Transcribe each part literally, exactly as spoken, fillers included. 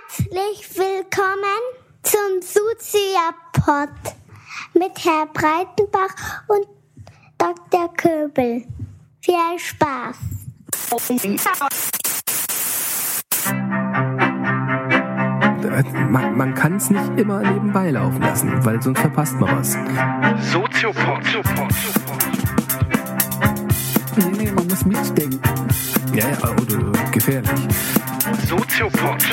Herzlich willkommen zum Sozio-Pod mit Herr Breitenbach und Doktor Köbel. Viel Spaß! Man, man kann es nicht immer nebenbei laufen lassen, weil sonst verpasst man was. Soziopod. Nee, nee, man muss mitdenken. Ja, ja, oder gefährlich. Soziopod.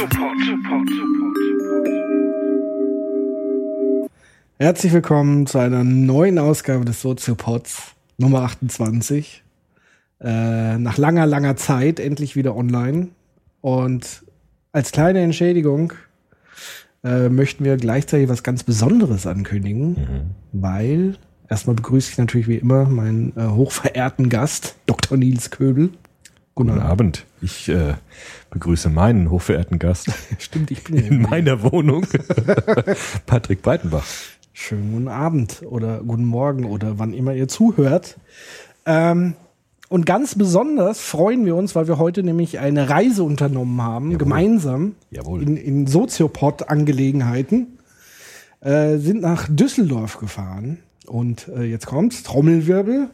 Herzlich willkommen zu einer neuen Ausgabe des Soziopods, Nummer achtundzwanzig. Äh, nach langer, langer Zeit endlich wieder online. Und als kleine Entschädigung äh, möchten wir gleichzeitig was ganz Besonderes ankündigen, mhm. weil erstmal begrüße ich natürlich wie immer meinen äh, hochverehrten Gast, Doktor Nils Köbel. Guten Abend. Ich äh, begrüße meinen hochverehrten Gast. Stimmt, ich bin in meiner Wohnung. Patrick Breitenbach. Schönen guten Abend oder guten Morgen oder wann immer ihr zuhört. Ähm, und ganz besonders freuen wir uns, weil wir heute nämlich eine Reise unternommen haben, Jawohl. gemeinsam Jawohl. in, in Soziopod-Angelegenheiten, äh, sind nach Düsseldorf gefahren. Und äh, jetzt kommt's, Trommelwirbel.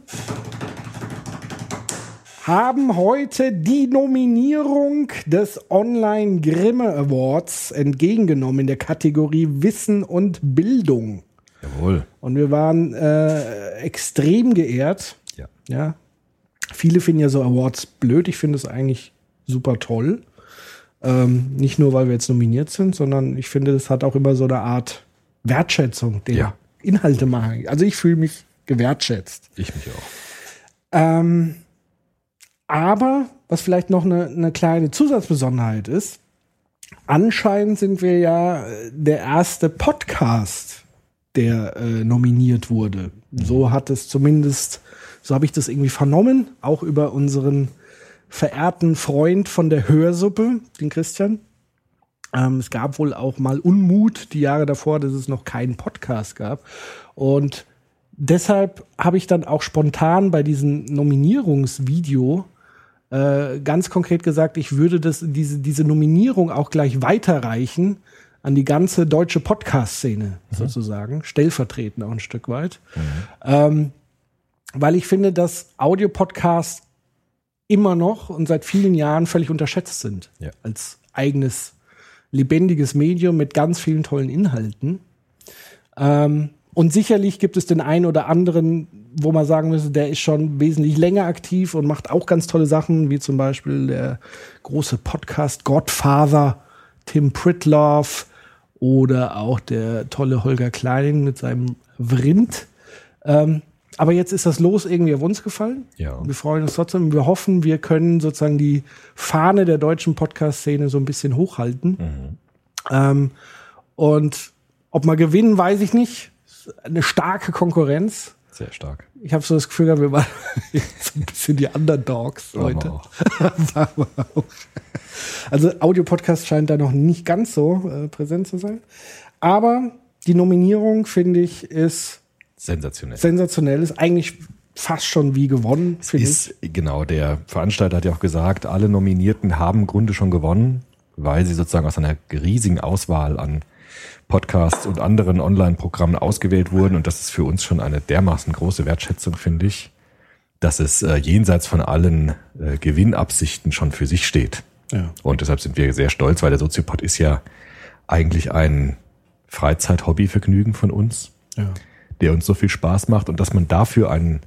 Haben heute die Nominierung des Online Grimme Awards entgegengenommen in der Kategorie Wissen und Bildung. Jawohl. Und wir waren äh, extrem geehrt. Ja. Ja. Viele finden ja so Awards blöd. Ich finde es eigentlich super toll. Ähm, nicht nur, weil wir jetzt nominiert sind, sondern ich finde, es hat auch immer so eine Art Wertschätzung der ja. Inhalte machen. Also ich fühle mich gewertschätzt. Ich mich auch. Ähm, Aber, was vielleicht noch eine, eine kleine Zusatzbesonderheit ist, anscheinend sind wir ja der erste Podcast, der äh, nominiert wurde. So hat es zumindest, so habe ich das irgendwie vernommen, auch über unseren verehrten Freund von der Hörsuppe, den Christian. Ähm, es gab wohl auch mal Unmut die Jahre davor, dass es noch keinen Podcast gab. Und deshalb habe ich dann auch spontan bei diesem Nominierungsvideo äh, ganz konkret gesagt, ich würde das, diese, diese Nominierung auch gleich weiterreichen an die ganze deutsche Podcast-Szene mhm. sozusagen, stellvertretend auch ein Stück weit. Mhm. Ähm, weil ich finde, dass Audiopodcasts immer noch und seit vielen Jahren völlig unterschätzt sind. Ja. Als eigenes, lebendiges Medium mit ganz vielen tollen Inhalten. Ähm, Und sicherlich gibt es den einen oder anderen, wo man sagen müsste, der ist schon wesentlich länger aktiv und macht auch ganz tolle Sachen, wie zum Beispiel der große Podcast Godfather Tim Pritloff oder auch der tolle Holger Klein mit seinem Vrind. Ähm, aber jetzt ist das Los irgendwie auf uns gefallen. Ja. Wir freuen uns trotzdem. Wir hoffen, wir können sozusagen die Fahne der deutschen Podcast-Szene so ein bisschen hochhalten. Mhm. Ähm, und ob wir gewinnen, weiß ich nicht. Eine starke Konkurrenz. Sehr stark. Ich habe so das Gefühl gehabt, wir waren so ein bisschen die Underdogs heute. Waren wir auch. Also Audio-Podcast scheint da noch nicht ganz so äh, präsent zu sein. Aber die Nominierung, finde ich, ist sensationell. Sensationell. Ist eigentlich fast schon wie gewonnen, finde ich. Genau, der Veranstalter hat ja auch gesagt, alle Nominierten haben im Grunde schon gewonnen, weil sie sozusagen aus einer riesigen Auswahl an Podcasts und anderen Online-Programmen ausgewählt wurden. Und das ist für uns schon eine dermaßen große Wertschätzung, finde ich, dass es äh, jenseits von allen äh, Gewinnabsichten schon für sich steht. Ja. Und deshalb sind wir sehr stolz, weil der Soziopod ist ja eigentlich ein Freizeit-Hobby-Vergnügen von uns, ja. der uns so viel Spaß macht. Und dass man dafür einen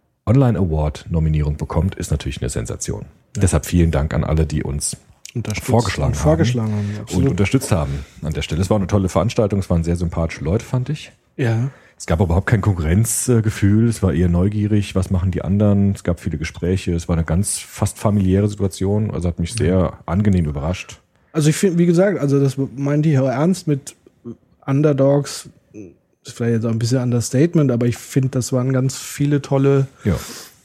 Online-Award-Nominierung bekommt, ist natürlich eine Sensation. Ja. Deshalb vielen Dank an alle, die uns vorgeschlagen, und vorgeschlagen haben, haben und unterstützt haben an der Stelle. Es war eine tolle Veranstaltung, es waren sehr sympathische Leute, fand ich. Ja. Es gab überhaupt kein Konkurrenzgefühl, es war eher neugierig, was machen die anderen, es gab viele Gespräche, es war eine ganz fast familiäre Situation, also hat mich sehr ja. angenehm überrascht. Also ich finde, wie gesagt, also das meinte ich auch ernst mit Underdogs, ist vielleicht jetzt auch ein bisschen Understatement, aber ich finde, das waren ganz viele tolle ja.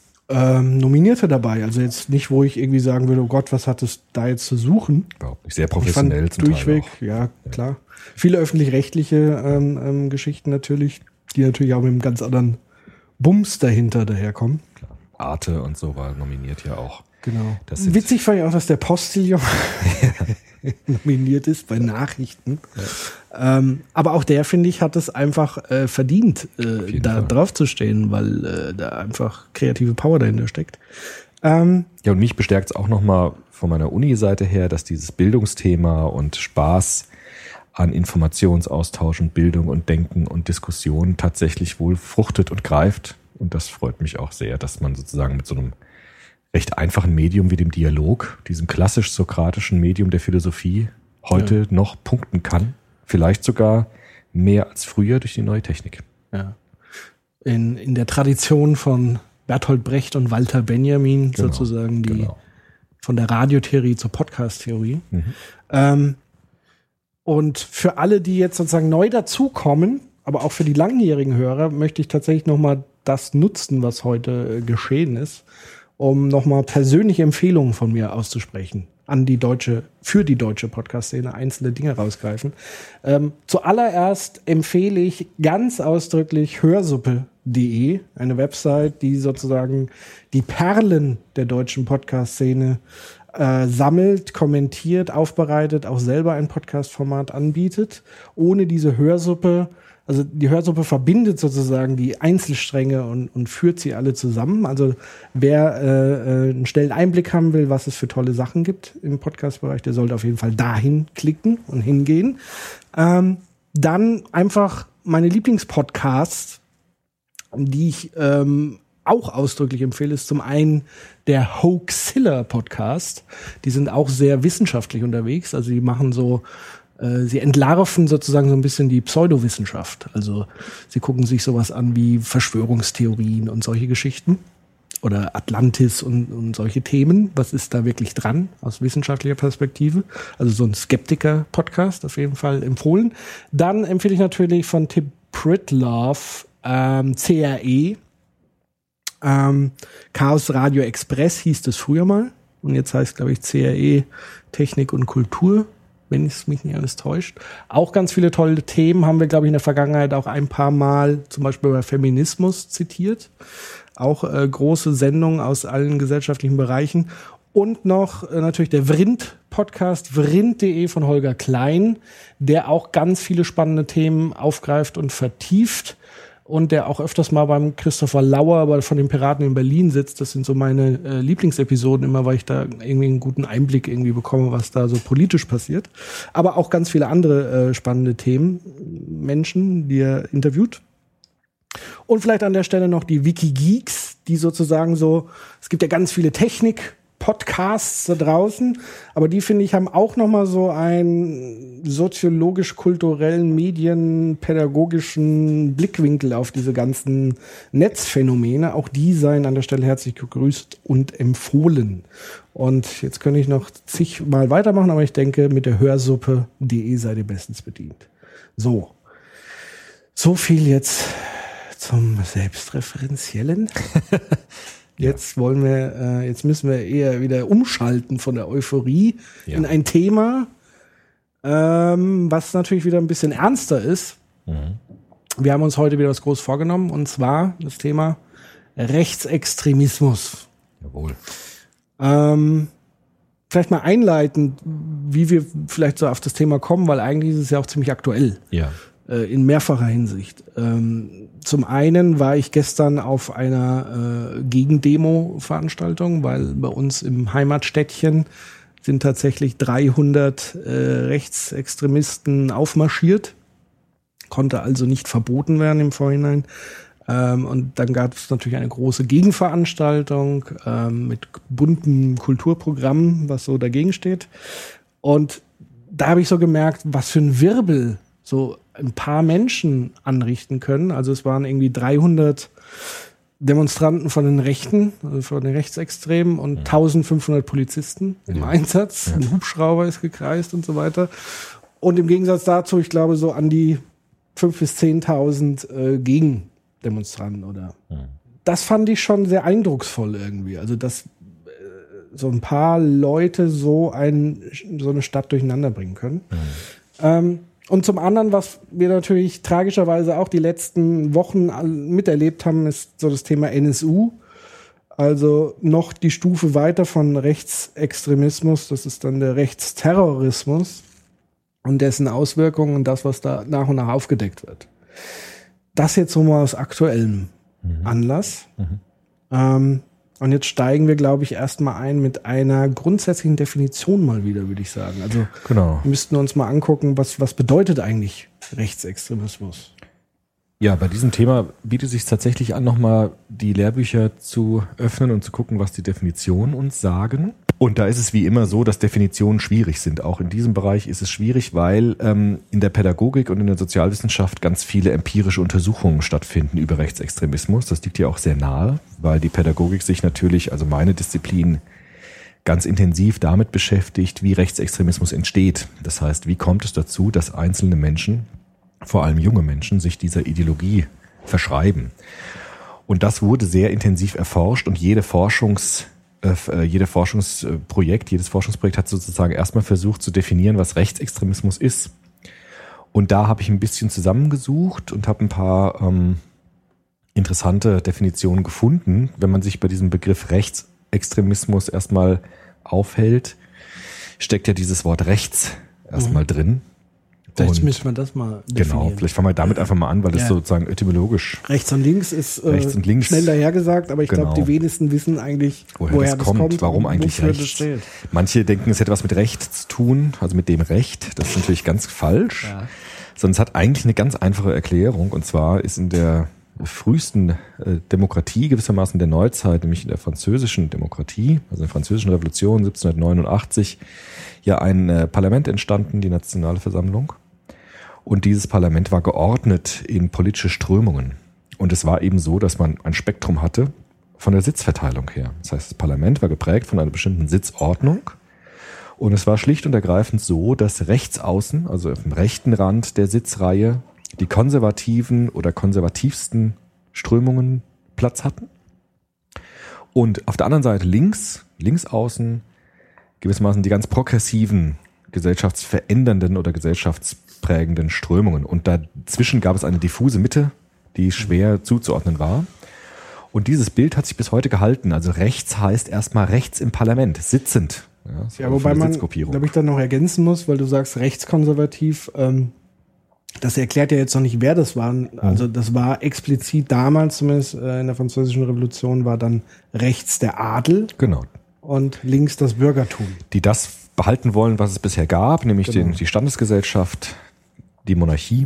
Ähm, Nominierte dabei. Also jetzt nicht, wo ich irgendwie sagen würde, oh Gott, was hat es da jetzt zu suchen? Überhaupt nicht. Sehr professionell ich fand zum durchweg, Teil ja, ja, klar. Viele öffentlich-rechtliche ähm, ähm, Geschichten natürlich, die natürlich auch mit einem ganz anderen Bums dahinter daherkommen. Klar. Arte und so war nominiert ja auch. Genau. Das sind witzig fand ich auch, dass der Postillon nominiert ist bei Nachrichten. Ja. Ähm, aber auch der, finde ich, hat es einfach äh, verdient, äh, da Fall. drauf zu stehen, weil äh, da einfach kreative Power dahinter steckt. Ähm, ja, und mich bestärkt es auch nochmal von meiner Uni-Seite her, dass dieses Bildungsthema und Spaß an Informationsaustausch und Bildung und Denken und Diskussion tatsächlich wohl fruchtet und greift. Und das freut mich auch sehr, dass man sozusagen mit so einem recht einfachen Medium wie dem Dialog, diesem klassisch-sokratischen Medium der Philosophie, heute ja. noch punkten kann. Vielleicht sogar mehr als früher durch die neue Technik. Ja. In, in der Tradition von Bertolt Brecht und Walter Benjamin genau, sozusagen die genau. von der Radiotheorie zur Podcast-Theorie. Mhm. Ähm, und für alle, die jetzt sozusagen neu dazukommen, aber auch für die langjährigen Hörer, möchte ich tatsächlich nochmal das nutzen, was heute äh, geschehen ist, um nochmal persönliche Empfehlungen von mir auszusprechen an die deutsche, für die deutsche Podcast-Szene, einzelne Dinge rausgreifen. Ähm, zuallererst empfehle ich ganz ausdrücklich hörsuppe punkt de, eine Website, die sozusagen die Perlen der deutschen Podcast-Szene äh, sammelt, kommentiert, aufbereitet, auch selber ein Podcast-Format anbietet. Ohne diese Hörsuppe, also die Hörsuppe verbindet sozusagen die Einzelstränge und, und führt sie alle zusammen. Also wer äh, einen schnellen Einblick haben will, was es für tolle Sachen gibt im Podcast-Bereich, der sollte auf jeden Fall dahin klicken und hingehen. Ähm, dann einfach meine Lieblingspodcasts, die ich ähm, auch ausdrücklich empfehle, ist zum einen der Hoaxilla Podcast. Die sind auch sehr wissenschaftlich unterwegs. Also die machen so, äh, sie entlarven sozusagen so ein bisschen die Pseudowissenschaft. Also sie gucken sich sowas an wie Verschwörungstheorien und solche Geschichten. Oder Atlantis und, und solche Themen. Was ist da wirklich dran aus wissenschaftlicher Perspektive? Also so ein Skeptiker-Podcast auf jeden Fall empfohlen. Dann empfehle ich natürlich von Tim Pritlove ähm, C R E. Ähm, Chaos Radio Express hieß das früher mal. Und jetzt heißt, glaube ich, C R E Technik und Kultur, wenn es mich nicht alles täuscht. Auch ganz viele tolle Themen haben wir, glaube ich, in der Vergangenheit auch ein paar Mal zum Beispiel über Feminismus zitiert. Auch äh, große Sendungen aus allen gesellschaftlichen Bereichen. Und noch äh, natürlich der Vrind-Podcast, vrind punkt de von Holger Klein, der auch ganz viele spannende Themen aufgreift und vertieft. Und der auch öfters mal beim Christopher Lauer, aber von den Piraten in Berlin sitzt. Das sind so meine äh, Lieblingsepisoden immer, weil ich da irgendwie einen guten Einblick irgendwie bekomme, was da so politisch passiert. Aber auch ganz viele andere äh, spannende Themen, Menschen, die er interviewt. Und vielleicht an der Stelle noch die Wikigeeks, die sozusagen so, es gibt ja ganz viele Technik-Podcasts da draußen, aber die, finde ich, haben auch nochmal so einen soziologisch-kulturellen, medienpädagogischen Blickwinkel auf diese ganzen Netzphänomene. Auch die seien an der Stelle herzlich gegrüßt und empfohlen. Und jetzt könnte ich noch zigmal weitermachen, aber ich denke, mit der hörsuppe punkt de seid ihr bestens bedient. So. So viel jetzt zum Selbstreferenziellen. Jetzt wollen wir, äh, jetzt müssen wir eher wieder umschalten von der Euphorie ja. in ein Thema, ähm, was natürlich wieder ein bisschen ernster ist. Mhm. Wir haben uns heute wieder was groß vorgenommen, und zwar das Thema Rechtsextremismus. Jawohl. Ähm, vielleicht mal einleiten, wie wir vielleicht so auf das Thema kommen, weil eigentlich ist es ja auch ziemlich aktuell. Ja. In mehrfacher Hinsicht. Ähm, zum einen war ich gestern auf einer äh, Gegendemo-Veranstaltung, weil bei uns im Heimatstädtchen sind tatsächlich dreihundert äh, Rechtsextremisten aufmarschiert. Konnte also nicht verboten werden im Vorhinein. Ähm, und dann gab es natürlich eine große Gegenveranstaltung ähm, mit buntem Kulturprogramm, was so dagegen steht. Und da habe ich so gemerkt, was für ein Wirbel so ein paar Menschen anrichten können. Also es waren irgendwie dreihundert Demonstranten von den Rechten, also von den Rechtsextremen, und ja. eintausendfünfhundert Polizisten im ja. Einsatz. Ja. Ein Hubschrauber ist gekreist und so weiter. Und im Gegensatz dazu, ich glaube, so an die fünftausend bis zehntausend äh, Gegendemonstranten oder. Ja. Das fand ich schon sehr eindrucksvoll irgendwie. Also dass äh, so ein paar Leute so ein so eine Stadt durcheinander bringen können. Ja. Ähm, Und zum anderen, was wir natürlich tragischerweise auch die letzten Wochen miterlebt haben, ist so das Thema N S U. Also noch die Stufe weiter von Rechtsextremismus, das ist dann der Rechtsterrorismus und dessen Auswirkungen und das, was da nach und nach aufgedeckt wird. Das jetzt so mal aus aktuellem mhm. Anlass. Mhm. Ähm, und jetzt steigen wir, glaube ich, erstmal ein mit einer grundsätzlichen Definition mal wieder, würde ich sagen. Also genau. Wir müssten uns mal angucken, was, was bedeutet eigentlich Rechtsextremismus? Ja, bei diesem Thema bietet sich tatsächlich an, nochmal die Lehrbücher zu öffnen und zu gucken, was die Definitionen uns sagen. Und da ist es wie immer so, dass Definitionen schwierig sind. Auch in diesem Bereich ist es schwierig, weil ähm, in der Pädagogik und in der Sozialwissenschaft ganz viele empirische Untersuchungen stattfinden über Rechtsextremismus. Das liegt ja auch sehr nahe, weil die Pädagogik sich natürlich, also meine Disziplin, ganz intensiv damit beschäftigt, wie Rechtsextremismus entsteht. Das heißt, wie kommt es dazu, dass einzelne Menschen, vor allem junge Menschen, sich dieser Ideologie verschreiben. Und das wurde sehr intensiv erforscht und jede Forschungs, äh, jede Forschungsprojekt, jedes Forschungsprojekt hat sozusagen erstmal versucht zu definieren, was Rechtsextremismus ist. Und da habe ich ein bisschen zusammengesucht und habe ein paar ähm, interessante Definitionen gefunden. Wenn man sich bei diesem Begriff Rechtsextremismus erstmal aufhält, steckt ja dieses Wort rechts erstmal mhm. drin. Vielleicht müssen wir das mal definieren. Genau, vielleicht fangen wir damit einfach mal an, weil ja. das sozusagen etymologisch... Rechts und links ist äh, rechts und links, schnell dahergesagt, aber ich genau. glaube, die wenigsten wissen eigentlich, woher, woher das, das kommt, kommt, warum eigentlich rechts. Manche denken, es hätte was mit Recht zu tun, also mit dem Recht. Das ist natürlich ganz falsch. Ja. Sondern es hat eigentlich eine ganz einfache Erklärung. Und zwar ist in der frühesten äh, Demokratie, gewissermaßen der Neuzeit, nämlich in der französischen Demokratie, also in der französischen Revolution siebzehnhundertneunundachtzig, ja ein äh, Parlament entstanden, die Nationale Versammlung. Und dieses Parlament war geordnet in politische Strömungen. Und es war eben so, dass man ein Spektrum hatte von der Sitzverteilung her. Das heißt, das Parlament war geprägt von einer bestimmten Sitzordnung. Und es war schlicht und ergreifend so, dass rechts außen, also auf dem rechten Rand der Sitzreihe, die konservativen oder konservativsten Strömungen Platz hatten. Und auf der anderen Seite links, links außen, gewissermaßen die ganz progressiven, gesellschaftsverändernden oder gesellschaftsprägenden Strömungen. Und dazwischen gab es eine diffuse Mitte, die schwer zuzuordnen war. Und dieses Bild hat sich bis heute gehalten. Also rechts heißt erstmal rechts im Parlament, sitzend. Ja, so ja wobei man, glaube ich, dann noch ergänzen muss, weil du sagst rechtskonservativ, ähm, das erklärt ja jetzt noch nicht, wer das war. Also das war explizit damals, zumindest äh, in der Französischen Revolution, war dann rechts der Adel. Genau. Und links das Bürgertum. Die das behalten wollen, was es bisher gab, nämlich genau. den, die Standesgesellschaft, die Monarchie.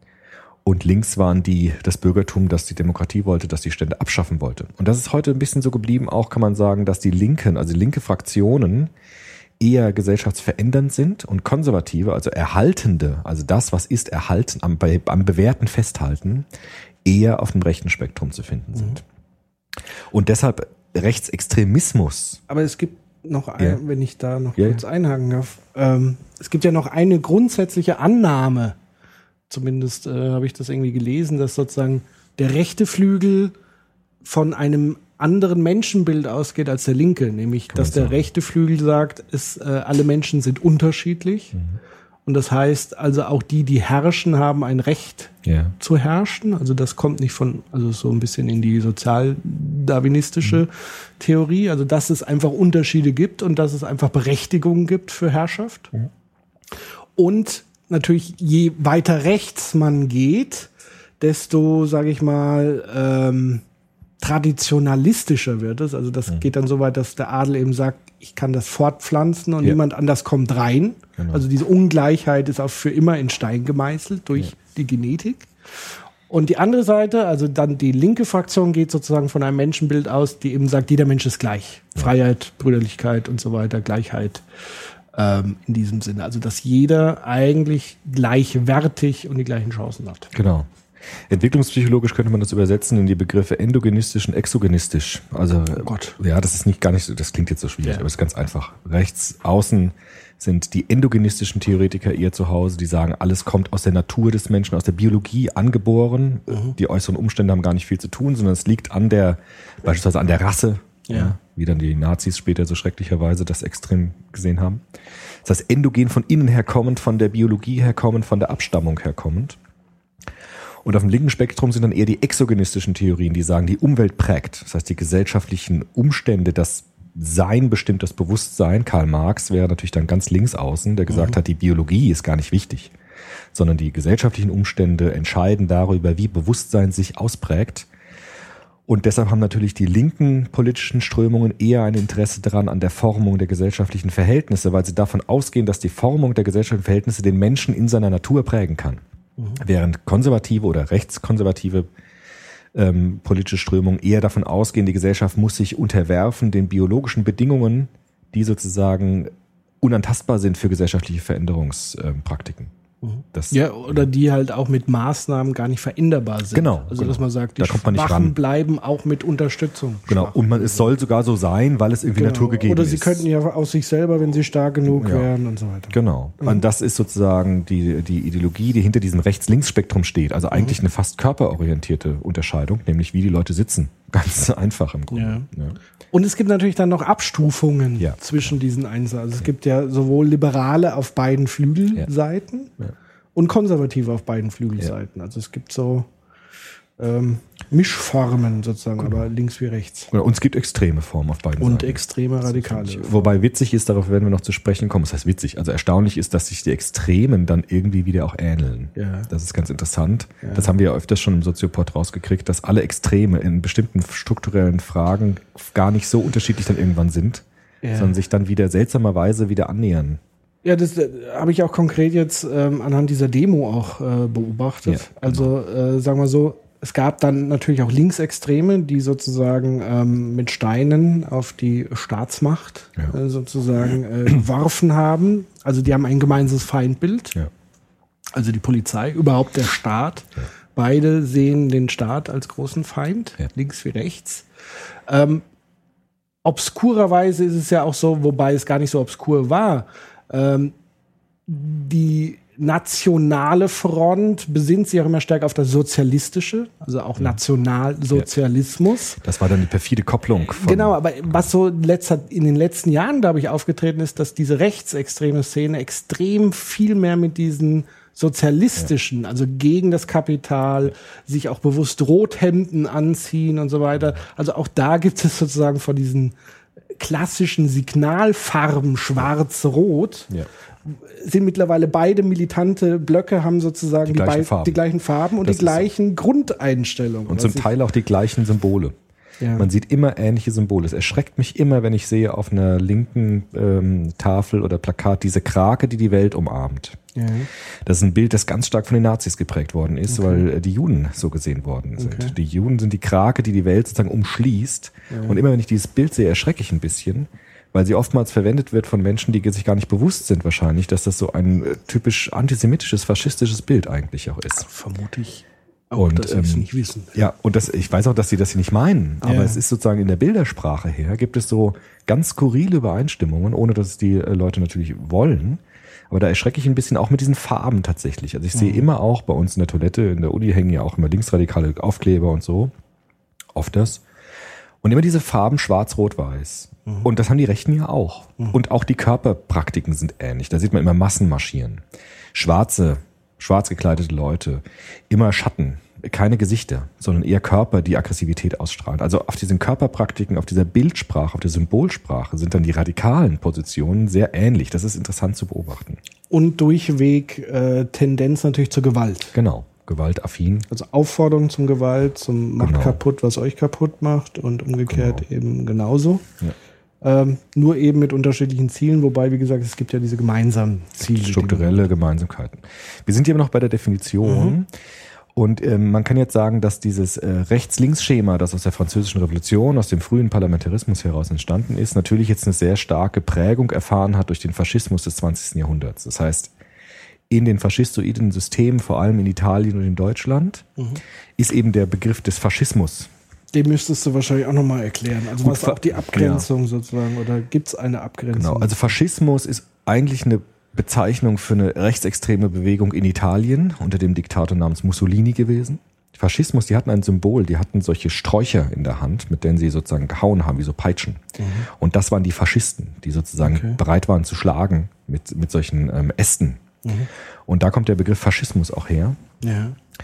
Und links waren die das Bürgertum, das die Demokratie wollte, das die Stände abschaffen wollte. Und das ist heute ein bisschen so geblieben. Auch kann man sagen, dass die Linken, also linke Fraktionen, eher gesellschaftsverändernd sind und konservative, also erhaltende, also das, was ist erhalten, am, bei, am Bewährten festhalten, eher auf dem rechten Spektrum zu finden sind. Mhm. Und deshalb Rechtsextremismus. Aber es gibt noch ein, ja. wenn ich da noch ja. kurz einhaken darf, ähm, es gibt ja noch eine grundsätzliche Annahme, zumindest äh, habe ich das irgendwie gelesen, dass sozusagen der rechte Flügel von einem anderen Menschenbild ausgeht als der linke, nämlich Kann dass der sagen. rechte Flügel sagt, es, äh, alle Menschen sind unterschiedlich. Mhm. Und das heißt, also auch die, die herrschen, haben ein Recht ja. zu herrschen. Also das kommt nicht von, also so ein bisschen in die sozialdarwinistische mhm. Theorie. Also dass es einfach Unterschiede gibt und dass es einfach Berechtigungen gibt für Herrschaft. Mhm. Und natürlich, je weiter rechts man geht, desto, sage ich mal, ähm, traditionalistischer wird es. Also das mhm. geht dann so weit, dass der Adel eben sagt, ich kann das fortpflanzen und ja. niemand anders kommt rein. Genau. Also diese Ungleichheit ist auch für immer in Stein gemeißelt durch ja. die Genetik. Und die andere Seite, also dann die linke Fraktion, geht sozusagen von einem Menschenbild aus, die eben sagt, jeder Mensch ist gleich. Ja. Freiheit, Brüderlichkeit und so weiter, Gleichheit ähm, in diesem Sinne. Also dass jeder eigentlich gleichwertig und die gleichen Chancen hat. Genau. Entwicklungspsychologisch könnte man das übersetzen in die Begriffe endogenistisch und exogenistisch. Also, oh Gott. Ja, das ist nicht gar nicht so, das klingt jetzt so schwierig, ja. aber es ist ganz einfach. Rechts außen sind die endogenistischen Theoretiker eher zu Hause, die sagen, alles kommt aus der Natur des Menschen, aus der Biologie angeboren. Mhm. Die äußeren Umstände haben gar nicht viel zu tun, sondern es liegt an der, beispielsweise an der Rasse, ja. Ja, wie dann die Nazis später so schrecklicherweise das extrem gesehen haben. Das heißt, endogen von innen herkommend, von der Biologie herkommend, von der Abstammung herkommend. Und auf dem linken Spektrum sind dann eher die exogenistischen Theorien, die sagen, die Umwelt prägt. Das heißt, die gesellschaftlichen Umstände, das Sein bestimmt das Bewusstsein. Karl Marx wäre natürlich dann ganz links außen, der gesagt mhm. hat, die Biologie ist gar nicht wichtig, sondern die gesellschaftlichen Umstände entscheiden darüber, wie Bewusstsein sich ausprägt. Und deshalb haben natürlich die linken politischen Strömungen eher ein Interesse daran an der Formung der gesellschaftlichen Verhältnisse, weil sie davon ausgehen, dass die Formung der gesellschaftlichen Verhältnisse den Menschen in seiner Natur prägen kann. Mhm. Während konservative oder rechtskonservative ähm, politische Strömungen eher davon ausgehen, die Gesellschaft muss sich unterwerfen den biologischen Bedingungen, die sozusagen unantastbar sind für gesellschaftliche Veränderungspraktiken. Das, ja, oder die halt auch mit Maßnahmen gar nicht veränderbar sind. Genau. Also, genau. dass man sagt, die da kommt man nicht Schwachen ran. bleiben auch mit Unterstützung. Genau. schwach. Und man, es soll sogar so sein, weil es irgendwie Genau. naturgegeben Oder sie ist. könnten ja aus sich selber, wenn sie stark genug Ja. wären und so weiter. Genau. Mhm. Und das ist sozusagen die, die Ideologie, die hinter diesem Rechts-Links-Spektrum steht. Also eigentlich mhm. eine fast körperorientierte Unterscheidung, nämlich wie die Leute sitzen. Ganz einfach im Grunde. Ja. Ja. Und es gibt natürlich dann noch Abstufungen Ja. zwischen diesen Einzelnen. Also es gibt ja sowohl Liberale auf beiden Flügelseiten Ja. Ja. und Konservative auf beiden Flügelseiten. Also es gibt so ähm, Mischformen sozusagen, Genau. aber links wie rechts. Und es gibt extreme Formen auf beiden Und Seiten. extreme Radikale. Wobei witzig ist, darauf werden wir noch zu sprechen kommen, das heißt witzig, also erstaunlich ist, dass sich die Extremen dann irgendwie wieder auch ähneln. Ja. Das ist ganz interessant. Ja. Das haben wir ja öfters schon im Soziopod rausgekriegt, dass alle Extreme in bestimmten strukturellen Fragen gar nicht so unterschiedlich dann irgendwann sind, Ja. sondern sich dann wieder seltsamerweise wieder annähern. Ja, das äh, habe ich auch konkret jetzt ähm, anhand dieser Demo auch äh, beobachtet. Ja, genau. Also äh, sagen wir so, es gab dann natürlich auch Linksextreme, die sozusagen ähm, mit Steinen auf die Staatsmacht Ja. äh, sozusagen äh, geworfen haben. Also die haben ein gemeinsames Feindbild. Ja. Also die Polizei, überhaupt der Staat. Ja. Beide sehen den Staat als großen Feind, Ja. links wie rechts. Ähm, obskurerweise ist es ja auch so, wobei es gar nicht so obskur war, ähm, die nationale Front besinnt sich auch immer stärker auf das Sozialistische, also auch Nationalsozialismus. Das war dann die perfide Kopplung von. Genau, aber was so letzter, in den letzten Jahren, glaube ich, aufgetreten ist, dass diese rechtsextreme Szene extrem viel mehr mit diesen sozialistischen, ja. also gegen das Kapital, sich auch bewusst Rothemden anziehen und so weiter. Also auch da gibt es sozusagen von diesen klassischen Signalfarben schwarz-rot, Ja. sind mittlerweile beide militante Blöcke, haben sozusagen Die die, gleichen beid- Farben. die gleichen Farben und Das die ist so. gleichen Grundeinstellungen. Und Was zum ich- Teil auch die gleichen Symbole. Ja. Man sieht immer ähnliche Symbole. Es erschreckt mich immer, wenn ich sehe auf einer linken ähm, Tafel oder Plakat diese Krake, die die Welt umarmt. Ja. Das ist ein Bild, das ganz stark von den Nazis geprägt worden ist, Okay. weil äh, die Juden so gesehen worden sind. Okay. Die Juden sind die Krake, die die Welt sozusagen umschließt. Ja. Und immer wenn ich dieses Bild sehe, erschrecke ich ein bisschen, weil sie oftmals verwendet wird von Menschen, die sich gar nicht bewusst sind wahrscheinlich, dass das so ein äh, typisch antisemitisches, faschistisches Bild eigentlich auch ist. Vermute ich auch, Und, dass sie es ähm, nicht wissen. Ja, und das, ich weiß auch, dass sie das hier nicht meinen, aber Ja. es ist sozusagen in der Bildersprache her, gibt es so ganz skurrile Übereinstimmungen, ohne dass es die äh, Leute natürlich wollen. Aber da erschrecke ich ein bisschen auch mit diesen Farben tatsächlich. Also ich sehe immer auch bei uns in der Toilette, in der Uni hängen ja auch immer linksradikale Aufkleber und so. Oft das. Und immer diese Farben schwarz, rot, weiß. Mhm. Und das haben die Rechten ja auch. Mhm. Und auch die Körperpraktiken sind ähnlich. Da sieht man immer Massen marschieren. Schwarze, schwarz gekleidete Leute, immer Schatten, keine Gesichter, sondern eher Körper, die Aggressivität ausstrahlen. Also auf diesen Körperpraktiken, auf dieser Bildsprache, auf der Symbolsprache sind dann die radikalen Positionen sehr ähnlich. Das ist interessant zu beobachten. Und durchweg äh, Tendenz natürlich zur Gewalt. Genau, gewaltaffin. Also Aufforderung zum Gewalt, zum macht Genau. kaputt, was euch kaputt macht und umgekehrt Genau. eben genauso. Ja. Ähm, nur eben mit unterschiedlichen Zielen, wobei, wie gesagt, es gibt ja diese gemeinsamen Ziele. Strukturelle Gemeinsamkeiten. Wir sind hier aber noch bei der Definition. Mhm. Und ähm, man kann jetzt sagen, dass dieses äh, Rechts-Links-Schema, das aus der Französischen Revolution, aus dem frühen Parlamentarismus heraus entstanden ist, natürlich jetzt eine sehr starke Prägung erfahren hat durch den Faschismus des zwanzigsten Jahrhunderts. Das heißt, in den faschistoiden Systemen, vor allem in Italien und in Deutschland, mhm. ist eben der Begriff des Faschismus. Den müsstest du wahrscheinlich auch nochmal erklären. Also Gut, was auch die Abgrenzung ja. sozusagen, oder gibt es eine Abgrenzung? Genau, also Faschismus ist eigentlich eine Bezeichnung für eine rechtsextreme Bewegung in Italien unter dem Diktator namens Mussolini gewesen. Faschismus, die hatten ein Symbol, die hatten solche Sträucher in der Hand, mit denen sie sozusagen gehauen haben, wie so Peitschen. Mhm. Und das waren die Faschisten, die sozusagen okay. bereit waren zu schlagen mit, mit solchen ähm, Ästen. Mhm. Und da kommt der Begriff Faschismus auch her. Ja.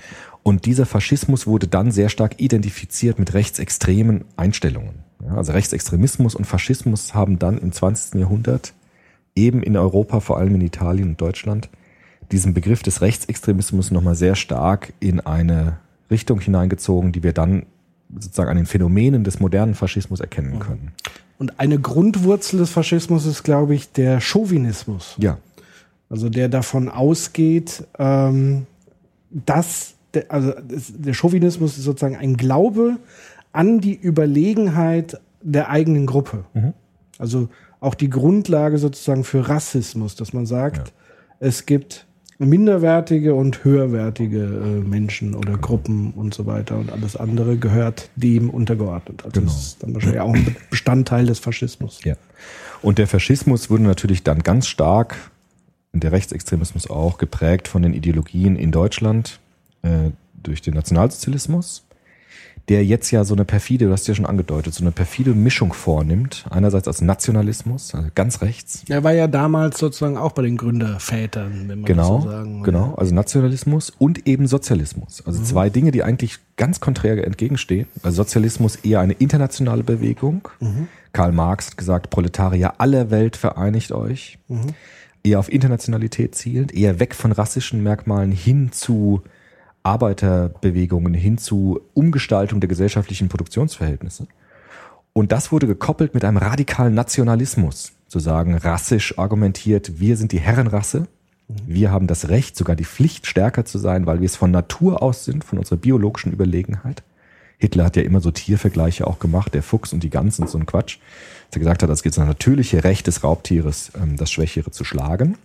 Und dieser Faschismus wurde dann sehr stark identifiziert mit rechtsextremen Einstellungen. Ja, also Rechtsextremismus und Faschismus haben dann im zwanzigsten Jahrhundert eben in Europa, vor allem in Italien und Deutschland, diesen Begriff des Rechtsextremismus nochmal sehr stark in eine Richtung hineingezogen, die wir dann sozusagen an den Phänomenen des modernen Faschismus erkennen können. Und eine Grundwurzel des Faschismus ist, glaube ich, der Chauvinismus. Ja. Also der davon ausgeht, ähm, dass der, also der Chauvinismus ist sozusagen ein Glaube an die Überlegenheit der eigenen Gruppe. Mhm. Also auch die Grundlage sozusagen für Rassismus, dass man sagt, ja. es gibt minderwertige und höherwertige äh, Menschen oder genau. Gruppen und so weiter und alles andere gehört dem untergeordnet. Also genau. das ist dann wahrscheinlich auch ein Bestandteil des Faschismus. Ja. Und der Faschismus wurde natürlich dann ganz stark, und der Rechtsextremismus auch, geprägt von den Ideologien in Deutschland äh, durch den Nationalsozialismus, der jetzt ja so eine perfide, du hast ja schon angedeutet, so eine perfide Mischung vornimmt. Einerseits als Nationalismus, also ganz rechts. Er war ja damals sozusagen auch bei den Gründervätern, wenn man genau, das so sagen will. Genau, also Nationalismus und eben Sozialismus. Also mhm. zwei Dinge, die eigentlich ganz konträr entgegenstehen. Also Sozialismus eher eine internationale Bewegung. Mhm. Karl Marx hat gesagt, Proletarier aller Welt vereinigt euch. Mhm. Eher auf Internationalität zielend, eher weg von rassischen Merkmalen hin zu Arbeiterbewegungen, hin zu Umgestaltung der gesellschaftlichen Produktionsverhältnisse. Und das wurde gekoppelt mit einem radikalen Nationalismus, zu sagen, rassisch argumentiert, wir sind die Herrenrasse, wir haben das Recht, sogar die Pflicht, stärker zu sein, weil wir es von Natur aus sind, von unserer biologischen Überlegenheit. Hitler hat ja immer so Tiervergleiche auch gemacht, der Fuchs und die Gans und so ein Quatsch. Dass er gesagt hat, es geht um das natürliche Recht des Raubtieres, das Schwächere zu schlagen.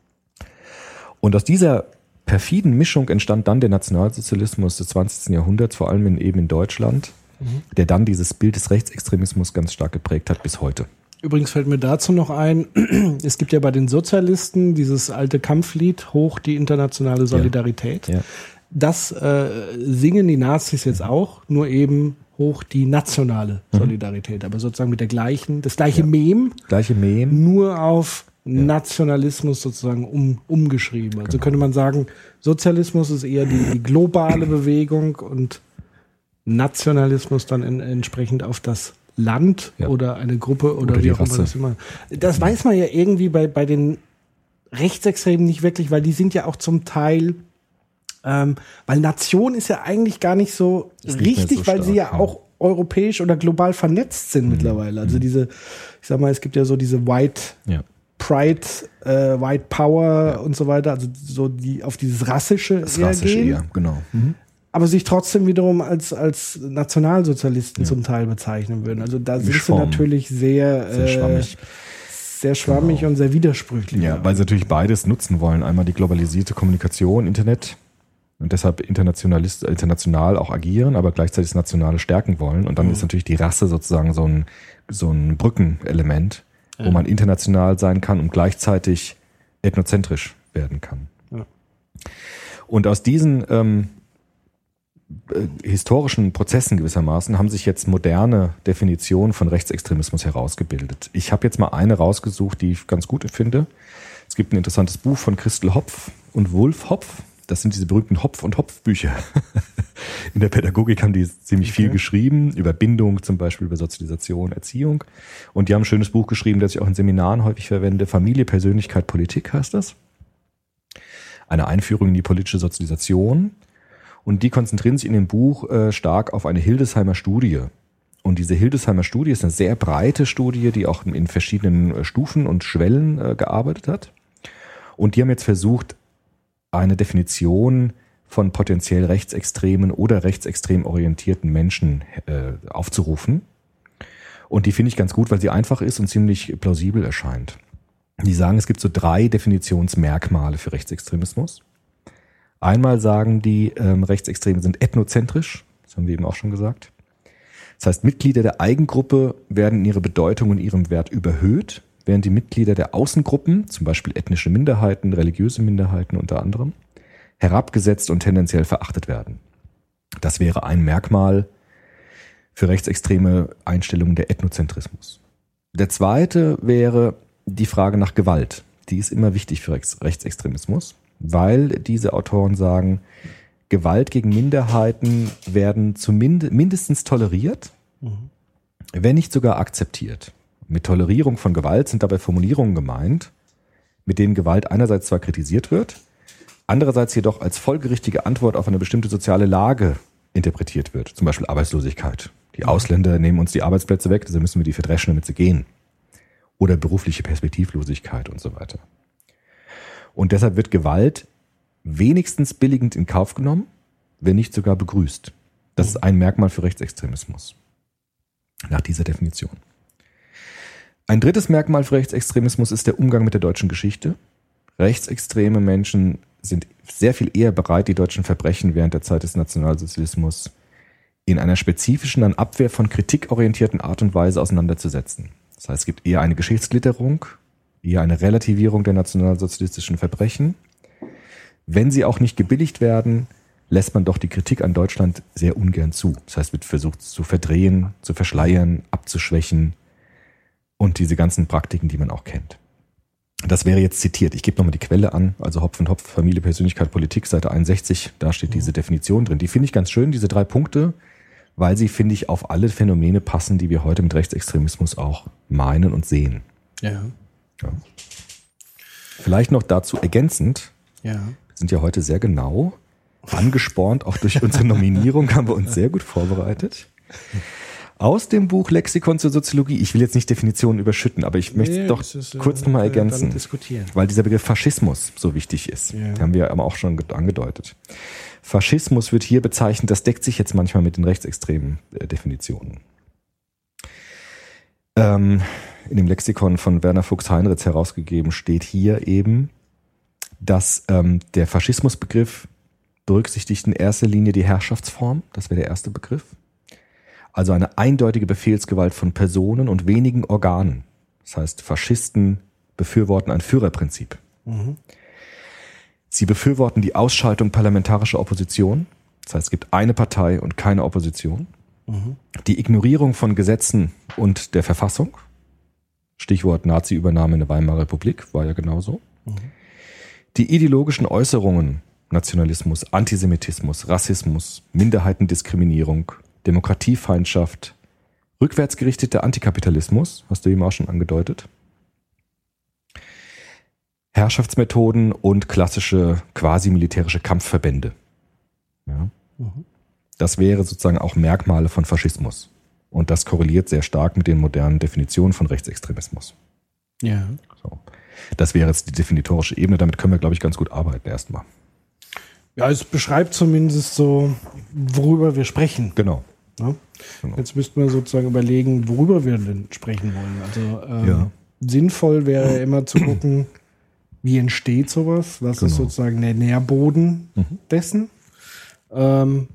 Und aus dieser perfiden Mischung entstand dann der Nationalsozialismus des zwanzigsten Jahrhunderts, vor allem in, eben in Deutschland, mhm. der dann dieses Bild des Rechtsextremismus ganz stark geprägt hat bis heute. Übrigens fällt mir dazu noch ein, es gibt ja bei den Sozialisten dieses alte Kampflied, Hoch die internationale Solidarität. Ja. Ja. Das äh, singen die Nazis jetzt auch, nur eben hoch die nationale Solidarität, mhm. aber sozusagen mit der gleichen, das gleiche ja. Mem, gleiche Mem, nur auf ja. Nationalismus sozusagen um, umgeschrieben. Also genau. könnte man sagen, Sozialismus ist eher die, die globale Bewegung und Nationalismus dann in, entsprechend auf das Land ja. oder eine Gruppe oder, oder wie auch immer das immer. Das ja. weiß man ja irgendwie bei, bei den Rechtsextremen nicht wirklich, weil die sind ja auch zum Teil, ähm, weil Nation ist ja eigentlich gar nicht so ist richtig, nicht so weil stark, sie ja, ja auch europäisch oder global vernetzt sind mhm. mittlerweile. Also mhm. diese, ich sag mal, es gibt ja so diese White ja. Pride, äh, White Power ja. und so weiter, also so die auf dieses Rassische das eher Rassische gehen. Eher, genau. Mhm. Aber sich trotzdem wiederum als, als Nationalsozialisten ja. zum Teil bezeichnen würden. Also da sind sie natürlich sehr, sehr schwammig, äh, sehr schwammig genau. und sehr widersprüchlich. Ja, weil sie natürlich beides nutzen wollen. Einmal die globalisierte Kommunikation, Internet und deshalb internationalist, international auch agieren, aber gleichzeitig das Nationale stärken wollen. Und dann mhm. ist natürlich die Rasse sozusagen so ein, so ein Brückenelement, wo ja. man international sein kann und gleichzeitig ethnozentrisch werden kann. Ja. Und aus diesen ähm, äh, historischen Prozessen gewissermaßen haben sich jetzt moderne Definitionen von Rechtsextremismus herausgebildet. Ich habe jetzt mal eine rausgesucht, die ich ganz gut finde. Es gibt ein interessantes Buch von Christel Hopf und Wulf Hopf. Das sind diese berühmten Hopf- und Hopf-Bücher. In der Pädagogik haben die ziemlich okay. viel geschrieben, über Bindung zum Beispiel, über Sozialisation, Erziehung. Und die haben ein schönes Buch geschrieben, das ich auch in Seminaren häufig verwende. Familie, Persönlichkeit, Politik heißt das. Eine Einführung in die politische Sozialisation. Und die konzentrieren sich in dem Buch äh, stark auf eine Hildesheimer Studie. Und diese Hildesheimer Studie ist eine sehr breite Studie, die auch in verschiedenen Stufen und Schwellen äh, gearbeitet hat. Und die haben jetzt versucht, eine Definition von potenziell rechtsextremen oder rechtsextrem orientierten Menschen äh, aufzurufen. Und die finde ich ganz gut, weil sie einfach ist und ziemlich plausibel erscheint. Die sagen, es gibt so drei Definitionsmerkmale für Rechtsextremismus. Einmal sagen die, ähm, Rechtsextreme sind ethnozentrisch, das haben wir eben auch schon gesagt. Das heißt, Mitglieder der Eigengruppe werden in ihrer Bedeutung und ihrem Wert überhöht, während die Mitglieder der Außengruppen, zum Beispiel ethnische Minderheiten, religiöse Minderheiten unter anderem, herabgesetzt und tendenziell verachtet werden. Das wäre ein Merkmal für rechtsextreme Einstellungen der Ethnozentrismus. Der zweite wäre die Frage nach Gewalt. Die ist immer wichtig für Rechtsextremismus, weil diese Autoren sagen, Gewalt gegen Minderheiten werden zumindest mindestens toleriert, mhm. wenn nicht sogar akzeptiert. Mit Tolerierung von Gewalt sind dabei Formulierungen gemeint, mit denen Gewalt einerseits zwar kritisiert wird, andererseits jedoch als folgerichtige Antwort auf eine bestimmte soziale Lage interpretiert wird. Zum Beispiel Arbeitslosigkeit. Die Ausländer nehmen uns die Arbeitsplätze weg, also müssen wir die verdreschen, damit sie gehen. Oder berufliche Perspektivlosigkeit und so weiter. Und deshalb wird Gewalt wenigstens billigend in Kauf genommen, wenn nicht sogar begrüßt. Das ist ein Merkmal für Rechtsextremismus. Nach dieser Definition. Ein drittes Merkmal für Rechtsextremismus ist der Umgang mit der deutschen Geschichte. Rechtsextreme Menschen sind sehr viel eher bereit, die deutschen Verbrechen während der Zeit des Nationalsozialismus in einer spezifischen, an Abwehr von kritikorientierten Art und Weise auseinanderzusetzen. Das heißt, es gibt eher eine Geschichtsklitterung, eher eine Relativierung der nationalsozialistischen Verbrechen. Wenn sie auch nicht gebilligt werden, lässt man doch die Kritik an Deutschland sehr ungern zu. Das heißt, wird versucht zu verdrehen, zu verschleiern, abzuschwächen und diese ganzen Praktiken, die man auch kennt. Das wäre jetzt zitiert. Ich gebe nochmal die Quelle an, also Hopf und Hopf, Familie, Persönlichkeit, Politik, Seite einundsechzig, da steht diese Definition drin. Die finde ich ganz schön, diese drei Punkte, weil sie, finde ich, auf alle Phänomene passen, die wir heute mit Rechtsextremismus auch meinen und sehen. Ja. Ja. Vielleicht noch dazu ergänzend, Ja. wir sind ja heute sehr genau, angespornt, auch durch unsere Nominierung haben wir uns sehr gut vorbereitet. Aus dem Buch Lexikon zur Soziologie, ich will jetzt nicht Definitionen überschütten, aber ich möchte Nee, doch das ist, äh, kurz nochmal dann ergänzen, diskutieren. weil dieser Begriff Faschismus so wichtig ist. Ja. Haben wir aber auch schon angedeutet. Faschismus wird hier bezeichnet, das deckt sich jetzt manchmal mit den rechtsextremen äh, Definitionen. Ähm, in dem Lexikon von Werner Fuchs-Heinrichs herausgegeben steht hier eben, dass ähm, der Faschismusbegriff berücksichtigt in erster Linie die Herrschaftsform, das wäre der erste Begriff. Also eine eindeutige Befehlsgewalt von Personen und wenigen Organen. Das heißt, Faschisten befürworten ein Führerprinzip. Mhm. Sie befürworten die Ausschaltung parlamentarischer Opposition. Das heißt, es gibt eine Partei und keine Opposition. Mhm. Die Ignorierung von Gesetzen und der Verfassung. Stichwort Nazi-Übernahme in der Weimarer Republik, war ja genauso. Mhm. Die ideologischen Äußerungen, Nationalismus, Antisemitismus, Rassismus, Minderheitendiskriminierung, Demokratiefeindschaft, rückwärtsgerichteter Antikapitalismus, hast du eben auch schon angedeutet, Herrschaftsmethoden und klassische quasi-militärische Kampfverbände. Ja. Mhm. Das wäre sozusagen auch Merkmale von Faschismus. Und das korreliert sehr stark mit den modernen Definitionen von Rechtsextremismus. Ja. So. Das wäre jetzt die definitorische Ebene, damit können wir, glaube ich, ganz gut arbeiten erstmal. Ja, es beschreibt zumindest so, worüber wir sprechen. Genau. Ja? Genau. Jetzt müssten wir sozusagen überlegen, worüber wir denn sprechen wollen. Also ähm, Ja. sinnvoll wäre immer zu gucken, wie entsteht sowas, was Genau. ist sozusagen der Nährboden Mhm. dessen ähm,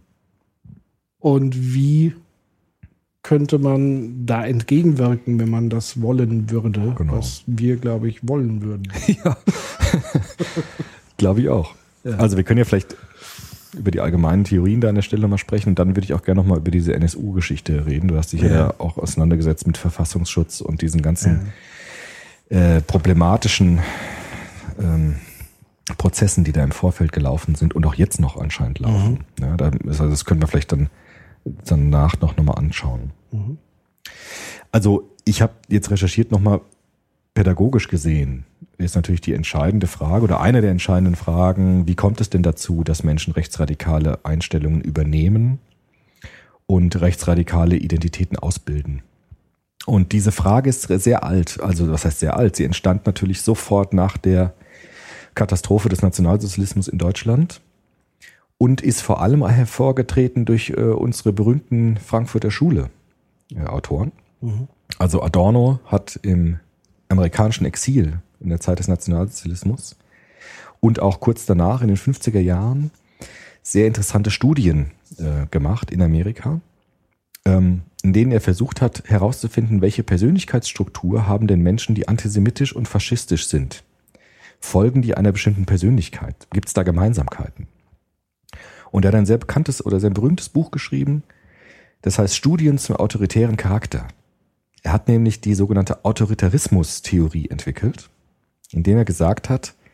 und wie könnte man da entgegenwirken, wenn man das wollen würde, Genau. was wir, glaube ich, wollen würden. Ja, glaube ich auch. Ja. Also wir können ja vielleicht über die allgemeinen Theorien da an der Stelle nochmal sprechen und dann würde ich auch gerne nochmal über diese N S U-Geschichte reden. Du hast dich ja, Ja. ja auch auseinandergesetzt mit Verfassungsschutz und diesen ganzen äh, problematischen ähm, Prozessen, die da im Vorfeld gelaufen sind und auch jetzt noch anscheinend laufen. Mhm. Ja, da ist, also das können wir vielleicht dann danach noch nochmal anschauen. Mhm. Also ich habe jetzt recherchiert nochmal pädagogisch gesehen, ist natürlich die entscheidende Frage oder eine der entscheidenden Fragen, wie kommt es denn dazu, dass Menschen rechtsradikale Einstellungen übernehmen und rechtsradikale Identitäten ausbilden? Und diese Frage ist sehr alt, also was heißt sehr alt? Sie entstand natürlich sofort nach der Katastrophe des Nationalsozialismus in Deutschland und ist vor allem hervorgetreten durch äh, unsere berühmten Frankfurter Schule äh, Autoren. Mhm. Also Adorno hat im amerikanischen Exil in der Zeit des Nationalsozialismus und auch kurz danach in den fünfziger Jahren sehr interessante Studien äh, gemacht in Amerika, ähm, in denen er versucht hat herauszufinden, welche Persönlichkeitsstruktur haben denn Menschen, die antisemitisch und faschistisch sind. Folgen die einer bestimmten Persönlichkeit? Gibt es da Gemeinsamkeiten? Und er hat ein sehr bekanntes oder sehr berühmtes Buch geschrieben, das heißt Studien zum autoritären Charakter. Er hat nämlich die sogenannte Autoritarismus-Theorie entwickelt, indem er gesagt hat,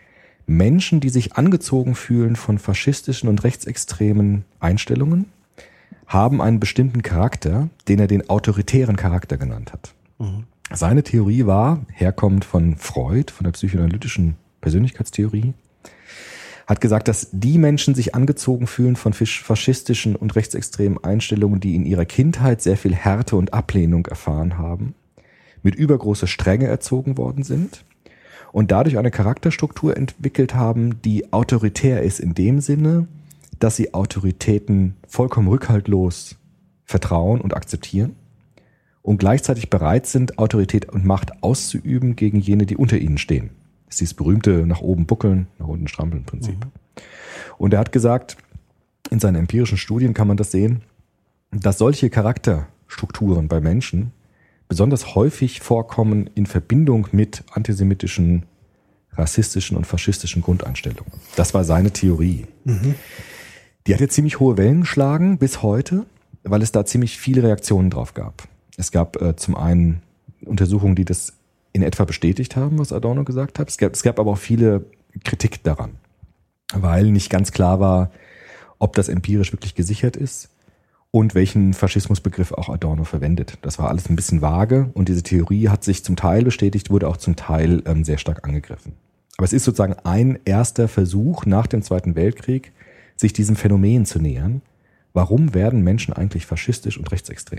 Menschen, die sich angezogen fühlen von faschistischen und rechtsextremen Einstellungen, haben einen bestimmten Charakter, den er den autoritären Charakter genannt hat. Mhm. Seine Theorie war, herkommend von Freud, von der psychoanalytischen Persönlichkeitstheorie, hat gesagt, dass die Menschen sich angezogen fühlen von faschistischen und rechtsextremen Einstellungen, die in ihrer Kindheit sehr viel Härte und Ablehnung erfahren haben, mit übergroßer Strenge erzogen worden sind und dadurch eine Charakterstruktur entwickelt haben, die autoritär ist in dem Sinne, dass sie Autoritäten vollkommen rückhaltlos vertrauen und akzeptieren und gleichzeitig bereit sind, Autorität und Macht auszuüben gegen jene, die unter ihnen stehen. Das ist dieses berühmte nach oben buckeln, nach unten strampeln Prinzip. Mhm. Und er hat gesagt, in seinen empirischen Studien kann man das sehen, dass solche Charakterstrukturen bei Menschen besonders häufig vorkommen in Verbindung mit antisemitischen, rassistischen und faschistischen Grundeinstellungen. Das war seine Theorie. Mhm. Die hat jetzt ziemlich hohe Wellen geschlagen bis heute, weil es da ziemlich viele Reaktionen drauf gab. Es gab äh, zum einen Untersuchungen, die das in etwa bestätigt haben, was Adorno gesagt hat. Es gab, es gab aber auch viele Kritik daran, weil nicht ganz klar war, ob das empirisch wirklich gesichert ist und welchen Faschismusbegriff auch Adorno verwendet. Das war alles ein bisschen vage und diese Theorie hat sich zum Teil bestätigt, wurde auch zum Teil ähm, sehr stark angegriffen. Aber es ist sozusagen ein erster Versuch nach dem Zweiten Weltkrieg, sich diesem Phänomen zu nähern. Warum werden Menschen eigentlich faschistisch und rechtsextrem?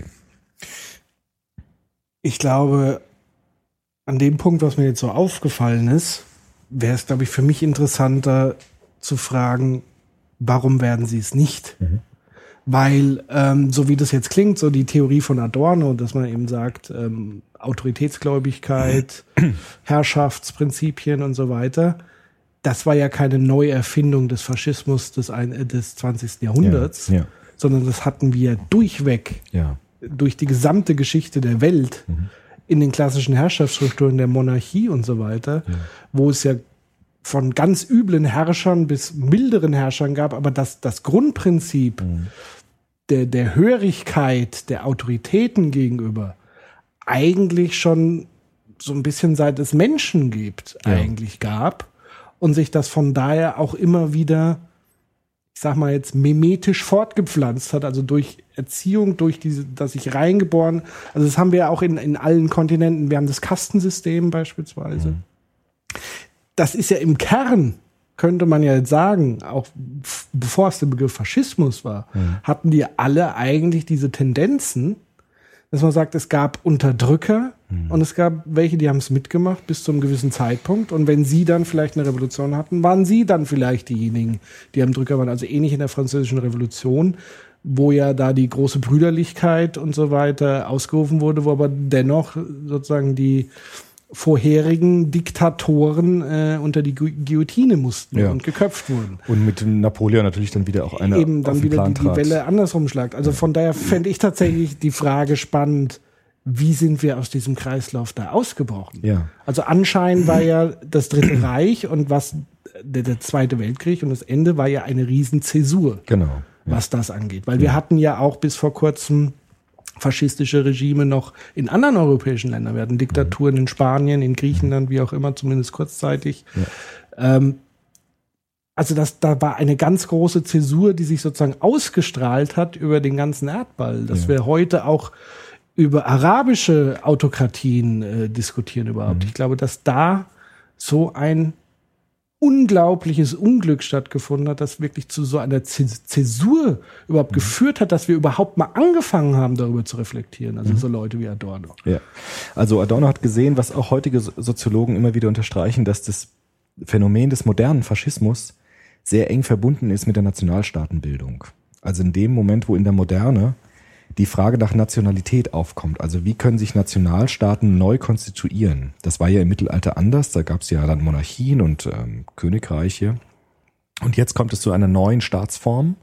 Ich glaube, an dem Punkt, was mir jetzt so aufgefallen ist, wäre es, glaube ich, für mich interessanter zu fragen, warum werden sie es nicht? Mhm. Weil, ähm, so wie das jetzt klingt, so die Theorie von Adorno, dass man eben sagt, ähm, Autoritätsgläubigkeit, Herrschaftsprinzipien und so weiter, das war ja keine Neuerfindung des Faschismus des, des zwanzigsten Jahrhunderts, ja, ja. sondern das hatten wir durchweg, ja. durch die gesamte Geschichte der Welt, mhm. in den klassischen Herrschaftsstrukturen der Monarchie und so weiter, ja. wo es ja von ganz üblen Herrschern bis milderen Herrschern gab, aber das, das Grundprinzip mhm. der, der Hörigkeit der Autoritäten gegenüber eigentlich schon so ein bisschen seit es Menschen gibt, ja. eigentlich gab und sich das von daher auch immer wieder, ich sag mal jetzt, memetisch fortgepflanzt hat, also durch Erziehung, durch diese, dass ich reingeboren, also das haben wir ja auch in, in allen Kontinenten, wir haben das Kastensystem beispielsweise. Mhm. Das ist ja im Kern, könnte man ja jetzt sagen, auch f- bevor es der Begriff Faschismus war, mhm. hatten die alle eigentlich diese Tendenzen, dass man sagt, es gab Unterdrücker mhm. und es gab welche, die haben es mitgemacht bis zu einem gewissen Zeitpunkt. Und wenn sie dann vielleicht eine Revolution hatten, waren sie dann vielleicht diejenigen, die am Drücker waren. Also ähnlich in der Französischen Revolution, wo ja da die große Brüderlichkeit und so weiter ausgerufen wurde, wo aber dennoch sozusagen die vorherigen Diktatoren äh, unter die Gu- Guillotine mussten ja. und geköpft wurden. Und mit Napoleon natürlich dann wieder auch eine eben dann wieder die, die Welle andersrum schlagt. Also ja. von daher fände ich tatsächlich die Frage spannend, wie sind wir aus diesem Kreislauf da ausgebrochen? Ja. Also anscheinend war ja das Dritte Reich und was der, der Zweite Weltkrieg und das Ende war ja eine Riesenzäsur, genau. ja. was das angeht. Weil ja. wir hatten ja auch bis vor kurzem faschistische Regime noch in anderen europäischen Ländern. Wir hatten Diktaturen in Spanien, in Griechenland, wie auch immer, zumindest kurzzeitig. Ja. Ähm, also das, da war eine ganz große Zäsur, die sich sozusagen ausgestrahlt hat über den ganzen Erdball. Dass ja. wir heute auch über arabische Autokratien äh, diskutieren überhaupt. Mhm. Ich glaube, dass da so ein unglaubliches Unglück stattgefunden hat, das wirklich zu so einer Zäsur überhaupt mhm. geführt hat, dass wir überhaupt mal angefangen haben, darüber zu reflektieren. Also mhm. so Leute wie Adorno. Ja. Also Adorno hat gesehen, was auch heutige Soziologen immer wieder unterstreichen, dass das Phänomen des modernen Faschismus sehr eng verbunden ist mit der Nationalstaatenbildung. Also in dem Moment, wo in der Moderne die Frage nach Nationalität aufkommt. Also wie können sich Nationalstaaten neu konstituieren? Das war ja im Mittelalter anders. Da gab es ja dann Monarchien und ähm, Königreiche. Und jetzt kommt es zu einer neuen Staatsform.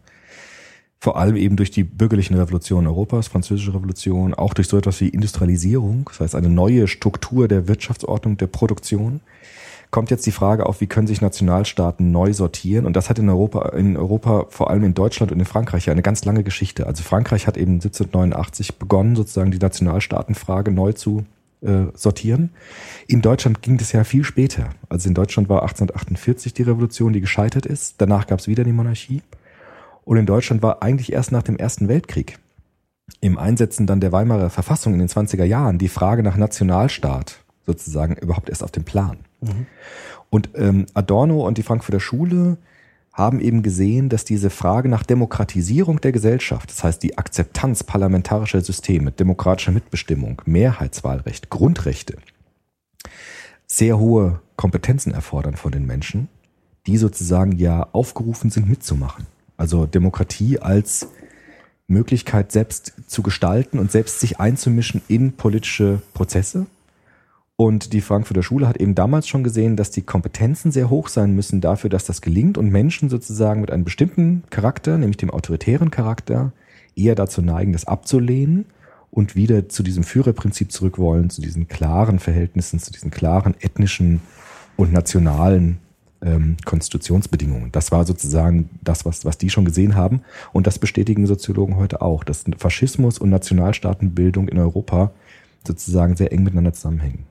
Vor allem eben durch die bürgerlichen Revolutionen Europas, Französische Revolution, auch durch so etwas wie Industrialisierung. Das heißt, eine neue Struktur der Wirtschaftsordnung, der Produktion. Kommt jetzt die Frage auf, wie können sich Nationalstaaten neu sortieren? Und das hat in Europa, in Europa, vor allem in Deutschland und in Frankreich, ja eine ganz lange Geschichte. Also Frankreich hat eben siebzehnhundertneunundachtzig begonnen, sozusagen die Nationalstaatenfrage neu zu äh, sortieren. In Deutschland ging das ja viel später. Also in Deutschland war achtzehnhundertachtundvierzig die Revolution, die gescheitert ist. Danach gab es wieder die Monarchie. Und in Deutschland war eigentlich erst nach dem Ersten Weltkrieg, im Einsetzen dann der Weimarer Verfassung in den zwanziger Jahren, die Frage nach Nationalstaat sozusagen überhaupt erst auf dem Plan. Mhm. Und ähm, Adorno und die Frankfurter Schule haben eben gesehen, dass diese Frage nach Demokratisierung der Gesellschaft, das heißt die Akzeptanz parlamentarischer Systeme, demokratischer Mitbestimmung, Mehrheitswahlrecht, Grundrechte, sehr hohe Kompetenzen erfordern von den Menschen, die sozusagen ja aufgerufen sind mitzumachen. Also Demokratie als Möglichkeit, selbst zu gestalten und selbst sich einzumischen in politische Prozesse. Und die Frankfurter Schule hat eben damals schon gesehen, dass die Kompetenzen sehr hoch sein müssen dafür, dass das gelingt und Menschen sozusagen mit einem bestimmten Charakter, nämlich dem autoritären Charakter, eher dazu neigen, das abzulehnen und wieder zu diesem Führerprinzip zurück wollen, zu diesen klaren Verhältnissen, zu diesen klaren ethnischen und nationalen ähm, Konstitutionsbedingungen. Das war sozusagen das, was, was die schon gesehen haben. Und das bestätigen Soziologen heute auch, dass Faschismus und Nationalstaatenbildung in Europa sozusagen sehr eng miteinander zusammenhängen.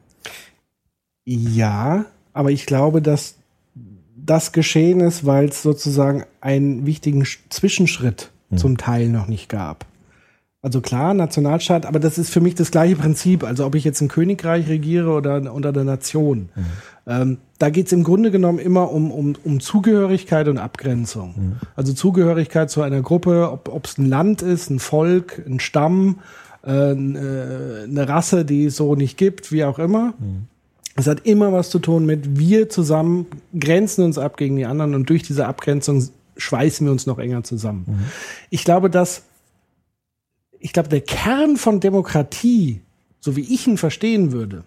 Ja, aber ich glaube, dass das geschehen ist, weil es sozusagen einen wichtigen Zwischenschritt mhm. zum Teil noch nicht gab. Also klar, Nationalstaat, aber das ist für mich das gleiche Prinzip. Also ob ich jetzt ein Königreich regiere oder unter der Nation. Mhm. Ähm, da geht es im Grunde genommen immer um, um, um Zugehörigkeit und Abgrenzung. Mhm. Also Zugehörigkeit zu einer Gruppe, ob es ein Land ist, ein Volk, ein Stamm, äh, eine Rasse, die es so nicht gibt, wie auch immer. Mhm. Es hat immer was zu tun mit, wir zusammen grenzen uns ab gegen die anderen und durch diese Abgrenzung schweißen wir uns noch enger zusammen. Mhm. Ich glaube, dass, ich glaube, der Kern von Demokratie, so wie ich ihn verstehen würde,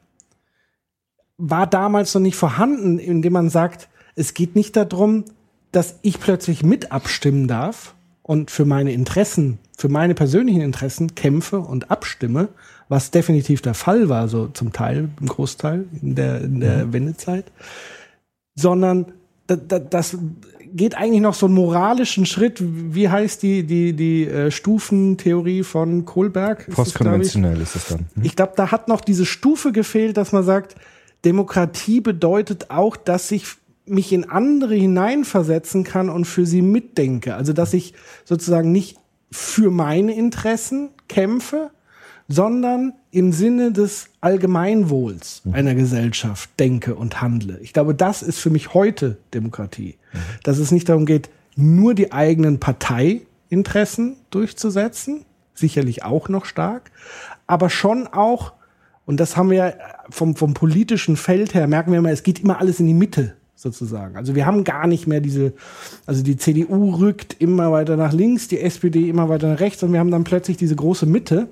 war damals noch nicht vorhanden, indem man sagt, es geht nicht darum, dass ich plötzlich mit abstimmen darf und für meine Interessen, für meine persönlichen Interessen kämpfe und abstimme, was definitiv der Fall war, so zum Teil, im Großteil in der, in der mhm. Wendezeit, sondern da, da, das geht eigentlich noch so einen moralischen Schritt. Wie heißt die, die, die äh, Stufentheorie von Kohlberg? Postkonventionell ist das dann. Mhm. Ich glaube, da hat noch diese Stufe gefehlt, dass man sagt, Demokratie bedeutet auch, dass ich mich in andere hineinversetzen kann und für sie mitdenke. Also, dass ich sozusagen nicht für meine Interessen kämpfe, sondern im Sinne des Allgemeinwohls mhm. einer Gesellschaft denke und handle. Ich glaube, das ist für mich heute Demokratie. Mhm. Dass es nicht darum geht, nur die eigenen Parteiinteressen durchzusetzen, sicherlich auch noch stark, aber schon auch, und das haben wir ja vom, vom politischen Feld her, merken wir immer, es geht immer alles in die Mitte sozusagen. Also wir haben gar nicht mehr diese, also die C D U rückt immer weiter nach links, die S P D immer weiter nach rechts und wir haben dann plötzlich diese große Mitte,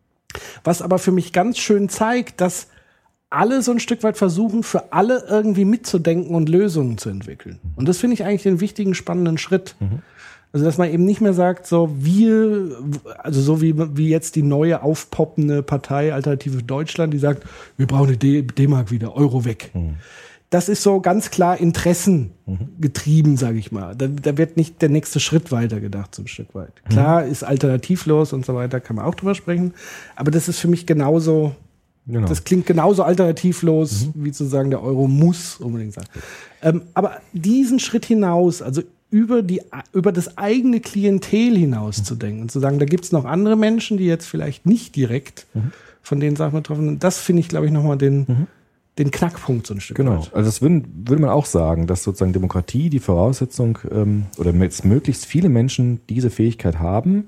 was aber für mich ganz schön zeigt, dass alle so ein Stück weit versuchen, für alle irgendwie mitzudenken und Lösungen zu entwickeln. Und das finde ich eigentlich den wichtigen, spannenden Schritt. Mhm. Also, dass man eben nicht mehr sagt, so wir, also so wie, wie jetzt die neue aufpoppende Partei Alternative für Deutschland, die sagt, wir brauchen die D- D-Mark wieder, Euro weg. Mhm. Das ist so ganz klar interessengetrieben, sage ich mal. Da, da wird nicht der nächste Schritt weiter gedacht, so ein Stück weit. Klar, ist alternativlos und so weiter, kann man auch drüber sprechen. Aber das ist für mich genauso, genau. Das klingt genauso alternativlos, mhm. wie zu sagen, der Euro muss unbedingt sein. Ähm, aber diesen Schritt hinaus, also über die, über das eigene Klientel hinaus mhm. zu denken und zu sagen, da gibt's noch andere Menschen, die jetzt vielleicht nicht direkt mhm. von den Sachen betroffen sind. Das finde ich, glaube ich, nochmal den, mhm. den Knackpunkt so ein Stück genau. weit. Also das würde, würde man auch sagen, dass sozusagen Demokratie die Voraussetzung ähm, oder jetzt möglichst viele Menschen diese Fähigkeit haben,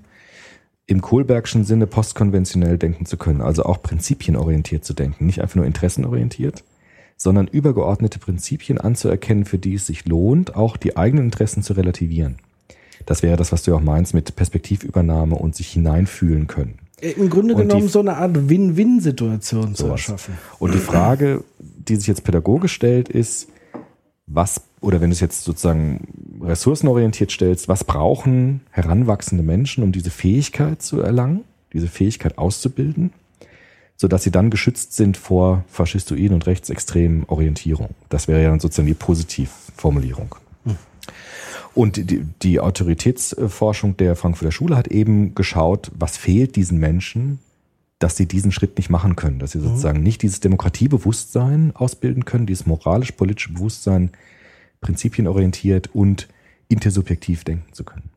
im Kohlbergschen Sinne postkonventionell denken zu können, also auch prinzipienorientiert zu denken, nicht einfach nur interessenorientiert, sondern übergeordnete Prinzipien anzuerkennen, für die es sich lohnt, auch die eigenen Interessen zu relativieren. Das wäre das, was du auch meinst mit Perspektivübernahme und sich hineinfühlen können. Im Grunde und genommen die, so eine Art Win-Win-Situation zu erschaffen. Und die Frage, die sich jetzt pädagogisch stellt, ist, was, oder wenn du es jetzt sozusagen ressourcenorientiert stellst, was brauchen heranwachsende Menschen, um diese Fähigkeit zu erlangen, diese Fähigkeit auszubilden, sodass sie dann geschützt sind vor faschistoiden und rechtsextremen Orientierung. Das wäre ja dann sozusagen die Positivformulierung. Hm. Und die, die Autoritätsforschung der Frankfurter Schule hat eben geschaut, was fehlt diesen Menschen, dass sie diesen Schritt nicht machen können, dass sie sozusagen nicht dieses Demokratiebewusstsein ausbilden können, dieses moralisch-politische Bewusstsein, prinzipienorientiert und intersubjektiv denken zu können.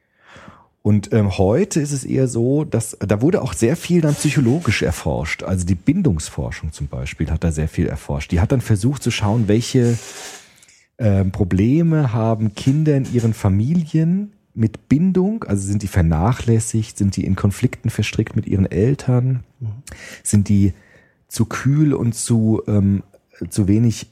Und ähm, heute ist es eher so, dass da wurde auch sehr viel dann psychologisch erforscht. Also die Bindungsforschung zum Beispiel hat da sehr viel erforscht. Die hat dann versucht zu schauen, welche ähm, Probleme haben Kinder in ihren Familien mit Bindung. Also sind die vernachlässigt, sind die in Konflikten verstrickt mit ihren Eltern, mhm. sind die zu kühl und zu ähm, zu wenig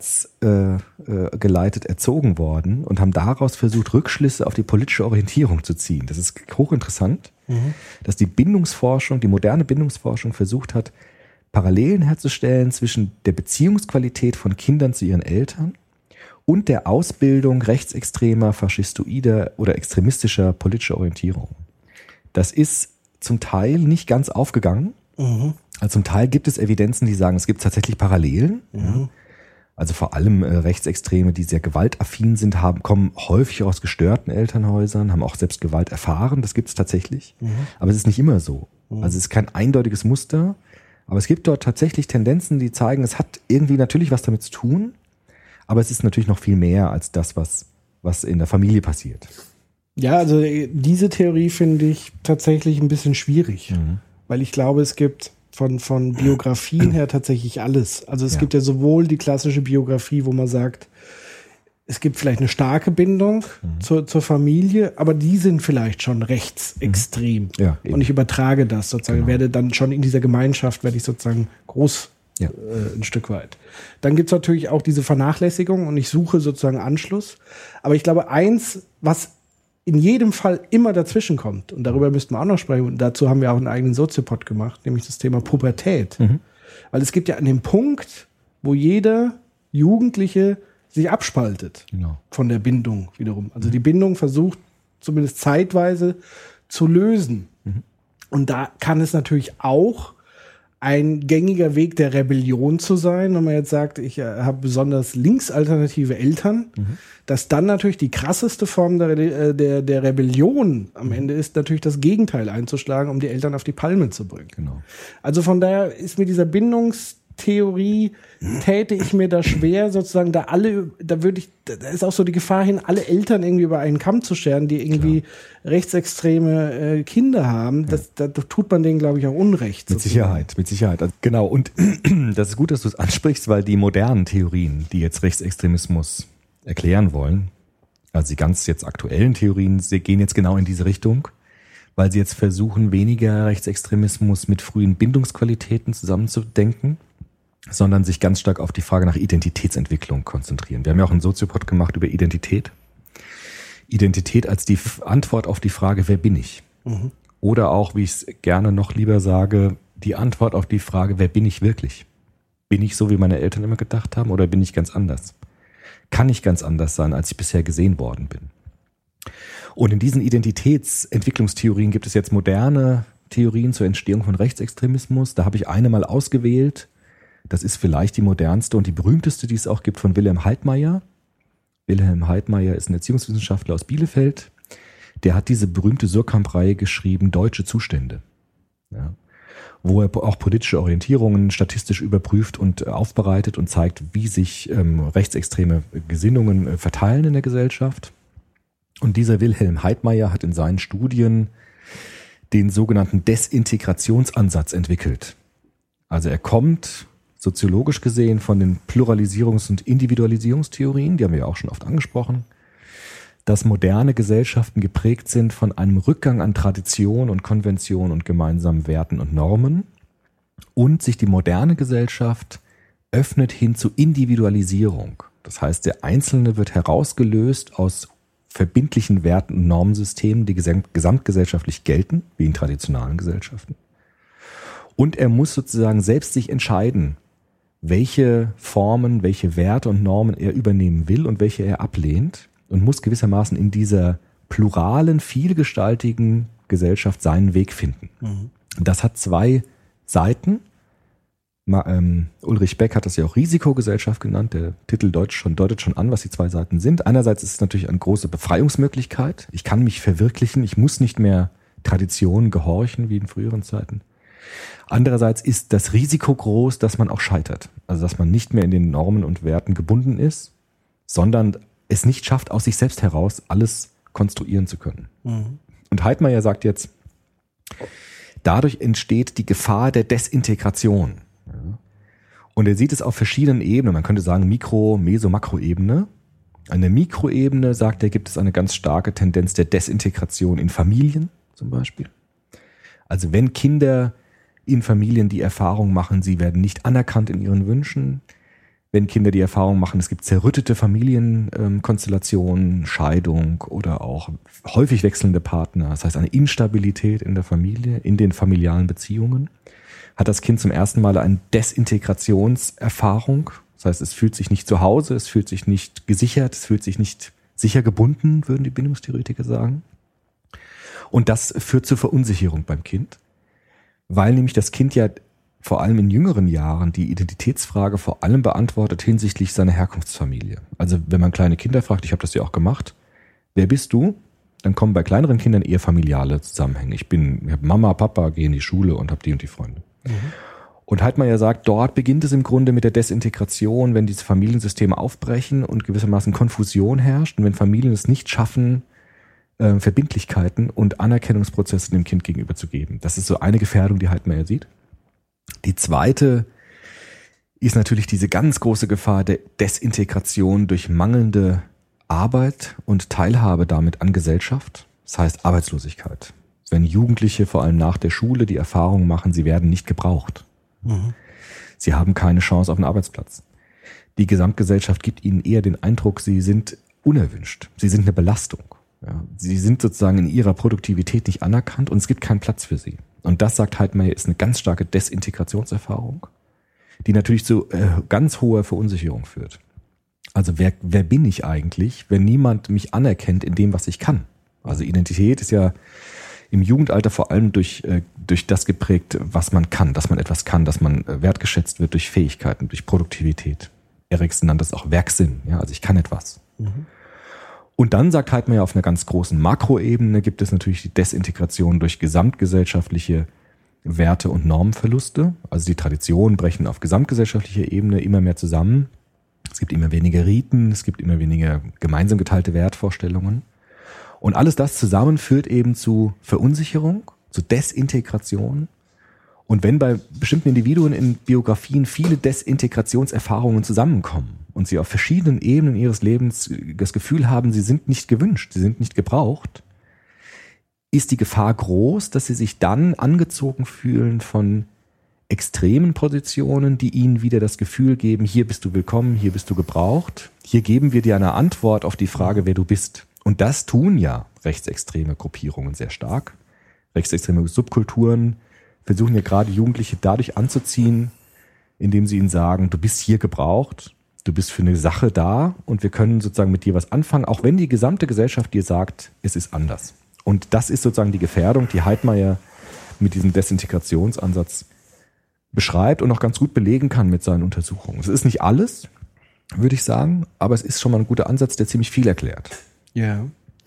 herzgeleitet äh, äh, erzogen worden und haben daraus versucht, Rückschlüsse auf die politische Orientierung zu ziehen. Das ist hochinteressant, mhm. dass die Bindungsforschung, die moderne Bindungsforschung versucht hat, Parallelen herzustellen zwischen der Beziehungsqualität von Kindern zu ihren Eltern und der Ausbildung rechtsextremer, faschistoider oder extremistischer politischer Orientierung. Das ist zum Teil nicht ganz aufgegangen. Mhm. Also zum Teil gibt es Evidenzen, die sagen, es gibt tatsächlich Parallelen. Mhm. Ja. Also vor allem äh, Rechtsextreme, die sehr gewaltaffin sind, haben, kommen häufig aus gestörten Elternhäusern, haben auch selbst Gewalt erfahren. Das gibt es tatsächlich. Mhm. Aber es ist nicht immer so. Mhm. Also es ist kein eindeutiges Muster. Aber es gibt dort tatsächlich Tendenzen, die zeigen, es hat irgendwie natürlich was damit zu tun. Aber es ist natürlich noch viel mehr als das, was, was in der Familie passiert. Ja, also diese Theorie finde ich tatsächlich ein bisschen schwierig. Mhm. Weil ich glaube, es gibt von, von Biografien her tatsächlich alles. Also es ja. gibt ja sowohl die klassische Biografie, wo man sagt, es gibt vielleicht eine starke Bindung mhm. zur, zur Familie, aber die sind vielleicht schon rechtsextrem. Mhm. Ja, und ich übertrage das sozusagen, genau. werde dann schon in dieser Gemeinschaft, werde ich sozusagen groß ja. äh, ein Stück weit. Dann gibt es natürlich auch diese Vernachlässigung und ich suche sozusagen Anschluss. Aber ich glaube, eins, was in jedem Fall immer dazwischen kommt. Und darüber müssten wir auch noch sprechen. Und dazu haben wir auch einen eigenen Soziopod gemacht, nämlich das Thema Pubertät. Mhm. Weil es gibt ja an dem Punkt, wo jeder Jugendliche sich abspaltet genau. von der Bindung wiederum. Also mhm. die Bindung versucht zumindest zeitweise zu lösen. Mhm. Und da kann es natürlich auch ein gängiger Weg der Rebellion zu sein, wenn man jetzt sagt, ich äh, habe besonders linksalternative Eltern, mhm. dass dann natürlich die krasseste Form der, äh, der, der Rebellion am Ende ist, natürlich das Gegenteil einzuschlagen, um die Eltern auf die Palme zu bringen. Genau. Also von daher ist mir dieser Bindungstheorie, täte ich mir da schwer, sozusagen da alle, da würde ich, da ist auch so die Gefahr hin, alle Eltern irgendwie über einen Kamm zu scheren, die irgendwie Klar. rechtsextreme äh, Kinder haben. Das, ja. da tut man denen, glaube ich, auch Unrecht. Mit sozusagen. Sicherheit, mit Sicherheit. Also, genau, und das ist gut, dass du es ansprichst, weil die modernen Theorien, die jetzt Rechtsextremismus erklären wollen, also die ganz jetzt aktuellen Theorien, sie gehen jetzt genau in diese Richtung, weil sie jetzt versuchen, weniger Rechtsextremismus mit frühen Bindungsqualitäten zusammenzudenken, sondern sich ganz stark auf die Frage nach Identitätsentwicklung konzentrieren. Wir haben ja auch einen Soziopod gemacht über Identität. Identität als die Antwort auf die Frage, wer bin ich? Mhm. Oder auch, wie ich es gerne noch lieber sage, die Antwort auf die Frage, wer bin ich wirklich? Bin ich so, wie meine Eltern immer gedacht haben, oder bin ich ganz anders? Kann ich ganz anders sein, als ich bisher gesehen worden bin? Und in diesen Identitätsentwicklungstheorien gibt es jetzt moderne Theorien zur Entstehung von Rechtsextremismus. Da habe ich eine mal ausgewählt. Das ist vielleicht die modernste und die berühmteste, die es auch gibt, von Wilhelm Heidmeier. Wilhelm Heidmeier ist ein Erziehungswissenschaftler aus Bielefeld. Der hat diese berühmte Surkamp-Reihe geschrieben, Deutsche Zustände. Ja. Wo er auch politische Orientierungen statistisch überprüft und aufbereitet und zeigt, wie sich ähm, rechtsextreme Gesinnungen äh, verteilen in der Gesellschaft. Und dieser Wilhelm Heidmeier hat in seinen Studien den sogenannten Desintegrationsansatz entwickelt. Also er kommt soziologisch gesehen von den Pluralisierungs- und Individualisierungstheorien, die haben wir ja auch schon oft angesprochen, dass moderne Gesellschaften geprägt sind von einem Rückgang an Tradition und Konvention und gemeinsamen Werten und Normen und sich die moderne Gesellschaft öffnet hin zu Individualisierung. Das heißt, der Einzelne wird herausgelöst aus verbindlichen Werten und Normensystemen, die gesamtgesellschaftlich gelten, wie in traditionellen Gesellschaften. Und er muss sozusagen selbst sich entscheiden, welche Formen, welche Werte und Normen er übernehmen will und welche er ablehnt und muss gewissermaßen in dieser pluralen, vielgestaltigen Gesellschaft seinen Weg finden. Mhm. Das hat zwei Seiten. Ma, ähm, Ulrich Beck hat das ja auch Risikogesellschaft genannt. Der Titel deutet schon, deutet schon an, was die zwei Seiten sind. Einerseits ist es natürlich eine große Befreiungsmöglichkeit. Ich kann mich verwirklichen. Ich muss nicht mehr Traditionen gehorchen wie in früheren Zeiten. Andererseits ist das Risiko groß, dass man auch scheitert. Also dass man nicht mehr in den Normen und Werten gebunden ist, sondern es nicht schafft, aus sich selbst heraus alles konstruieren zu können. Mhm. Und Heidmeier sagt jetzt, dadurch entsteht die Gefahr der Desintegration. Und er sieht es auf verschiedenen Ebenen. Man könnte sagen Mikro-, Meso-, Makroebene. An der Mikroebene, sagt er, gibt es eine ganz starke Tendenz der Desintegration in Familien zum Beispiel. Also wenn Kinder in Familien die Erfahrung machen, sie werden nicht anerkannt in ihren Wünschen, wenn Kinder die Erfahrung machen, es gibt zerrüttete Familienkonstellationen, Scheidung oder auch häufig wechselnde Partner, das heißt eine Instabilität in der Familie, in den familialen Beziehungen, hat das Kind zum ersten Mal eine Desintegrationserfahrung. Das heißt, es fühlt sich nicht zu Hause, es fühlt sich nicht gesichert, es fühlt sich nicht sicher gebunden, würden die Bindungstheoretiker sagen. Und das führt zur Verunsicherung beim Kind, weil nämlich das Kind ja vor allem in jüngeren Jahren die Identitätsfrage vor allem beantwortet hinsichtlich seiner Herkunftsfamilie. Also wenn man kleine Kinder fragt, ich habe das ja auch gemacht, wer bist du? Dann kommen bei kleineren Kindern eher familiale Zusammenhänge. Ich bin, ich habe Mama, Papa, gehe in die Schule und habe die und die Freunde. Mhm. Und Heidmeier sagt, dort beginnt es im Grunde mit der Desintegration, wenn diese Familiensysteme aufbrechen und gewissermaßen Konfusion herrscht und wenn Familien es nicht schaffen, äh, Verbindlichkeiten und Anerkennungsprozesse dem Kind gegenüber zu geben. Das ist so eine Gefährdung, die Heidmeier sieht. Die zweite ist natürlich diese ganz große Gefahr der Desintegration durch mangelnde Arbeit und Teilhabe damit an Gesellschaft. Das heißt Arbeitslosigkeit. Wenn Jugendliche vor allem nach der Schule die Erfahrung machen, sie werden nicht gebraucht. Mhm. Sie haben keine Chance auf einen Arbeitsplatz. Die Gesamtgesellschaft gibt ihnen eher den Eindruck, sie sind unerwünscht. Sie sind eine Belastung. Ja, sie sind sozusagen in ihrer Produktivität nicht anerkannt und es gibt keinen Platz für sie. Und das, sagt Heidmeier, ist eine ganz starke Desintegrationserfahrung, die natürlich zu äh, ganz hoher Verunsicherung führt. Also wer, wer bin ich eigentlich, wenn niemand mich anerkennt in dem, was ich kann? Also Identität ist ja im Jugendalter vor allem durch, äh, durch das geprägt, was man kann, dass man etwas kann, dass man äh, wertgeschätzt wird durch Fähigkeiten, durch Produktivität. Erikson nannte das auch Werksinn, ja, also ich kann etwas. Mhm. Und dann, sagt Heidmeier, auf einer ganz großen Makroebene gibt es natürlich die Desintegration durch gesamtgesellschaftliche Werte- und Normenverluste. Also die Traditionen brechen auf gesamtgesellschaftlicher Ebene immer mehr zusammen. Es gibt immer weniger Riten, es gibt immer weniger gemeinsam geteilte Wertvorstellungen. Und alles das zusammen führt eben zu Verunsicherung, zu Desintegration. Und wenn bei bestimmten Individuen in Biografien viele Desintegrationserfahrungen zusammenkommen und sie auf verschiedenen Ebenen ihres Lebens das Gefühl haben, sie sind nicht gewünscht, sie sind nicht gebraucht, ist die Gefahr groß, dass sie sich dann angezogen fühlen von extremen Positionen, die ihnen wieder das Gefühl geben, hier bist du willkommen, hier bist du gebraucht, hier geben wir dir eine Antwort auf die Frage, wer du bist. Und das tun ja rechtsextreme Gruppierungen sehr stark. Rechtsextreme Subkulturen versuchen ja gerade Jugendliche dadurch anzuziehen, indem sie ihnen sagen, du bist hier gebraucht, du bist für eine Sache da und wir können sozusagen mit dir was anfangen, auch wenn die gesamte Gesellschaft dir sagt, es ist anders. Und das ist sozusagen die Gefährdung, die Heidmeier mit diesem Desintegrationsansatz beschreibt und auch ganz gut belegen kann mit seinen Untersuchungen. Es ist nicht alles, würde ich sagen, aber es ist schon mal ein guter Ansatz, der ziemlich viel erklärt. Ja.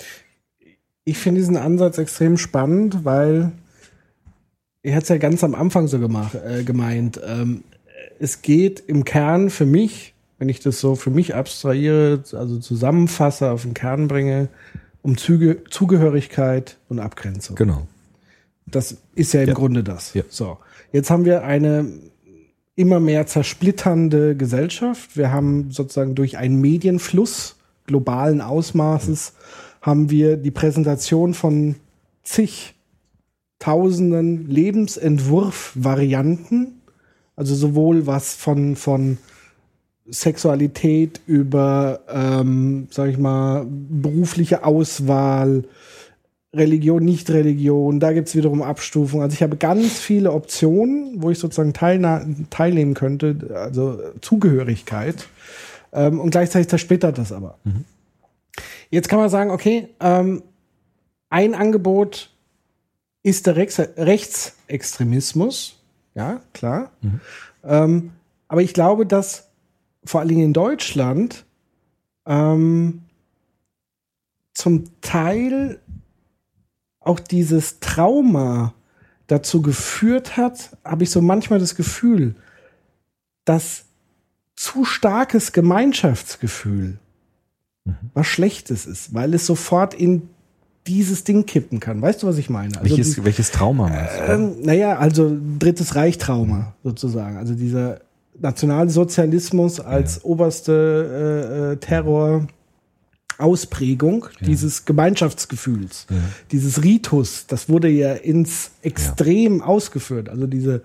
Ich finde diesen Ansatz extrem spannend, weil er hat es ja ganz am Anfang so gemacht, äh, gemeint. Ähm, es geht im Kern für mich, wenn ich das so für mich abstrahiere, also zusammenfasse, auf den Kern bringe, um Zuge- Zugehörigkeit und Abgrenzung. Genau. Das ist ja im ja. Grunde das. Ja. So. Jetzt haben wir eine immer mehr zersplitternde Gesellschaft. Wir haben sozusagen durch einen Medienfluss globalen Ausmaßes mhm. haben wir die Präsentation von zig tausenden Lebensentwurf-Varianten, also sowohl was von, von Sexualität über, ähm, sag ich mal, berufliche Auswahl, Religion, Nicht-Religion, da gibt's wiederum Abstufungen. Also ich habe ganz viele Optionen, wo ich sozusagen teilna- teilnehmen könnte, also Zugehörigkeit. Ähm, und gleichzeitig zersplittert das aber. Mhm. Jetzt kann man sagen, okay, ähm, ein Angebot ist der Rex- Rechtsextremismus. Ja, klar. Mhm. Ähm, aber ich glaube, dass vor allen Dingen in Deutschland ähm, zum Teil auch dieses Trauma dazu geführt hat, habe ich so manchmal das Gefühl, dass zu starkes Gemeinschaftsgefühl mhm. was Schlechtes ist, weil es sofort in dieses Ding kippen kann. Weißt du, was ich meine? Also welches, die, welches Trauma meinst du? Ähm, naja, also Drittes Reich-Trauma sozusagen. Also dieser Nationalsozialismus als ja. oberste äh, Terror-Ausprägung ja. dieses Gemeinschaftsgefühls, ja. dieses Ritus, das wurde ja ins Extrem ja. ausgeführt. Also diese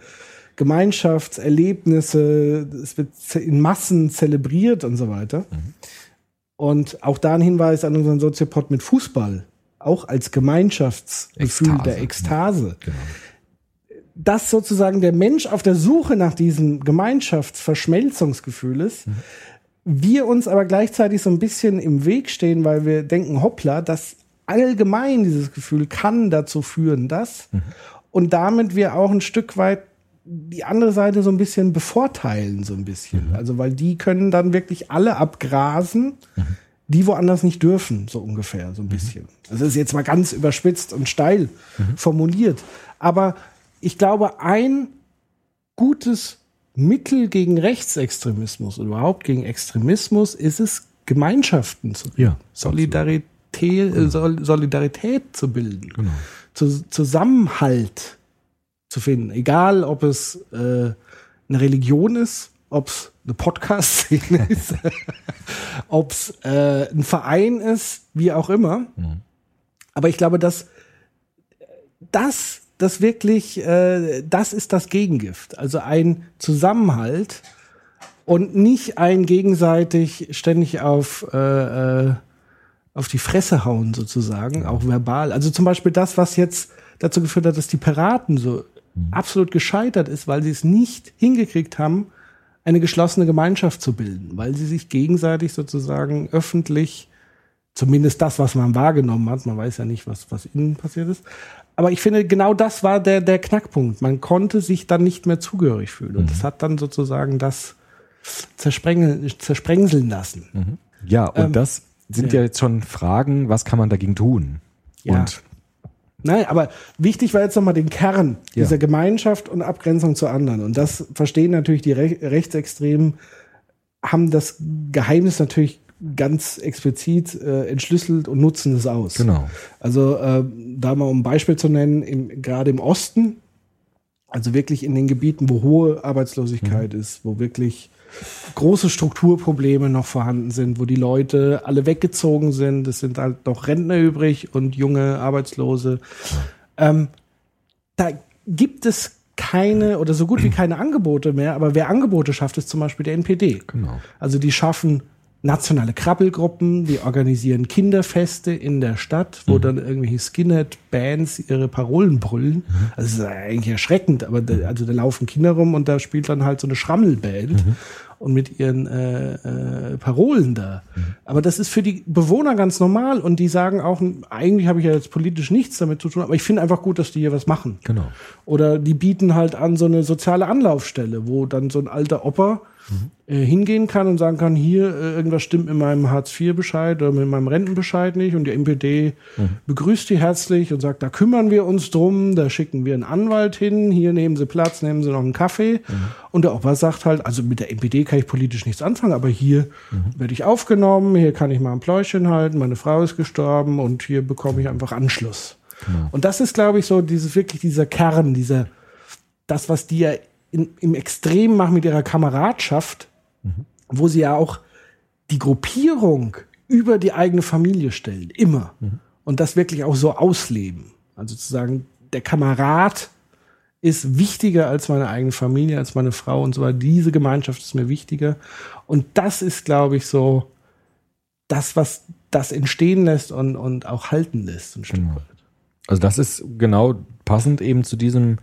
Gemeinschaftserlebnisse, es wird in Massen zelebriert und so weiter. Mhm. Und auch da ein Hinweis an unseren Soziopod mit Fußball, auch als Gemeinschaftsgefühl Ekstase. der Ekstase. Genau. Dass sozusagen der Mensch auf der Suche nach diesem Gemeinschaftsverschmelzungsgefühl ist, mhm. wir uns aber gleichzeitig so ein bisschen im Weg stehen, weil wir denken, hoppla, das allgemein dieses Gefühl kann dazu führen, dass mhm. und damit wir auch ein Stück weit die andere Seite so ein bisschen bevorteilen, so ein bisschen. Mhm. Also weil die können dann wirklich alle abgrasen, mhm. die woanders nicht dürfen, so ungefähr, so ein bisschen. Mhm. Also das ist jetzt mal ganz überspitzt und steil mhm. formuliert. Aber ich glaube, ein gutes Mittel gegen Rechtsextremismus oder überhaupt gegen Extremismus ist es, Gemeinschaften zu bilden. Ja, Solidarität, genau. Sol- Solidarität zu bilden. Genau. Zu, Zusammenhalt zu finden. Egal, ob es äh, eine Religion ist, ob es eine Podcast-Szene ist, ob es äh, ein Verein ist, wie auch immer. Mhm. Aber ich glaube, dass das, das wirklich, äh, das ist das Gegengift. Also ein Zusammenhalt und nicht ein gegenseitig ständig auf, äh, auf die Fresse hauen sozusagen, mhm. auch verbal. Also zum Beispiel das, was jetzt dazu geführt hat, dass die Piraten so mhm. absolut gescheitert ist, weil sie es nicht hingekriegt haben, eine geschlossene Gemeinschaft zu bilden, weil sie sich gegenseitig sozusagen öffentlich, zumindest das, was man wahrgenommen hat, man weiß ja nicht, was, was innen passiert ist, aber ich finde, genau das war der, der Knackpunkt. Man konnte sich dann nicht mehr zugehörig fühlen und mhm. das hat dann sozusagen das zersprengeln, zersprengseln lassen. Mhm. Ja, und ähm, das sind ja. ja jetzt schon Fragen, was kann man dagegen tun? Ja. Und Nein, aber wichtig war jetzt nochmal den Kern ja. dieser Gemeinschaft und Abgrenzung zu anderen. Und das verstehen natürlich die Re- Rechtsextremen, haben das Geheimnis natürlich ganz explizit äh, entschlüsselt und nutzen es aus. Genau. Also äh, da mal um ein Beispiel zu nennen, im, gerade im Osten, also wirklich in den Gebieten, wo hohe Arbeitslosigkeit mhm. ist, wo wirklich große Strukturprobleme noch vorhanden sind, wo die Leute alle weggezogen sind. Es sind halt noch Rentner übrig und junge Arbeitslose. Ja. Ähm, da gibt es keine oder so gut wie keine Angebote mehr, aber wer Angebote schafft, ist zum Beispiel der N P D. Genau. Also die schaffen nationale Krabbelgruppen, die organisieren Kinderfeste in der Stadt, wo mhm. dann irgendwelche Skinhead-Bands ihre Parolen brüllen. Mhm. Also das ist eigentlich erschreckend, aber da, also da laufen Kinder rum und da spielt dann halt so eine Schrammelband. Mhm. Und mit ihren äh, äh, Parolen da. Mhm. Aber das ist für die Bewohner ganz normal und die sagen auch, eigentlich habe ich ja jetzt politisch nichts damit zu tun, aber ich finde einfach gut, dass die hier was machen. Genau. Oder die bieten halt an so eine soziale Anlaufstelle, wo dann so ein alter Opa mhm. äh, hingehen kann und sagen kann, hier, äh, irgendwas stimmt mit meinem Hartz vier Bescheid oder mit meinem Rentenbescheid nicht und die N P D mhm. begrüßt die herzlich und sagt, da kümmern wir uns drum, da schicken wir einen Anwalt hin, hier nehmen Sie Platz, nehmen Sie noch einen Kaffee. Mhm. Und der Opa sagt halt, also mit der N P D kann ich politisch nichts anfangen, aber hier mhm. werde ich aufgenommen, hier kann ich mal ein Pläuschen halten, meine Frau ist gestorben und hier bekomme ich einfach Anschluss. Mhm. Und das ist, glaube ich, so dieses wirklich dieser Kern, dieser, das, was die ja in, im Extrem machen mit ihrer Kameradschaft, mhm. wo sie ja auch die Gruppierung über die eigene Familie stellen, immer. Mhm. Und das wirklich auch so ausleben. Also zu sagen, der Kamerad ist wichtiger als meine eigene Familie, als meine Frau und so weiter. Diese Gemeinschaft ist mir wichtiger. Und das ist, glaube ich, so das, was das entstehen lässt und, und auch halten lässt. Ein Stück genau. weit. Also das ist genau passend eben zu diesem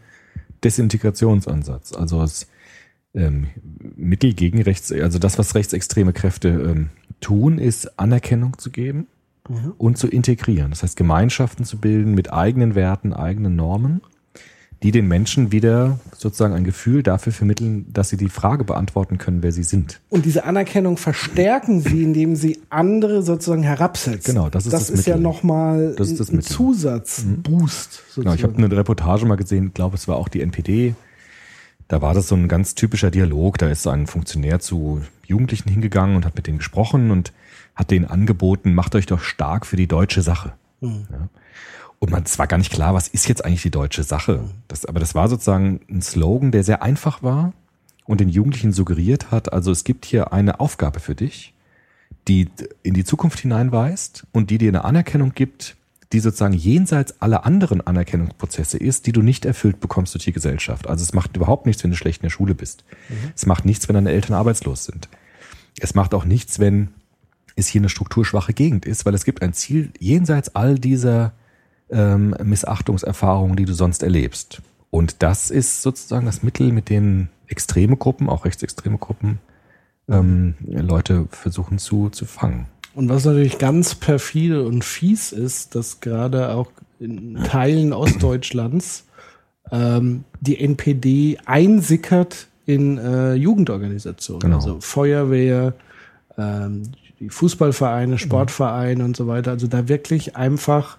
Desintegrationsansatz. Also das ähm, Mittel gegen Rechts, also das, was rechtsextreme Kräfte ähm, tun, ist Anerkennung zu geben mhm. und zu integrieren. Das heißt, Gemeinschaften zu bilden mit eigenen Werten, eigenen Normen, die den Menschen wieder sozusagen ein Gefühl dafür vermitteln, dass sie die Frage beantworten können, wer sie sind. Und diese Anerkennung verstärken sie, indem sie andere sozusagen herabsetzen. Genau, das ist das, das ist Mittel. ja nochmal Das ist das ein Mittel. Zusatzboost. Mhm. Genau, ich habe eine Reportage mal gesehen, ich glaube, es war auch die N P D. Da war das so ein ganz typischer Dialog. Da ist ein Funktionär zu Jugendlichen hingegangen und hat mit denen gesprochen und hat denen angeboten, macht euch doch stark für die deutsche Sache. Mhm. Ja. Und man, es war gar nicht klar, was ist jetzt eigentlich die deutsche Sache. Das, aber das war sozusagen ein Slogan, der sehr einfach war und den Jugendlichen suggeriert hat, also es gibt hier eine Aufgabe für dich, die in die Zukunft hineinweist und die dir eine Anerkennung gibt, die sozusagen jenseits aller anderen Anerkennungsprozesse ist, die du nicht erfüllt bekommst durch die Gesellschaft. Also es macht überhaupt nichts, wenn du schlecht in der Schule bist. Mhm. Es macht nichts, wenn deine Eltern arbeitslos sind. Es macht auch nichts, wenn es hier eine strukturschwache Gegend ist, weil es gibt ein Ziel jenseits all dieser Ähm, Missachtungserfahrungen, die du sonst erlebst. Und das ist sozusagen das Mittel, mit dem extreme Gruppen, auch rechtsextreme Gruppen, ähm, Leute versuchen zu, zu fangen. Und was natürlich ganz perfide und fies ist, dass gerade auch in Teilen Ostdeutschlands ähm, die N P D einsickert in äh, Jugendorganisationen. Genau. Also Feuerwehr, ähm, die Fußballvereine, Sportvereine mhm. und so weiter. Also da wirklich einfach,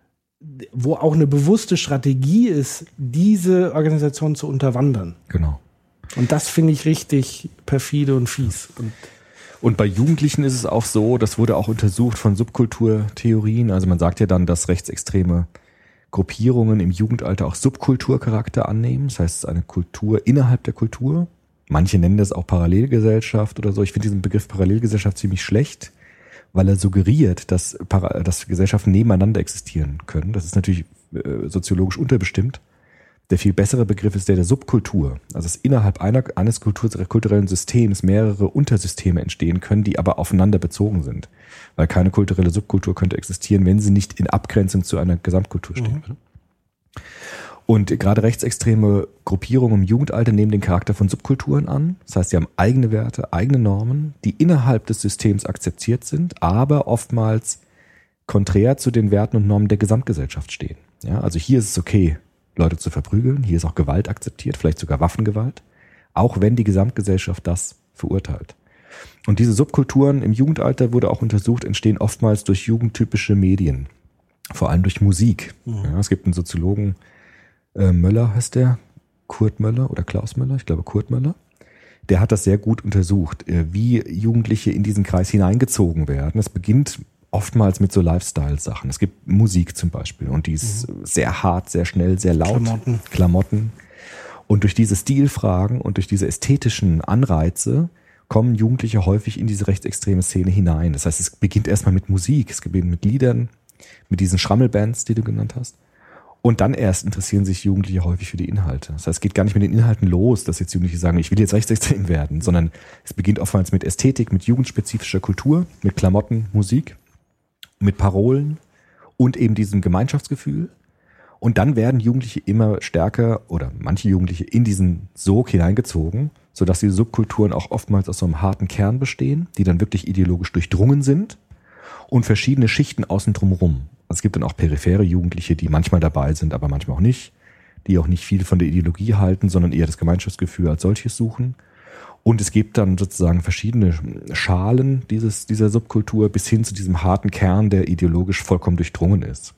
wo auch eine bewusste Strategie ist, diese Organisation zu unterwandern. Genau. Und das finde ich richtig perfide und fies. Und, und bei Jugendlichen ist es auch so, das wurde auch untersucht von Subkulturtheorien. Also man sagt ja dann, dass rechtsextreme Gruppierungen im Jugendalter auch Subkulturcharakter annehmen. Das heißt, es ist eine Kultur innerhalb der Kultur. Manche nennen das auch Parallelgesellschaft oder so. Ich finde diesen Begriff Parallelgesellschaft ziemlich schlecht, weil er suggeriert, dass, dass Gesellschaften nebeneinander existieren können. Das ist natürlich äh, soziologisch unterbestimmt. Der viel bessere Begriff ist der der Subkultur. Also dass innerhalb einer, eines Kultur, kulturellen Systems mehrere Untersysteme entstehen können, die aber aufeinander bezogen sind. Weil keine kulturelle Subkultur könnte existieren, wenn sie nicht in Abgrenzung zu einer Gesamtkultur stehen würde. Mhm. Und gerade rechtsextreme Gruppierungen im Jugendalter nehmen den Charakter von Subkulturen an. Das heißt, sie haben eigene Werte, eigene Normen, die innerhalb des Systems akzeptiert sind, aber oftmals konträr zu den Werten und Normen der Gesamtgesellschaft stehen. Ja, also hier ist es okay, Leute zu verprügeln. Hier ist auch Gewalt akzeptiert, vielleicht sogar Waffengewalt, auch wenn die Gesamtgesellschaft das verurteilt. Und diese Subkulturen im Jugendalter, wurde auch untersucht, entstehen oftmals durch jugendtypische Medien, vor allem durch Musik. Mhm. Ja, es gibt einen Soziologen, Äh, Möller heißt der, Kurt Möller oder Klaus Möller, ich glaube Kurt Möller. Der hat das sehr gut untersucht, äh, wie Jugendliche in diesen Kreis hineingezogen werden. Es beginnt oftmals mit so Lifestyle-Sachen. Es gibt Musik zum Beispiel und die ist mhm. sehr hart, sehr schnell, sehr laut. Klamotten. Klamotten. Und durch diese Stilfragen und durch diese ästhetischen Anreize kommen Jugendliche häufig in diese rechtsextreme Szene hinein. Das heißt, es beginnt erstmal mit Musik, es beginnt mit Liedern, mit diesen Schrammelbands, die du genannt hast. Und dann erst interessieren sich Jugendliche häufig für die Inhalte. Das heißt, es geht gar nicht mit den Inhalten los, dass jetzt Jugendliche sagen, ich will jetzt rechtsextrem werden, sondern es beginnt oftmals mit Ästhetik, mit jugendspezifischer Kultur, mit Klamotten, Musik, mit Parolen und eben diesem Gemeinschaftsgefühl. Und dann werden Jugendliche immer stärker oder manche Jugendliche in diesen Sog hineingezogen, sodass diese Subkulturen auch oftmals aus so einem harten Kern bestehen, die dann wirklich ideologisch durchdrungen sind und verschiedene Schichten außen drumherum. Es gibt dann auch periphere Jugendliche, die manchmal dabei sind, aber manchmal auch nicht, die auch nicht viel von der Ideologie halten, sondern eher das Gemeinschaftsgefühl als solches suchen. Und es gibt dann sozusagen verschiedene Schalen dieses, dieser Subkultur bis hin zu diesem harten Kern, der ideologisch vollkommen durchdrungen ist.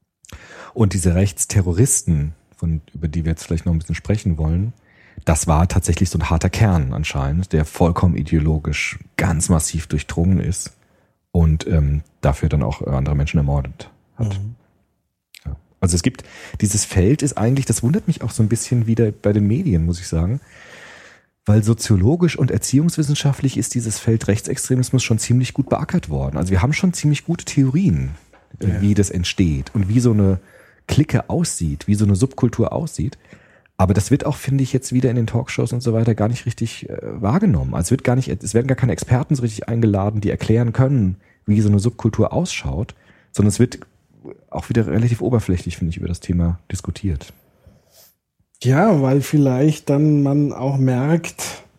Und diese Rechtsterroristen, von, über die wir jetzt vielleicht noch ein bisschen sprechen wollen, das war tatsächlich so ein harter Kern anscheinend, der vollkommen ideologisch ganz massiv durchdrungen ist und ähm, dafür dann auch andere Menschen ermordet hat. Mhm. Ja. Also es gibt, dieses Feld ist eigentlich, das wundert mich auch so ein bisschen wieder bei den Medien, muss ich sagen, weil soziologisch und erziehungswissenschaftlich ist dieses Feld Rechtsextremismus schon ziemlich gut beackert worden. Also wir haben schon ziemlich gute Theorien, ja, wie das entsteht und wie so eine Clique aussieht, wie so eine Subkultur aussieht. Aber das wird auch, finde ich, jetzt wieder in den Talkshows und so weiter gar nicht richtig äh, wahrgenommen. Also es wird gar nicht, es werden gar keine Experten so richtig eingeladen, die erklären können, wie so eine Subkultur ausschaut, sondern es wird auch wieder relativ oberflächlich, finde ich, über das Thema diskutiert. Ja, weil vielleicht dann man auch merkt,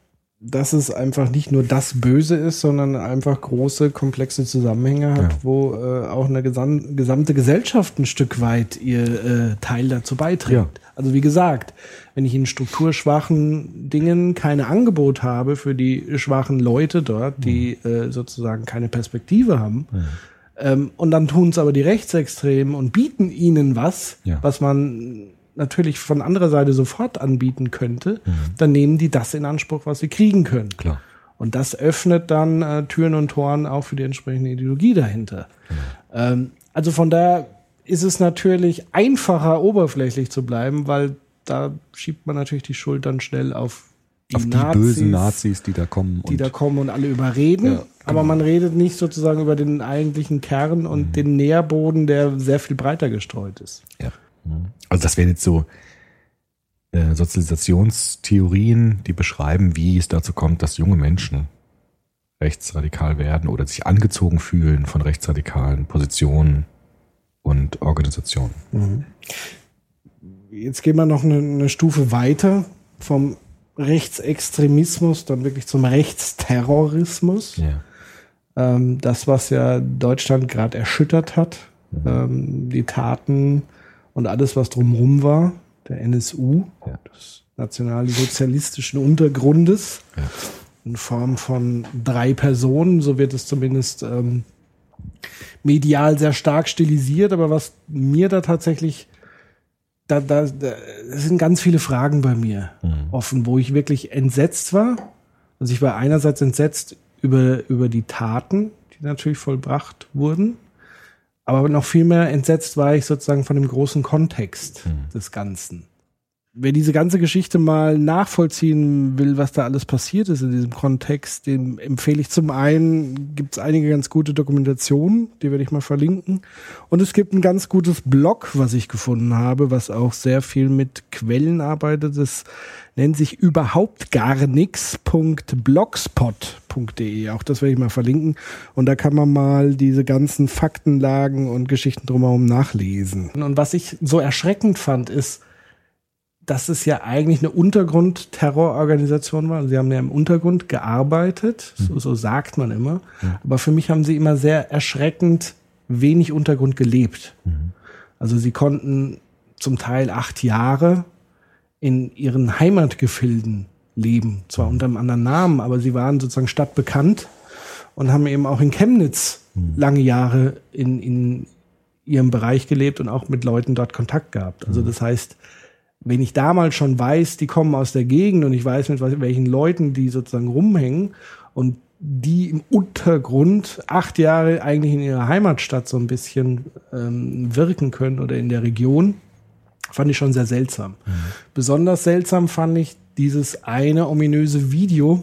dass es einfach nicht nur das Böse ist, sondern einfach große, komplexe Zusammenhänge hat, Ja. wo äh, auch eine gesam- gesamte Gesellschaft ein Stück weit ihr äh, Teil dazu beiträgt. Ja. Also wie gesagt, wenn ich in strukturschwachen Dingen keine Angebot habe für die schwachen Leute dort, die äh, sozusagen keine Perspektive haben, Mhm. ähm, und dann tun es aber die Rechtsextremen und bieten ihnen was, Ja. was man natürlich von anderer Seite sofort anbieten könnte, Mhm. dann nehmen die das in Anspruch, was sie kriegen können. Klar. Und das öffnet dann äh, Türen und Toren auch für die entsprechende Ideologie dahinter. Ähm, also von daher ist es natürlich einfacher, oberflächlich zu bleiben, weil da schiebt man natürlich die Schuld dann schnell auf die, Auf die Nazis, bösen Nazis, die da kommen. die da kommen und alle überreden. Ja, Aber man redet nicht sozusagen über den eigentlichen Kern und Mhm. den Nährboden, der sehr viel breiter gestreut ist. Ja. Also das wären jetzt so äh, Sozialisationstheorien, die beschreiben, wie es dazu kommt, dass junge Menschen rechtsradikal werden oder sich angezogen fühlen von rechtsradikalen Positionen und Organisationen. Jetzt gehen wir noch eine, eine Stufe weiter vom Rechtsextremismus dann wirklich zum Rechtsterrorismus. Ja. Ähm, das, was ja Deutschland gerade erschüttert hat, ähm, die Taten und alles, was drumherum war, der N S U, Ja. des nationalsozialistischen Untergrundes, Ja. in Form von drei Personen, so wird es zumindest ähm, medial sehr stark stilisiert, aber was mir da tatsächlich, da, da, da sind ganz viele Fragen bei mir Mhm. offen, wo ich wirklich entsetzt war. Also ich war einerseits entsetzt über, über die Taten, die natürlich vollbracht wurden, aber noch viel mehr entsetzt war ich sozusagen von dem großen Kontext Mhm. des Ganzen. Wer diese ganze Geschichte mal nachvollziehen will, was da alles passiert ist in diesem Kontext, dem empfehle ich zum einen, gibt es einige ganz gute Dokumentationen, die werde ich mal verlinken. Und es gibt ein ganz gutes Blog, was ich gefunden habe, was auch sehr viel mit Quellen arbeitet. Das nennt sich überhaupt gar nix Punkt blogspot Punkt de. Auch das werde ich mal verlinken. Und da kann man mal diese ganzen Faktenlagen und Geschichten drumherum nachlesen. Und was ich so erschreckend fand, ist, dass es ja eigentlich eine Untergrund-Terrororganisation war. Sie haben ja im Untergrund gearbeitet, so, so sagt man immer. Aber für mich haben sie immer sehr erschreckend wenig Untergrund gelebt. Also sie konnten zum Teil acht Jahre in ihren Heimatgefilden leben. Zwar unter einem anderen Namen, aber sie waren sozusagen stadtbekannt und haben eben auch in Chemnitz lange Jahre in, in ihrem Bereich gelebt und auch mit Leuten dort Kontakt gehabt. Also das heißt, wenn ich damals schon weiß, die kommen aus der Gegend und ich weiß, mit welchen Leuten die sozusagen rumhängen und die im Untergrund acht Jahre eigentlich in ihrer Heimatstadt so ein bisschen ähm, wirken können oder in der Region, fand ich schon sehr seltsam. Mhm. Besonders seltsam fand ich dieses eine ominöse Video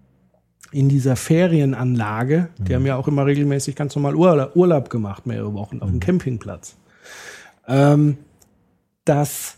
in dieser Ferienanlage. Die mhm. haben ja auch immer regelmäßig ganz normal Urlaub, Urlaub gemacht, mehrere Wochen auf dem Campingplatz. Ähm, das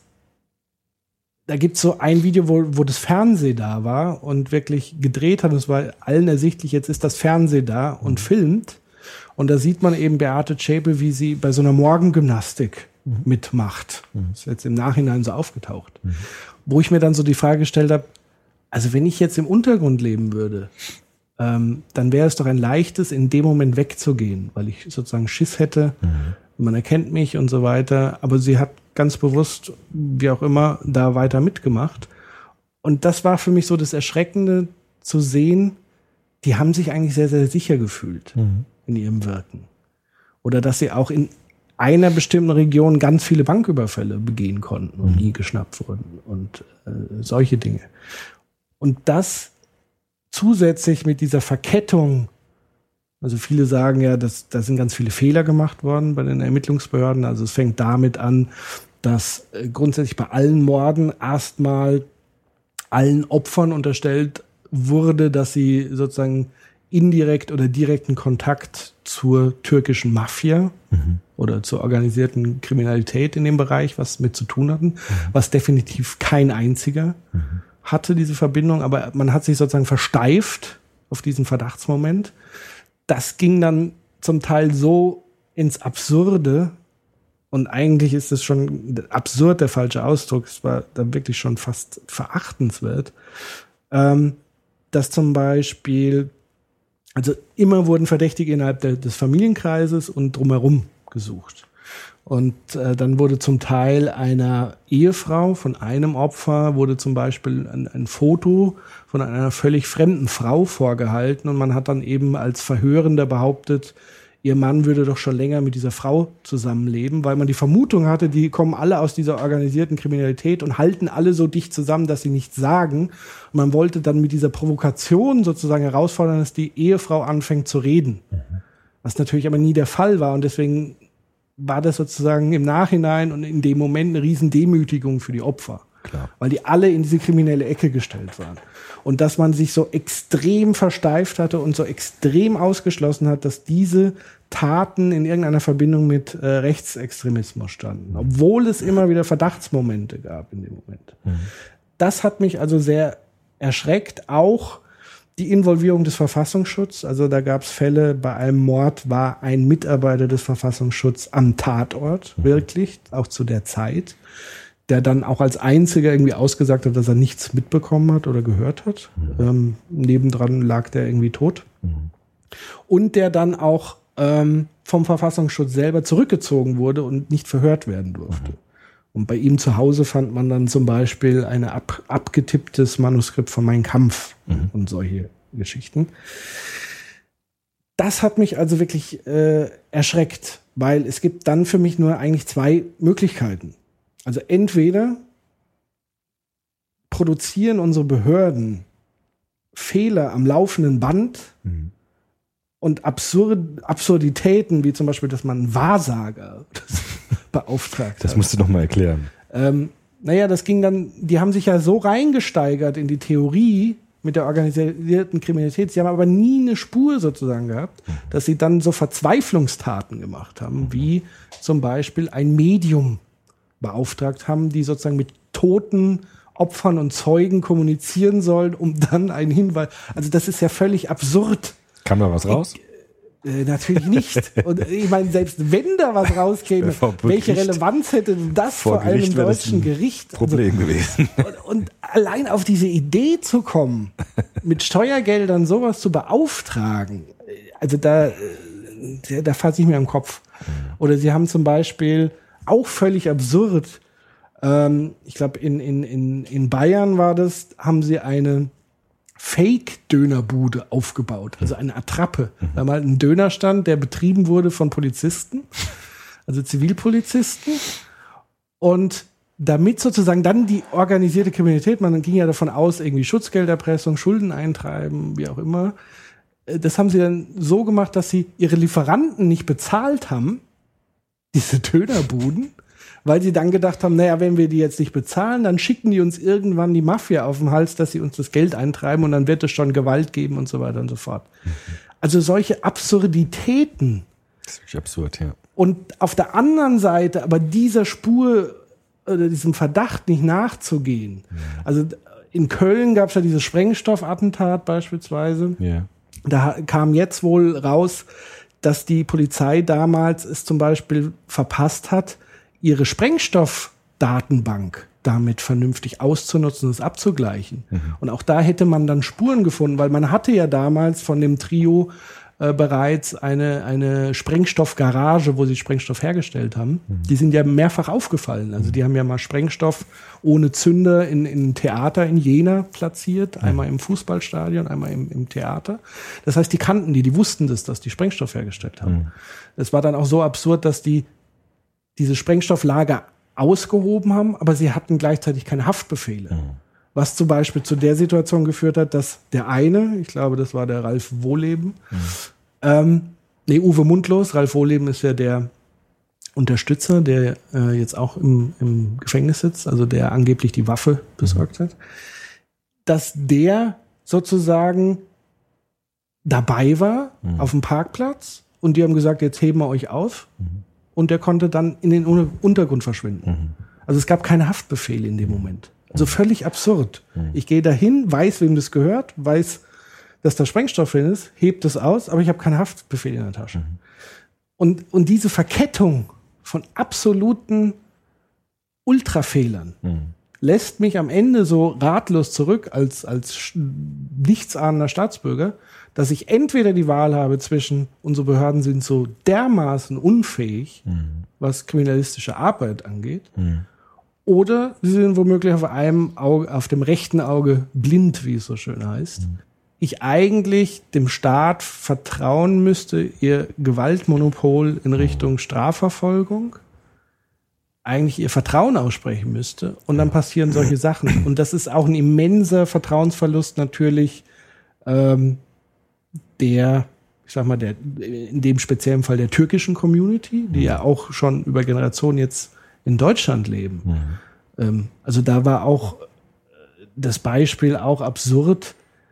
Da gibt's so ein Video, wo, wo das Fernsehen da war und wirklich gedreht hat. Und es war allen ersichtlich, jetzt ist das Fernsehen da und filmt. Und da sieht man eben Beate Zschäpe, wie sie bei so einer Morgengymnastik mhm. mitmacht. Mhm. Das ist jetzt im Nachhinein so aufgetaucht. Mhm. Wo ich mir dann so die Frage gestellt habe, also wenn ich jetzt im Untergrund leben würde, ähm, dann wäre es doch ein leichtes, in dem Moment wegzugehen, weil ich sozusagen Schiss hätte. Mhm. Man erkennt mich und so weiter. Aber sie hat ganz bewusst, wie auch immer, da weiter mitgemacht. Und das war für mich so das Erschreckende zu sehen, die haben sich eigentlich sehr, sehr sicher gefühlt mhm. in ihrem Wirken. Oder dass sie auch in einer bestimmten Region ganz viele Banküberfälle begehen konnten und mhm. nie geschnappt wurden und äh, solche Dinge. Und das zusätzlich mit dieser Verkettung. Also viele sagen ja, dass da sind ganz viele Fehler gemacht worden bei den Ermittlungsbehörden. Also es fängt damit an, dass äh, grundsätzlich bei allen Morden erstmal allen Opfern unterstellt wurde, dass sie sozusagen indirekt oder direkten Kontakt zur türkischen Mafia mhm. oder zur organisierten Kriminalität in dem Bereich was mit zu tun hatten, mhm. was definitiv kein einziger mhm. hatte, diese Verbindung. Aber man hat sich sozusagen versteift auf diesen Verdachtsmoment. Das ging dann zum Teil so ins Absurde und eigentlich ist es schon absurd der falsche Ausdruck, es war dann wirklich schon fast verachtenswert, ähm, dass zum Beispiel, also immer wurden Verdächtige innerhalb der, des Familienkreises und drumherum gesucht. Und äh, dann wurde zum Teil einer Ehefrau von einem Opfer, wurde zum Beispiel ein, ein Foto von einer völlig fremden Frau vorgehalten und man hat dann eben als Verhörender behauptet, ihr Mann würde doch schon länger mit dieser Frau zusammenleben, weil man die Vermutung hatte, die kommen alle aus dieser organisierten Kriminalität und halten alle so dicht zusammen, dass sie nichts sagen. Und man wollte dann mit dieser Provokation sozusagen herausfordern, dass die Ehefrau anfängt zu reden. Was natürlich aber nie der Fall war und deswegen war das sozusagen im Nachhinein und in dem Moment eine riesen Demütigung für die Opfer. Klar. Weil die alle in diese kriminelle Ecke gestellt waren. Und dass man sich so extrem versteift hatte und so extrem ausgeschlossen hat, dass diese Taten in irgendeiner Verbindung mit äh, Rechtsextremismus standen. Obwohl es immer wieder Verdachtsmomente gab in dem Moment. Mhm. Das hat mich also sehr erschreckt. Auch die Involvierung des Verfassungsschutzes. Also da gab es Fälle, bei einem Mord war ein Mitarbeiter des Verfassungsschutzes am Tatort, mhm. wirklich, auch zu der Zeit, der dann auch als einziger irgendwie ausgesagt hat, dass er nichts mitbekommen hat oder gehört hat. Mhm. Ähm, nebendran lag der irgendwie tot. Mhm. Und der dann auch ähm, vom Verfassungsschutz selber zurückgezogen wurde und nicht verhört werden durfte. Mhm. Und bei ihm zu Hause fand man dann zum Beispiel ein ab, abgetipptes Manuskript von Mein Kampf mhm. und solche Geschichten. Das hat mich also wirklich äh, erschreckt, weil es gibt dann für mich nur eigentlich zwei Möglichkeiten. Also entweder produzieren unsere Behörden Fehler am laufenden Band mhm. und Absurd, Absurditäten, wie zum Beispiel, dass man einen Wahrsager beauftragt Das hat. musst du noch mal erklären. Ähm, naja, das ging dann, die haben sich ja so reingesteigert in die Theorie mit der organisierten Kriminalität. Sie haben aber nie eine Spur sozusagen gehabt, dass sie dann so Verzweiflungstaten gemacht haben, wie zum Beispiel ein Medium beauftragt haben, die sozusagen mit toten Opfern und Zeugen kommunizieren sollen, um dann einen Hinweis. Also das ist ja völlig absurd. Kam da was raus? Äh, natürlich nicht. Und ich meine, selbst wenn da was rauskäme, welche Gericht, Relevanz hätte denn das vor, vor einem deutschen Gericht? Problem also, gewesen. Und, und allein auf diese Idee zu kommen, mit Steuergeldern sowas zu beauftragen, also da, da, da fasse ich mir am Kopf. Oder sie haben zum Beispiel auch völlig absurd, ähm, ich glaube in, in, in, in Bayern war das, haben sie eine Fake-Dönerbude aufgebaut, also eine Attrappe. Mhm. Da war halt ein Dönerstand, der betrieben wurde von Polizisten, also Zivilpolizisten. Und damit sozusagen dann die organisierte Kriminalität, man ging ja davon aus, irgendwie Schutzgelderpressung, Schulden eintreiben, wie auch immer. Das haben sie dann so gemacht, dass sie ihre Lieferanten nicht bezahlt haben, diese Dönerbuden, weil sie dann gedacht haben, naja, wenn wir die jetzt nicht bezahlen, dann schicken die uns irgendwann die Mafia auf den Hals, dass sie uns das Geld eintreiben und dann wird es schon Gewalt geben und so weiter und so fort. Mhm. Also solche Absurditäten. Das ist wirklich absurd, ja. Und auf der anderen Seite aber dieser Spur oder diesem Verdacht nicht nachzugehen. Mhm. Also in Köln gab es ja dieses Sprengstoffattentat beispielsweise. Ja. Da kam jetzt wohl raus, dass die Polizei damals es zum Beispiel verpasst hat, ihre Sprengstoffdatenbank damit vernünftig auszunutzen und es abzugleichen. Mhm. Und auch da hätte man dann Spuren gefunden, weil man hatte ja damals von dem Trio äh, bereits eine, eine Sprengstoffgarage, wo sie Sprengstoff hergestellt haben. Mhm. Die sind ja mehrfach aufgefallen. Also die haben ja mal Sprengstoff ohne Zünder in, in ein Theater in Jena platziert, mhm. einmal im Fußballstadion, einmal im, im Theater. Das heißt, die kannten die, die wussten das, dass die Sprengstoff hergestellt haben. Es mhm. war dann auch so absurd, dass die diese Sprengstofflager ausgehoben haben, aber sie hatten gleichzeitig keine Haftbefehle. Mhm. Was zum Beispiel zu der Situation geführt hat, dass der eine, ich glaube, das war der Ralf Wohleben, mhm. ähm, nee, Uwe Mundlos, Ralf Wohleben ist ja der Unterstützer, der äh, jetzt auch im, im Gefängnis sitzt, also der angeblich die Waffe besorgt mhm. hat, dass der sozusagen dabei war mhm. auf dem Parkplatz und die haben gesagt, jetzt heben wir euch auf. Mhm. Und der konnte dann in den Untergrund verschwinden. Mhm. Also es gab keine Haftbefehle in dem Moment. Also völlig absurd. Mhm. Ich gehe dahin, weiß, wem das gehört, weiß, dass da Sprengstoff drin ist, hebt es aus, aber ich habe keinen Haftbefehl in der Tasche. Mhm. Und, und diese Verkettung von absoluten Ultrafehlern mhm. lässt mich am Ende so ratlos zurück als, als nichtsahnender Staatsbürger, dass ich entweder die Wahl habe zwischen, unsere Behörden sind so dermaßen unfähig, mhm. was kriminalistische Arbeit angeht, mhm. oder sie sind womöglich auf einem Auge, auf dem rechten Auge blind, wie es so schön heißt. Mhm. Ich eigentlich dem Staat vertrauen müsste, ihr Gewaltmonopol in Richtung Strafverfolgung, eigentlich ihr Vertrauen aussprechen müsste, und dann passieren solche Sachen. Und das ist auch ein immenser Vertrauensverlust natürlich ähm, der, ich sag mal, der, in dem speziellen Fall der türkischen Community, die ja auch schon über Generationen jetzt in Deutschland leben. Mhm. Ähm, also da war auch das Beispiel auch absurd,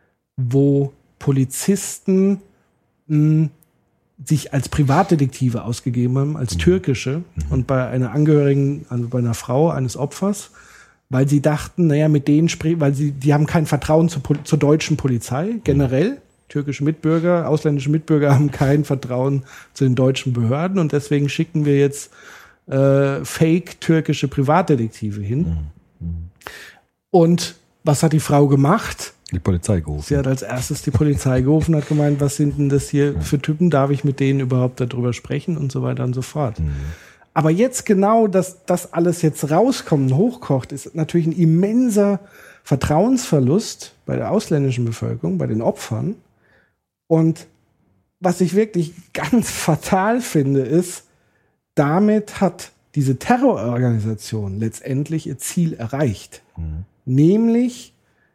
wo Polizisten mh, sich als Privatdetektive ausgegeben haben, als türkische, mhm. und bei einer Angehörigen, also bei einer Frau eines Opfers, weil sie dachten, naja, mit denen sprechen, weil sie, die haben kein Vertrauen zur, zur deutschen Polizei, generell. Mhm. Türkische Mitbürger, ausländische Mitbürger haben kein Vertrauen zu den deutschen Behörden, und deswegen schicken wir jetzt äh, fake türkische Privatdetektive hin. Mhm. Und was hat die Frau gemacht? Die Polizei gerufen. Sie hat als erstes die Polizei gerufen und hat gemeint, was sind denn das hier für Typen? Darf ich mit denen überhaupt darüber sprechen? Und so weiter und so fort. Mhm. Aber jetzt genau, dass das alles jetzt rauskommt und hochkocht, ist natürlich ein immenser Vertrauensverlust bei der ausländischen Bevölkerung, bei den Opfern. Und was ich wirklich ganz fatal finde, ist, damit hat diese Terrororganisation letztendlich ihr Ziel erreicht. Mhm. Nämlich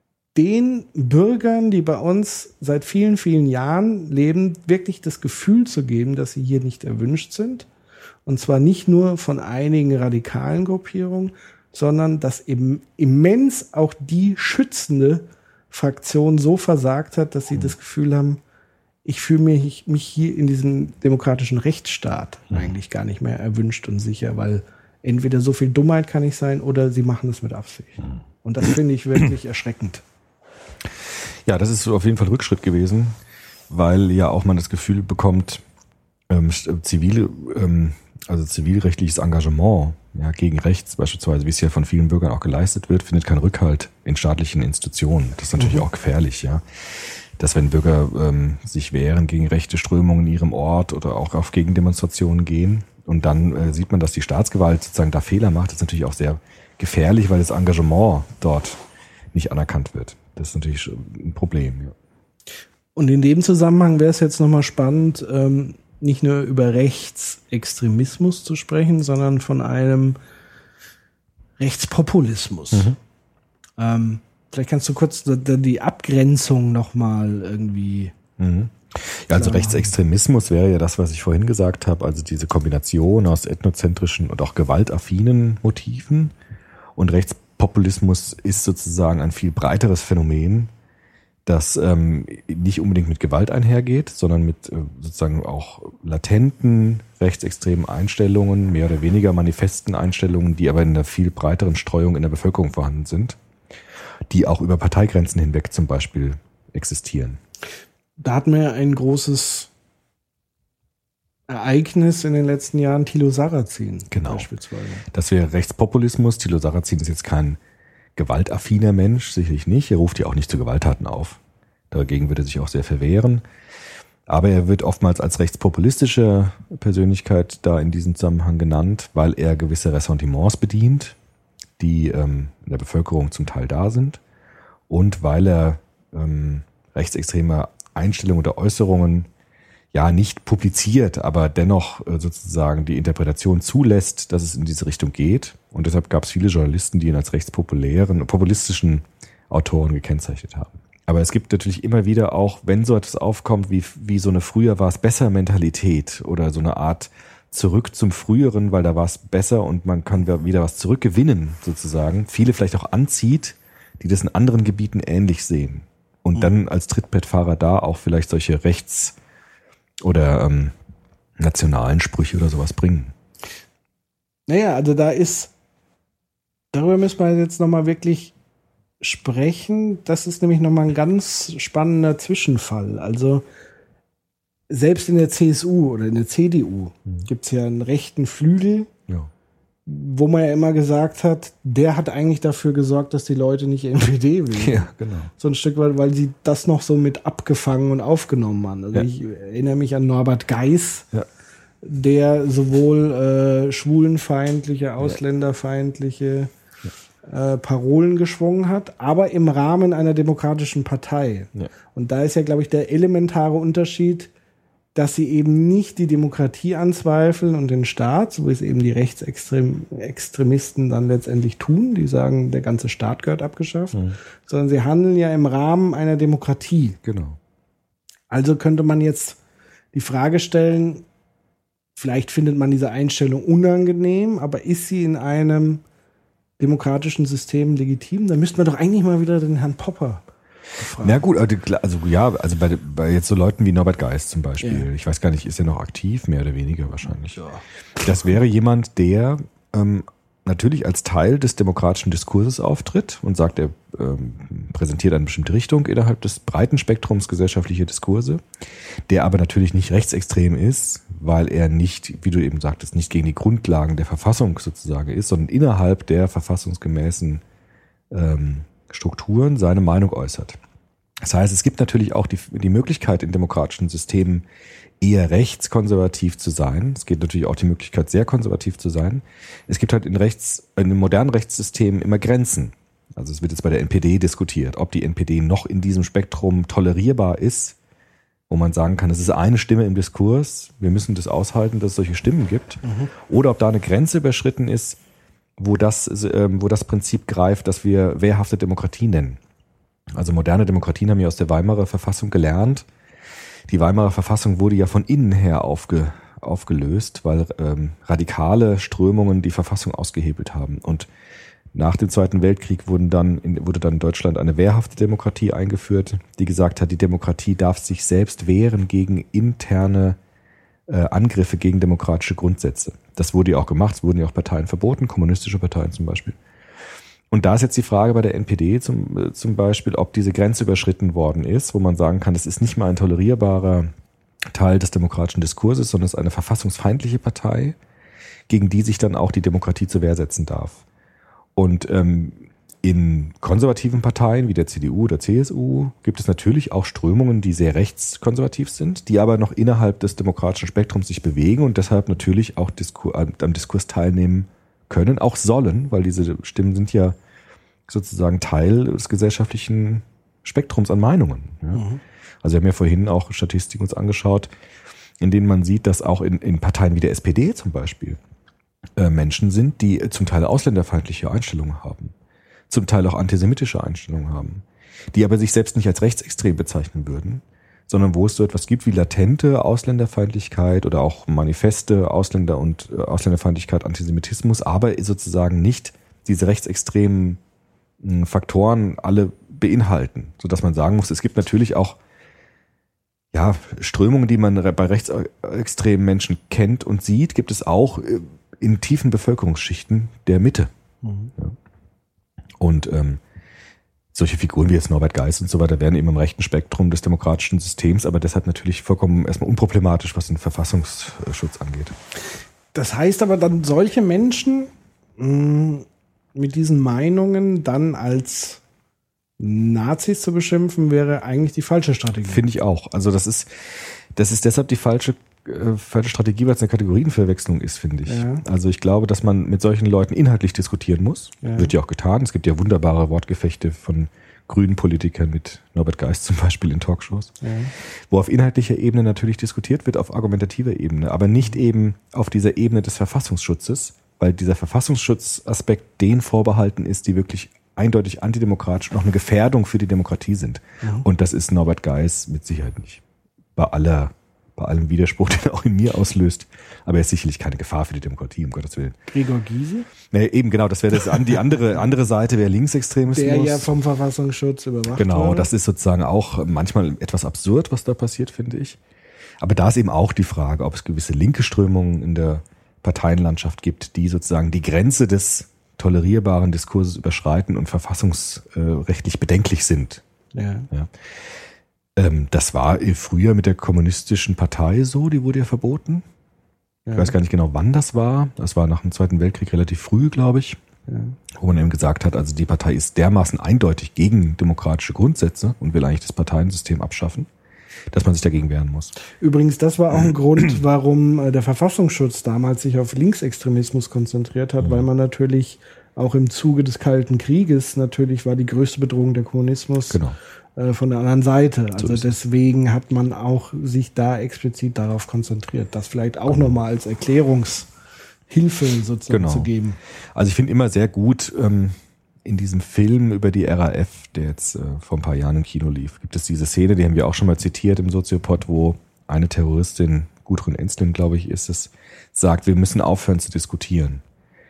den Bürgern, die bei uns seit vielen, vielen Jahren leben, wirklich das Gefühl zu geben, dass sie hier nicht erwünscht sind. Und zwar nicht nur von einigen radikalen Gruppierungen, sondern dass eben immens auch die schützende Fraktion so versagt hat, dass sie mhm. das Gefühl haben, ich fühle mich, mich hier in diesem demokratischen Rechtsstaat mhm. eigentlich gar nicht mehr erwünscht und sicher, weil entweder so viel Dummheit kann nicht sein oder sie machen es mit Absicht. Mhm. Und das finde ich wirklich erschreckend. Ja, das ist auf jeden Fall Rückschritt gewesen, weil ja auch man das Gefühl bekommt, ähm, zivile, ähm, also zivilrechtliches Engagement ja, gegen rechts beispielsweise, wie es ja von vielen Bürgern auch geleistet wird, findet keinen Rückhalt in staatlichen Institutionen. Das ist natürlich mhm. auch gefährlich, ja. Dass wenn Bürger ähm, sich wehren gegen rechte Strömungen in ihrem Ort oder auch auf Gegendemonstrationen gehen und dann äh, sieht man, dass die Staatsgewalt sozusagen da Fehler macht, das ist natürlich auch sehr gefährlich, weil das Engagement dort nicht anerkannt wird. Das ist natürlich ein Problem. Ja. Und in dem Zusammenhang wäre es jetzt nochmal spannend, ähm, nicht nur über Rechtsextremismus zu sprechen, sondern von einem Rechtspopulismus. Mhm. Ähm, vielleicht kannst du kurz die Abgrenzung nochmal irgendwie... Mhm. Ja, also Rechtsextremismus wäre ja das, was ich vorhin gesagt habe, also diese Kombination aus ethnozentrischen und auch gewaltaffinen Motiven. Und Rechtspopulismus ist sozusagen ein viel breiteres Phänomen, das ähm, nicht unbedingt mit Gewalt einhergeht, sondern mit äh, sozusagen auch latenten rechtsextremen Einstellungen, mehr oder weniger manifesten Einstellungen, die aber in einer viel breiteren Streuung in der Bevölkerung vorhanden sind, die auch über Parteigrenzen hinweg zum Beispiel existieren. Da hatten wir ein großes Ereignis in den letzten Jahren, Thilo Sarrazin genau. beispielsweise. Das wäre Rechtspopulismus. Thilo Sarrazin ist jetzt kein gewaltaffiner Mensch, sicherlich nicht. Er ruft ja auch nicht zu Gewalttaten auf. Dagegen würde er sich auch sehr verwehren. Aber er wird oftmals als rechtspopulistische Persönlichkeit da in diesem Zusammenhang genannt, weil er gewisse Ressentiments bedient, die ähm, in der Bevölkerung zum Teil da sind, und weil er ähm, rechtsextreme Einstellungen oder Äußerungen ja nicht publiziert, aber dennoch äh, sozusagen die Interpretation zulässt, dass es in diese Richtung geht. Und deshalb gab es viele Journalisten, die ihn als rechtspopulären, populistischen Autoren gekennzeichnet haben. Aber es gibt natürlich immer wieder auch, wenn so etwas aufkommt, wie, wie so eine früher war es besser Mentalität oder so eine Art zurück zum Früheren, weil da war es besser und man kann wieder was zurückgewinnen sozusagen, viele vielleicht auch anzieht, die das in anderen Gebieten ähnlich sehen. Und mhm. dann als Trittbrettfahrer da auch vielleicht solche rechts- oder ähm, nationalen Sprüche oder sowas bringen. Naja, also da ist, darüber müssen wir jetzt nochmal wirklich sprechen. Das ist nämlich nochmal ein ganz spannender Zwischenfall. Also selbst in der C S U oder in der C D U mhm. gibt es ja einen rechten Flügel, ja. wo man ja immer gesagt hat, der hat eigentlich dafür gesorgt, dass die Leute nicht N P D wählen. Ja, genau. So ein Stück weit, weil sie das noch so mit abgefangen und aufgenommen haben. Also Ja. ich erinnere mich an Norbert Geis, Ja. der sowohl äh, schwulenfeindliche, ausländerfeindliche äh, Parolen geschwungen hat, aber im Rahmen einer demokratischen Partei. Ja. Und da ist ja, glaube ich, der elementare Unterschied, dass sie eben nicht die Demokratie anzweifeln und den Staat, so wie es eben die Rechtsextremisten dann letztendlich tun, die sagen, der ganze Staat gehört abgeschafft, Mhm. sondern sie handeln ja im Rahmen einer Demokratie. Genau. Also könnte man jetzt die Frage stellen, vielleicht findet man diese Einstellung unangenehm, aber ist sie in einem demokratischen System legitim? Da müssten wir doch eigentlich mal wieder den Herrn Popper fragen. Na gut, also, also ja, also bei, bei jetzt so Leuten wie Norbert Geis zum Beispiel, Ja. ich weiß gar nicht, ist er noch aktiv, mehr oder weniger wahrscheinlich. Das wäre jemand, der ähm, natürlich als Teil des demokratischen Diskurses auftritt und sagt, er ähm, präsentiert eine bestimmte Richtung innerhalb des breiten Spektrums gesellschaftlicher Diskurse, der aber natürlich nicht rechtsextrem ist, weil er nicht, wie du eben sagtest, nicht gegen die Grundlagen der Verfassung sozusagen ist, sondern innerhalb der verfassungsgemäßen ähm, Strukturen seine Meinung äußert. Das heißt, es gibt natürlich auch die, die Möglichkeit in demokratischen Systemen eher rechtskonservativ zu sein. Es gibt natürlich auch die Möglichkeit, sehr konservativ zu sein. Es gibt halt in Rechts, in einem modernen Rechtssystem immer Grenzen. Also es wird jetzt bei der N P D diskutiert, ob die N P D noch in diesem Spektrum tolerierbar ist, wo man sagen kann, es ist eine Stimme im Diskurs, wir müssen das aushalten, dass es solche Stimmen gibt. Mhm. Oder ob da eine Grenze überschritten ist, wo das, ähm, wo das Prinzip greift, dass wir wehrhafte Demokratie nennen. Also moderne Demokratien haben ja aus der Weimarer Verfassung gelernt. Die Weimarer Verfassung wurde ja von innen her aufge, aufgelöst, weil ähm, radikale Strömungen die Verfassung ausgehebelt haben. Und nach dem Zweiten Weltkrieg wurden dann in, wurde dann in Deutschland eine wehrhafte Demokratie eingeführt, die gesagt hat, die Demokratie darf sich selbst wehren gegen interne äh, Angriffe gegen demokratische Grundsätze. Das wurde ja auch gemacht, es wurden ja auch Parteien verboten, kommunistische Parteien zum Beispiel. Und da ist jetzt die Frage bei der N P D zum, äh, zum Beispiel, ob diese Grenze überschritten worden ist, wo man sagen kann, es ist nicht mal ein tolerierbarer Teil des demokratischen Diskurses, sondern es ist eine verfassungsfeindliche Partei, gegen die sich dann auch die Demokratie zur Wehr setzen darf. Und ähm, in konservativen Parteien wie der C D U oder C S U gibt es natürlich auch Strömungen, die sehr rechtskonservativ sind, die aber noch innerhalb des demokratischen Spektrums sich bewegen und deshalb natürlich auch Diskur- am Diskurs teilnehmen können, auch sollen, weil diese Stimmen sind ja sozusagen Teil des gesellschaftlichen Spektrums an Meinungen. Ja. Mhm. Also wir haben ja vorhin auch Statistiken uns angeschaut, in denen man sieht, dass auch in, in Parteien wie der S P D zum Beispiel äh, Menschen sind, die zum Teil ausländerfeindliche Einstellungen haben, zum Teil auch antisemitische Einstellungen haben, die aber sich selbst nicht als rechtsextrem bezeichnen würden, sondern wo es so etwas gibt wie latente Ausländerfeindlichkeit oder auch manifeste Ausländer- und äh, Ausländerfeindlichkeit, Antisemitismus, aber sozusagen nicht diese rechtsextremen mh, Faktoren alle beinhalten, sodass man sagen muss, es gibt natürlich auch ja, Strömungen, die man bei rechtsextremen Menschen kennt und sieht, gibt es auch in tiefen Bevölkerungsschichten der Mitte. Mhm. Ja. Und ähm, solche Figuren wie jetzt Norbert Geis und so weiter werden eben im rechten Spektrum des demokratischen Systems, aber deshalb natürlich vollkommen erstmal unproblematisch, was den Verfassungsschutz angeht. Das heißt aber dann, solche Menschen mh, mit diesen Meinungen dann als Nazis zu beschimpfen, wäre eigentlich die falsche Strategie. Finde ich auch. Also das ist, das ist deshalb die falsche, äh, falsche Strategie, weil es eine Kategorienverwechslung ist, finde ich. Ja. Also ich glaube, dass man mit solchen Leuten inhaltlich diskutieren muss. Ja. Wird ja auch getan. Es gibt ja wunderbare Wortgefechte von grünen Politikern mit Norbert Geis zum Beispiel in Talkshows, ja. Wo auf inhaltlicher Ebene natürlich diskutiert wird, auf argumentativer Ebene, aber nicht eben auf dieser Ebene des Verfassungsschutzes, weil dieser Verfassungsschutzaspekt den vorbehalten ist, die wirklich eindeutig antidemokratisch und auch eine Gefährdung für die Demokratie sind. Mhm. Und das ist Norbert Geis mit Sicherheit nicht. Bei aller, bei allem Widerspruch, den er auch in mir auslöst. Aber er ist sicherlich keine Gefahr für die Demokratie, um Gottes Willen. Gregor Gysi? Nee, eben genau, das wäre das an die andere, andere Seite, wäre Linksextremismus. Der ja vom Verfassungsschutz überwacht Genau, wurde. Das ist sozusagen auch manchmal etwas absurd, was da passiert, finde ich. Aber da ist eben auch die Frage, ob es gewisse linke Strömungen in der Parteienlandschaft gibt, die sozusagen die Grenze des tolerierbaren Diskurses überschreiten und verfassungsrechtlich bedenklich sind. Ja. Ja. Ähm, das war früher mit der kommunistischen Partei so, die wurde ja verboten. Ich weiß gar nicht genau, wann das war. Das war nach dem Zweiten Weltkrieg relativ früh, glaube ich. Ja. Wo man eben gesagt hat, also die Partei ist dermaßen eindeutig gegen demokratische Grundsätze und will eigentlich das Parteiensystem abschaffen, dass man sich dagegen wehren muss. Übrigens, das war auch ein Grund, warum der Verfassungsschutz damals sich auf Linksextremismus konzentriert hat, mhm. weil man natürlich auch im Zuge des Kalten Krieges natürlich war die größte Bedrohung der Kommunismus genau. äh, von der anderen Seite. Also so deswegen hat man auch sich da explizit darauf konzentriert. Das vielleicht auch genau. nochmal als Erklärungshilfe sozusagen genau. zu geben. Also ich finde immer sehr gut, ähm, in diesem Film über die R A F, der jetzt äh, vor ein paar Jahren im Kino lief, gibt es diese Szene, die haben wir auch schon mal zitiert im Soziopod, wo eine Terroristin, Gudrun Ensslin, glaube ich, ist es, sagt, wir müssen aufhören zu diskutieren,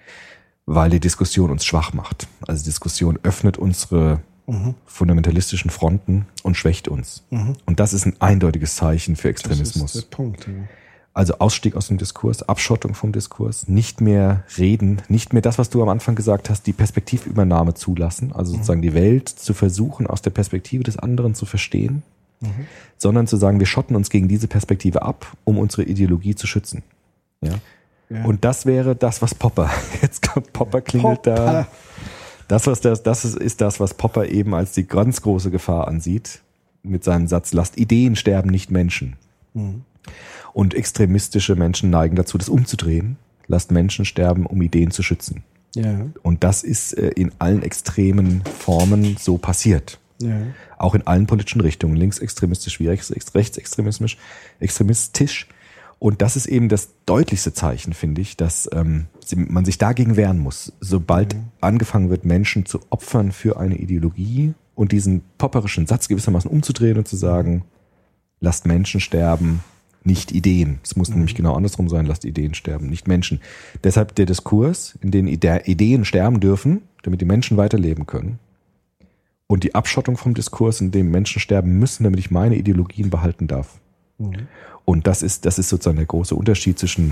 weil die Diskussion uns schwach macht. Also die Diskussion öffnet unsere mhm. fundamentalistischen Fronten und schwächt uns. Mhm. Und das ist ein eindeutiges Zeichen für Extremismus. Das ist der Punkt, ja. Also Ausstieg aus dem Diskurs, Abschottung vom Diskurs, nicht mehr reden, nicht mehr das, was du am Anfang gesagt hast, die Perspektivübernahme zulassen, also sozusagen mhm. die Welt zu versuchen, aus der Perspektive des anderen zu verstehen, mhm. sondern zu sagen, wir schotten uns gegen diese Perspektive ab, um unsere Ideologie zu schützen. Ja. Ja. Und das wäre das, was Popper, jetzt kommt Popper klingelt Popper. da, das, was das, das ist, ist das, was Popper eben als die ganz große Gefahr ansieht, mit seinem Satz, lasst Ideen sterben, nicht Menschen. Mhm. Und extremistische Menschen neigen dazu, das umzudrehen, lasst Menschen sterben, um Ideen zu schützen. Ja. Und das ist äh, in allen extremen Formen so passiert. Ja. Auch in allen politischen Richtungen, linksextremistisch wie rechts, rechtsextremistisch, extremistisch. Und das ist eben das deutlichste Zeichen, finde ich, dass ähm, man sich dagegen wehren muss. Sobald mhm. angefangen wird, Menschen zu opfern für eine Ideologie und diesen popperischen Satz gewissermaßen umzudrehen und zu sagen, lasst Menschen sterben, nicht Ideen. Es muss mhm. nämlich genau andersrum sein, lasst Ideen sterben, nicht Menschen. Deshalb der Diskurs, in dem Ide- Ideen sterben dürfen, damit die Menschen weiterleben können. Und die Abschottung vom Diskurs, in dem Menschen sterben müssen, damit ich meine Ideologien behalten darf. Mhm. Und das ist, das ist sozusagen der große Unterschied zwischen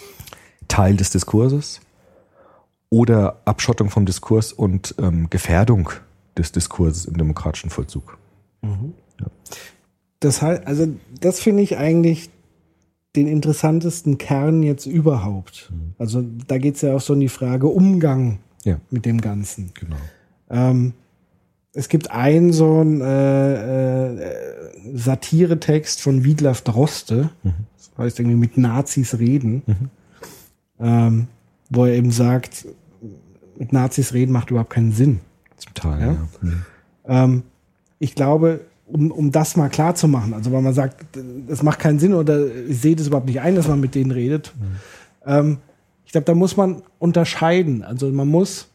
Teil des Diskurses oder Abschottung vom Diskurs und ähm, Gefährdung des Diskurses im demokratischen Vollzug. Mhm. Ja. Das heißt, also das finde ich eigentlich den interessantesten Kern jetzt überhaupt. Mhm. Also da geht es ja auch so um die Frage Umgang ja. mit dem Ganzen. Genau. Ähm, es gibt einen so einen äh, äh, Satiretext von Wiglaf Droste, mhm. das heißt irgendwie mit Nazis reden, mhm. ähm, wo er eben sagt, mit Nazis reden macht überhaupt keinen Sinn. Zum Teil, ja. ja. Mhm. Ähm, ich glaube, um, um das mal klar zu machen, also weil man sagt, das macht keinen Sinn oder ich sehe das überhaupt nicht ein, dass man mit denen redet. Mhm. Ähm, ich glaube, da muss man unterscheiden. Also man muss,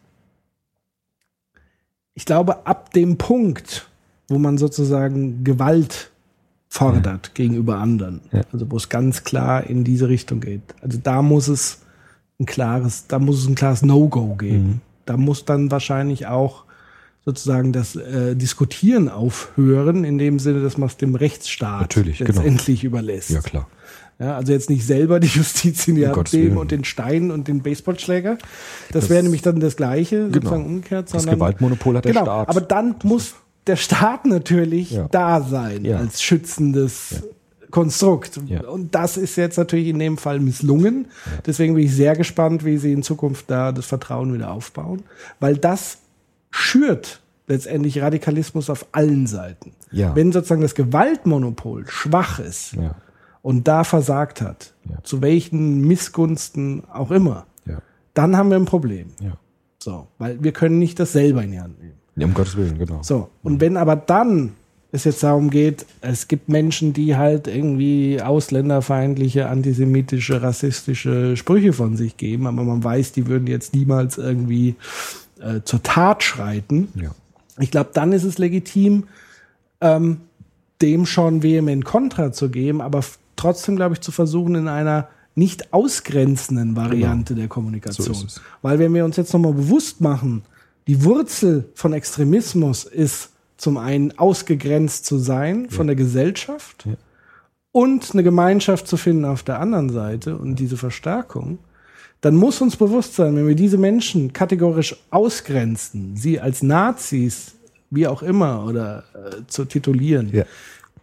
ich glaube, ab dem Punkt, wo man sozusagen Gewalt fordert ja. gegenüber anderen, ja. also wo es ganz klar in diese Richtung geht, also da muss es ein klares, da muss es ein klares No-Go geben. Mhm. Da muss dann wahrscheinlich auch sozusagen das äh, Diskutieren aufhören, in dem Sinne, dass man es dem Rechtsstaat Natürlich, letztendlich genau. überlässt. Ja, klar. Ja, also jetzt nicht selber die Justiz in die um Hand nehmen und den Stein und den Baseballschläger. Das, das wäre nämlich dann das Gleiche, genau. sozusagen umgekehrt. Das Gewaltmonopol hat der genau, Staat. Aber dann muss der Staat natürlich ja. da sein ja. als schützendes ja. Konstrukt. Ja. Und das ist jetzt natürlich in dem Fall misslungen. Ja. Deswegen bin ich sehr gespannt, wie sie in Zukunft da das Vertrauen wieder aufbauen. Weil das schürt letztendlich Radikalismus auf allen Seiten. Ja. Wenn sozusagen das Gewaltmonopol schwach ist ja. und da versagt hat, ja. zu welchen Missgunsten auch immer, ja. dann haben wir ein Problem. Ja. So, weil wir können nicht das selber in die Hand nehmen. Ja, um Gottes Willen, genau. So, und wenn aber dann es jetzt darum geht, es gibt Menschen, die halt irgendwie ausländerfeindliche, antisemitische, rassistische Sprüche von sich geben, aber man weiß, die würden jetzt niemals irgendwie äh, zur Tat schreiten. Ja. Ich glaube, dann ist es legitim, ähm, dem schon vehement Kontra zu geben, aber f- trotzdem, glaube ich, zu versuchen, in einer nicht ausgrenzenden Variante genau. der Kommunikation. So ist es. Weil wenn wir uns jetzt nochmal bewusst machen, die Wurzel von Extremismus ist zum einen ausgegrenzt zu sein ja. von der Gesellschaft ja. und eine Gemeinschaft zu finden auf der anderen Seite und diese Verstärkung, dann muss uns bewusst sein, wenn wir diese Menschen kategorisch ausgrenzen, sie als Nazis, wie auch immer, oder äh, zu titulieren, ja.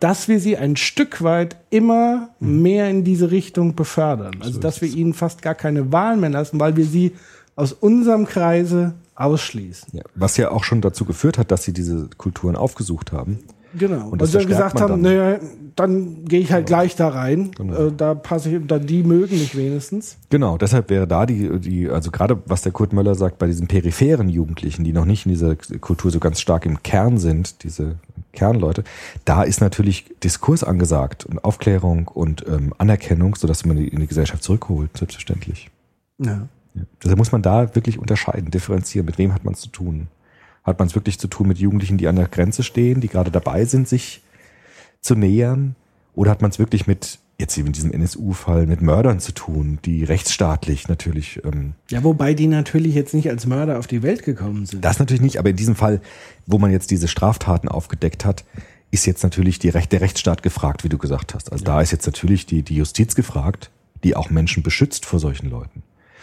dass wir sie ein Stück weit immer Mhm. mehr in diese Richtung befördern. Also So dass ist wir es. ihnen fast gar keine Wahl mehr lassen, weil wir sie aus unserem Kreise ausschließen. Ja, was ja auch schon dazu geführt hat, dass sie diese Kulturen aufgesucht haben. Genau. Und das Und sie verstärkt gesagt man haben, dann. naja, dann gehe ich halt gleich da rein. Genau. Äh, da passe ich, da die mögen mich wenigstens. Genau, deshalb wäre da die, die, also gerade was der Kurt Möller sagt, bei diesen peripheren Jugendlichen, die noch nicht in dieser Kultur so ganz stark im Kern sind, diese Kernleute, da ist natürlich Diskurs angesagt und Aufklärung und ähm, Anerkennung, sodass man die in die Gesellschaft zurückholt, selbstverständlich. Ja. Ja. Deshalb muss man da wirklich unterscheiden, differenzieren, mit wem hat man es zu tun. Hat man es wirklich zu tun mit Jugendlichen, die an der Grenze stehen, die gerade dabei sind, sich zu nähern? Oder hat man es wirklich mit, jetzt eben in diesem N S U-Fall, mit Mördern zu tun, die rechtsstaatlich natürlich, ähm, Ja, wobei die natürlich jetzt nicht als Mörder auf die Welt gekommen sind. das natürlich nicht, aber in diesem Fall, wo man jetzt diese Straftaten aufgedeckt hat, ist jetzt natürlich die Recht, der Rechtsstaat gefragt, wie du gesagt hast. Also da ist jetzt natürlich die, die Justiz gefragt, die auch Menschen beschützt vor solchen Leuten.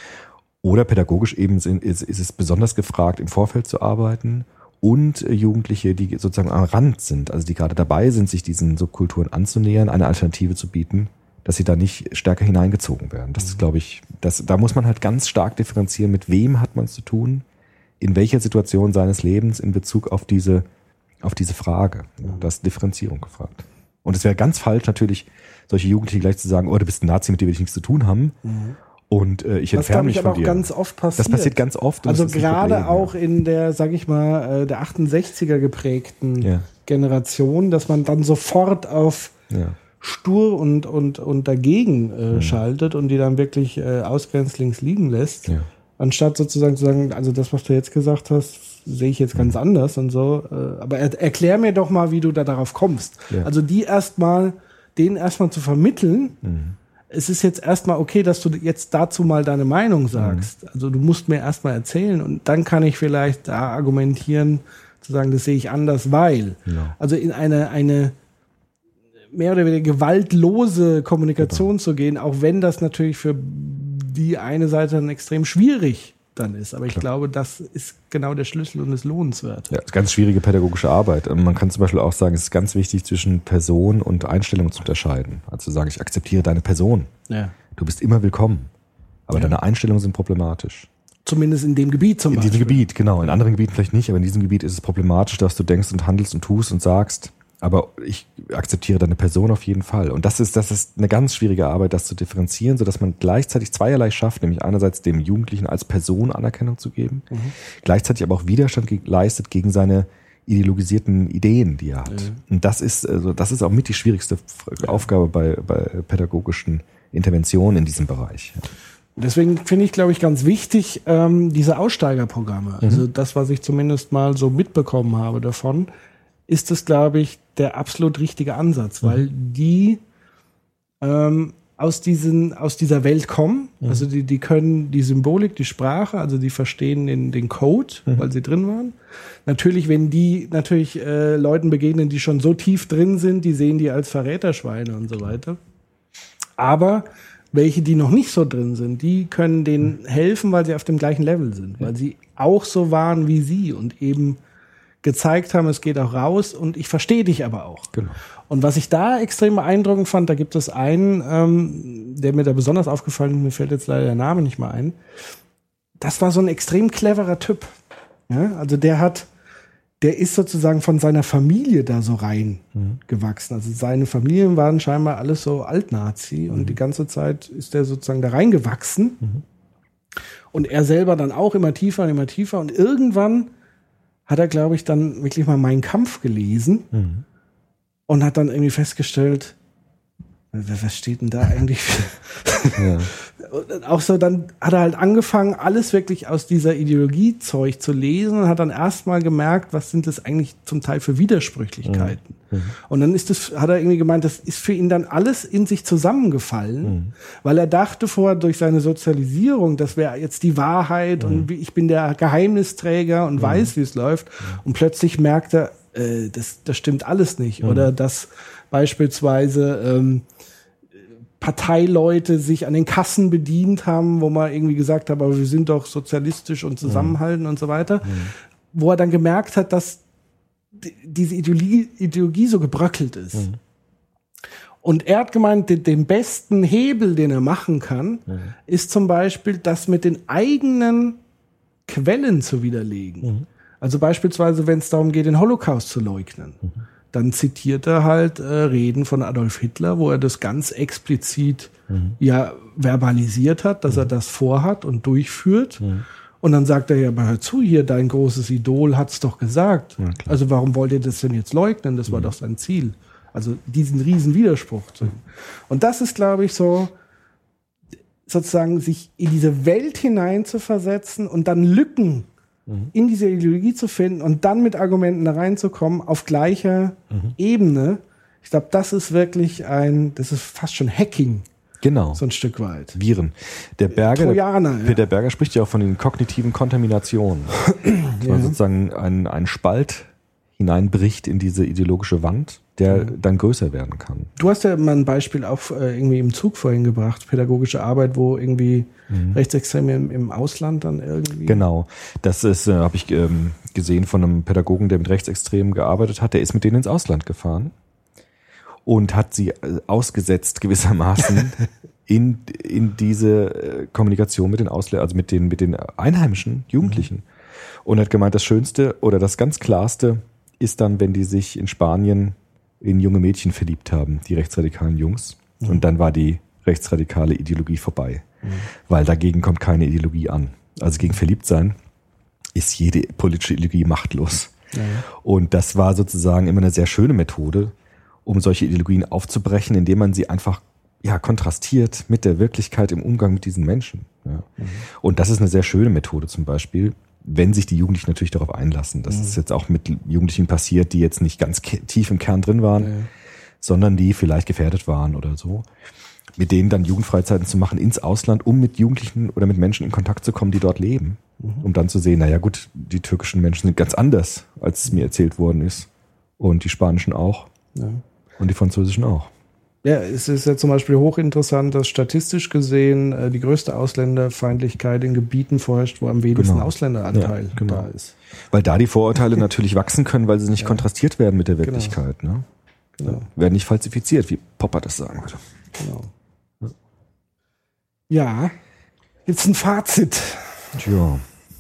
Oder pädagogisch eben sind, ist, ist es besonders gefragt, im Vorfeld zu arbeiten und äh, Jugendliche, die sozusagen am Rand sind, also die gerade dabei sind, sich diesen Subkulturen anzunähern, eine Alternative zu bieten, dass sie da nicht stärker hineingezogen werden. Das ist, glaube ich, das, da muss man halt ganz stark differenzieren, mit wem hat man es zu tun, in welcher Situation seines Lebens in Bezug auf diese, auf diese Frage. Ja, da ist Differenzierung gefragt. Und es wäre ganz falsch, natürlich, solche Jugendliche gleich zu sagen, oh, du bist ein Nazi, mit dem will ich nichts zu tun haben. Mhm. Und äh, ich Was, entferne glaub mich ich, von aber auch dir. ganz oft passiert. Das passiert ganz oft. und Also das ist ein gerade Problem, auch in der, sag ich mal, äh, der achtundsechziger geprägten Ja. Generation, dass man dann sofort auf Ja. Ja. stur und, und, und dagegen äh, schaltet und die dann wirklich äh, ausgrenzt links liegen lässt. Ja. Anstatt sozusagen zu sagen, also das, was du jetzt gesagt hast, sehe ich jetzt ganz anders und so. Äh, aber er, erklär mir doch mal, wie du da darauf kommst. Ja. Also die erstmal, denen erstmal zu vermitteln, Mhm. es ist jetzt erstmal okay, dass du jetzt dazu mal deine Meinung sagst. Also du musst mir erstmal erzählen und dann kann ich vielleicht da argumentieren, zu sagen, das sehe ich anders, weil. Ja. Also in eine, eine mehr oder weniger gewaltlose Kommunikation zu gehen, auch wenn das natürlich für die eine Seite dann extrem schwierig dann ist. Aber ich glaube, das ist genau der Schlüssel und es lohnenswert. Ja, ganz schwierige pädagogische Arbeit. Man kann zum Beispiel auch sagen, es ist ganz wichtig, zwischen Person und Einstellung zu unterscheiden. Also zu sagen, ich akzeptiere deine Person. Ja. Du bist immer willkommen. Aber Ja. deine Einstellungen sind problematisch. Zumindest in dem Gebiet zum In Beispiel. diesem Gebiet, genau. In anderen Gebieten vielleicht nicht, aber in diesem Gebiet ist es problematisch, dass du denkst und handelst und tust und sagst, aber ich akzeptiere deine Person auf jeden Fall. Und das ist, das ist eine ganz schwierige Arbeit, das zu differenzieren, sodass man gleichzeitig zweierlei schafft, nämlich einerseits dem Jugendlichen als Person Anerkennung zu geben, mhm. gleichzeitig aber auch Widerstand ge- leistet gegen seine ideologisierten Ideen, die er hat. Mhm. Und das ist, also, das ist auch mit die schwierigste F- Aufgabe bei, bei pädagogischen Interventionen in diesem Bereich. Deswegen finde ich, glaube ich, ganz wichtig, ähm, diese Aussteigerprogramme. Mhm. Also das, was ich zumindest mal so mitbekommen habe davon, ist es, glaube ich, der absolut richtige Ansatz, mhm. weil die ähm, aus diesen, aus dieser Welt kommen. Mhm. Also die, die können die Symbolik, die Sprache, also die verstehen den, den Code, mhm. weil sie drin waren. Natürlich, wenn die natürlich äh, Leuten begegnen, die schon so tief drin sind, die sehen die als Verräterschweine und so weiter. Aber welche, die noch nicht so drin sind, die können denen helfen, weil sie auf dem gleichen Level sind, weil sie auch so waren wie sie und eben gezeigt haben, es geht auch raus und ich verstehe dich aber auch. Genau. Und was ich da extrem beeindruckend fand, da gibt es einen, ähm, der mir da besonders aufgefallen ist, mir fällt jetzt leider der Name nicht mehr ein. Das war so ein extrem cleverer Typ. Ja, also der hat, der ist sozusagen von seiner Familie da so rein mhm. gewachsen. Also seine Familien waren scheinbar alles so Altnazi mhm. und die ganze Zeit ist der sozusagen da reingewachsen. Mhm. Und er selber dann auch immer tiefer und immer tiefer und irgendwann hat er, glaube ich, dann wirklich mal Mein Kampf gelesen mhm. und hat dann irgendwie festgestellt, was steht denn da eigentlich für... Ja. Und auch so, dann hat er halt angefangen, alles wirklich aus dieser Ideologiezeug zu lesen und hat dann erstmal gemerkt, was sind das eigentlich zum Teil für Widersprüchlichkeiten. Mhm. Und dann ist das, hat er irgendwie gemeint, das ist für ihn dann alles in sich zusammengefallen, mhm. weil er dachte vorher durch seine Sozialisierung, das wäre jetzt die Wahrheit mhm. und ich bin der Geheimnisträger und mhm. weiß, wie es läuft. Und plötzlich merkt er, äh, das, das stimmt alles nicht. Mhm. Oder dass beispielsweise ähm, Parteileute sich an den Kassen bedient haben, wo man irgendwie gesagt hat, aber wir sind doch sozialistisch und zusammenhalten mhm. und so weiter. Mhm. Wo er dann gemerkt hat, dass die, diese Ideologie, Ideologie so gebröckelt ist. Mhm. Und er hat gemeint, den, den besten Hebel, den er machen kann, mhm. ist zum Beispiel, das mit den eigenen Quellen zu widerlegen. Mhm. Also beispielsweise, wenn es darum geht, den Holocaust zu leugnen. Mhm. Dann zitiert er halt äh, Reden von Adolf Hitler, wo er das ganz explizit mhm. ja verbalisiert hat, dass mhm. er das vorhat und durchführt. Mhm. Und dann sagt er ja, aber hör zu, hier, dein großes Idol hat's doch gesagt. Ja, also warum wollt ihr das denn jetzt leugnen? Das war mhm. doch sein Ziel. Also diesen riesen Widerspruch. Mhm. Und das ist, glaube ich, so sozusagen sich in diese Welt hinein zu versetzen und dann Lücken mhm. in dieser Ideologie zu finden und dann mit Argumenten da reinzukommen auf gleicher mhm. Ebene. Ich glaube, das ist wirklich ein, das ist fast schon Hacking. Genau. So ein Stück weit. Viren. Der Berger, Trojaner, der, Peter Berger spricht ja auch von den kognitiven Kontaminationen. Dass man ja. sozusagen ein, ein Spalt hineinbricht in diese ideologische Wand, der ja. dann größer werden kann. Du hast ja mal ein Beispiel auf äh, irgendwie im Zug vorhin gebracht, pädagogische Arbeit, wo irgendwie mhm. Rechtsextreme im, im Ausland dann irgendwie... Genau. Das ist, äh, habe ich ähm, gesehen von einem Pädagogen, der mit Rechtsextremen gearbeitet hat. Der ist mit denen ins Ausland gefahren und hat sie ausgesetzt gewissermaßen in, in diese Kommunikation mit den Ausländern, also mit den, mit den einheimischen Jugendlichen. Mhm. Und hat gemeint, das Schönste oder das ganz Klarste ist dann, wenn die sich in Spanien in junge Mädchen verliebt haben, die rechtsradikalen Jungs. Mhm. Und dann war die rechtsradikale Ideologie vorbei. Mhm. Weil dagegen kommt keine Ideologie an. Also gegen Verliebtsein ist jede politische Ideologie machtlos. Ja, ja. Und das war sozusagen immer eine sehr schöne Methode, um solche Ideologien aufzubrechen, indem man sie einfach ja kontrastiert mit der Wirklichkeit im Umgang mit diesen Menschen. Ja. Mhm. Und das ist eine sehr schöne Methode zum Beispiel, wenn sich die Jugendlichen natürlich darauf einlassen. Das mhm. ist jetzt auch mit Jugendlichen passiert, die jetzt nicht ganz ke- tief im Kern drin waren, ja. sondern die vielleicht gefährdet waren oder so. Mit denen dann Jugendfreizeiten zu machen ins Ausland, um mit Jugendlichen oder mit Menschen in Kontakt zu kommen, die dort leben. Mhm. Um dann zu sehen, naja gut, die türkischen Menschen sind ganz anders, als es mir erzählt worden ist. Und die spanischen auch. Ja. Und die französischen auch. Ja, es ist ja zum Beispiel hochinteressant, dass statistisch gesehen äh, die größte Ausländerfeindlichkeit in Gebieten vorherrscht, wo am wenigsten genau. Ausländeranteil ja, genau. da ist. Weil da die Vorurteile natürlich wachsen können, weil sie nicht ja. kontrastiert werden mit der Wirklichkeit. Genau. Ne? Genau. Werden nicht falsifiziert, wie Popper das sagen würde. Genau. Ja, jetzt ein Fazit. Tja.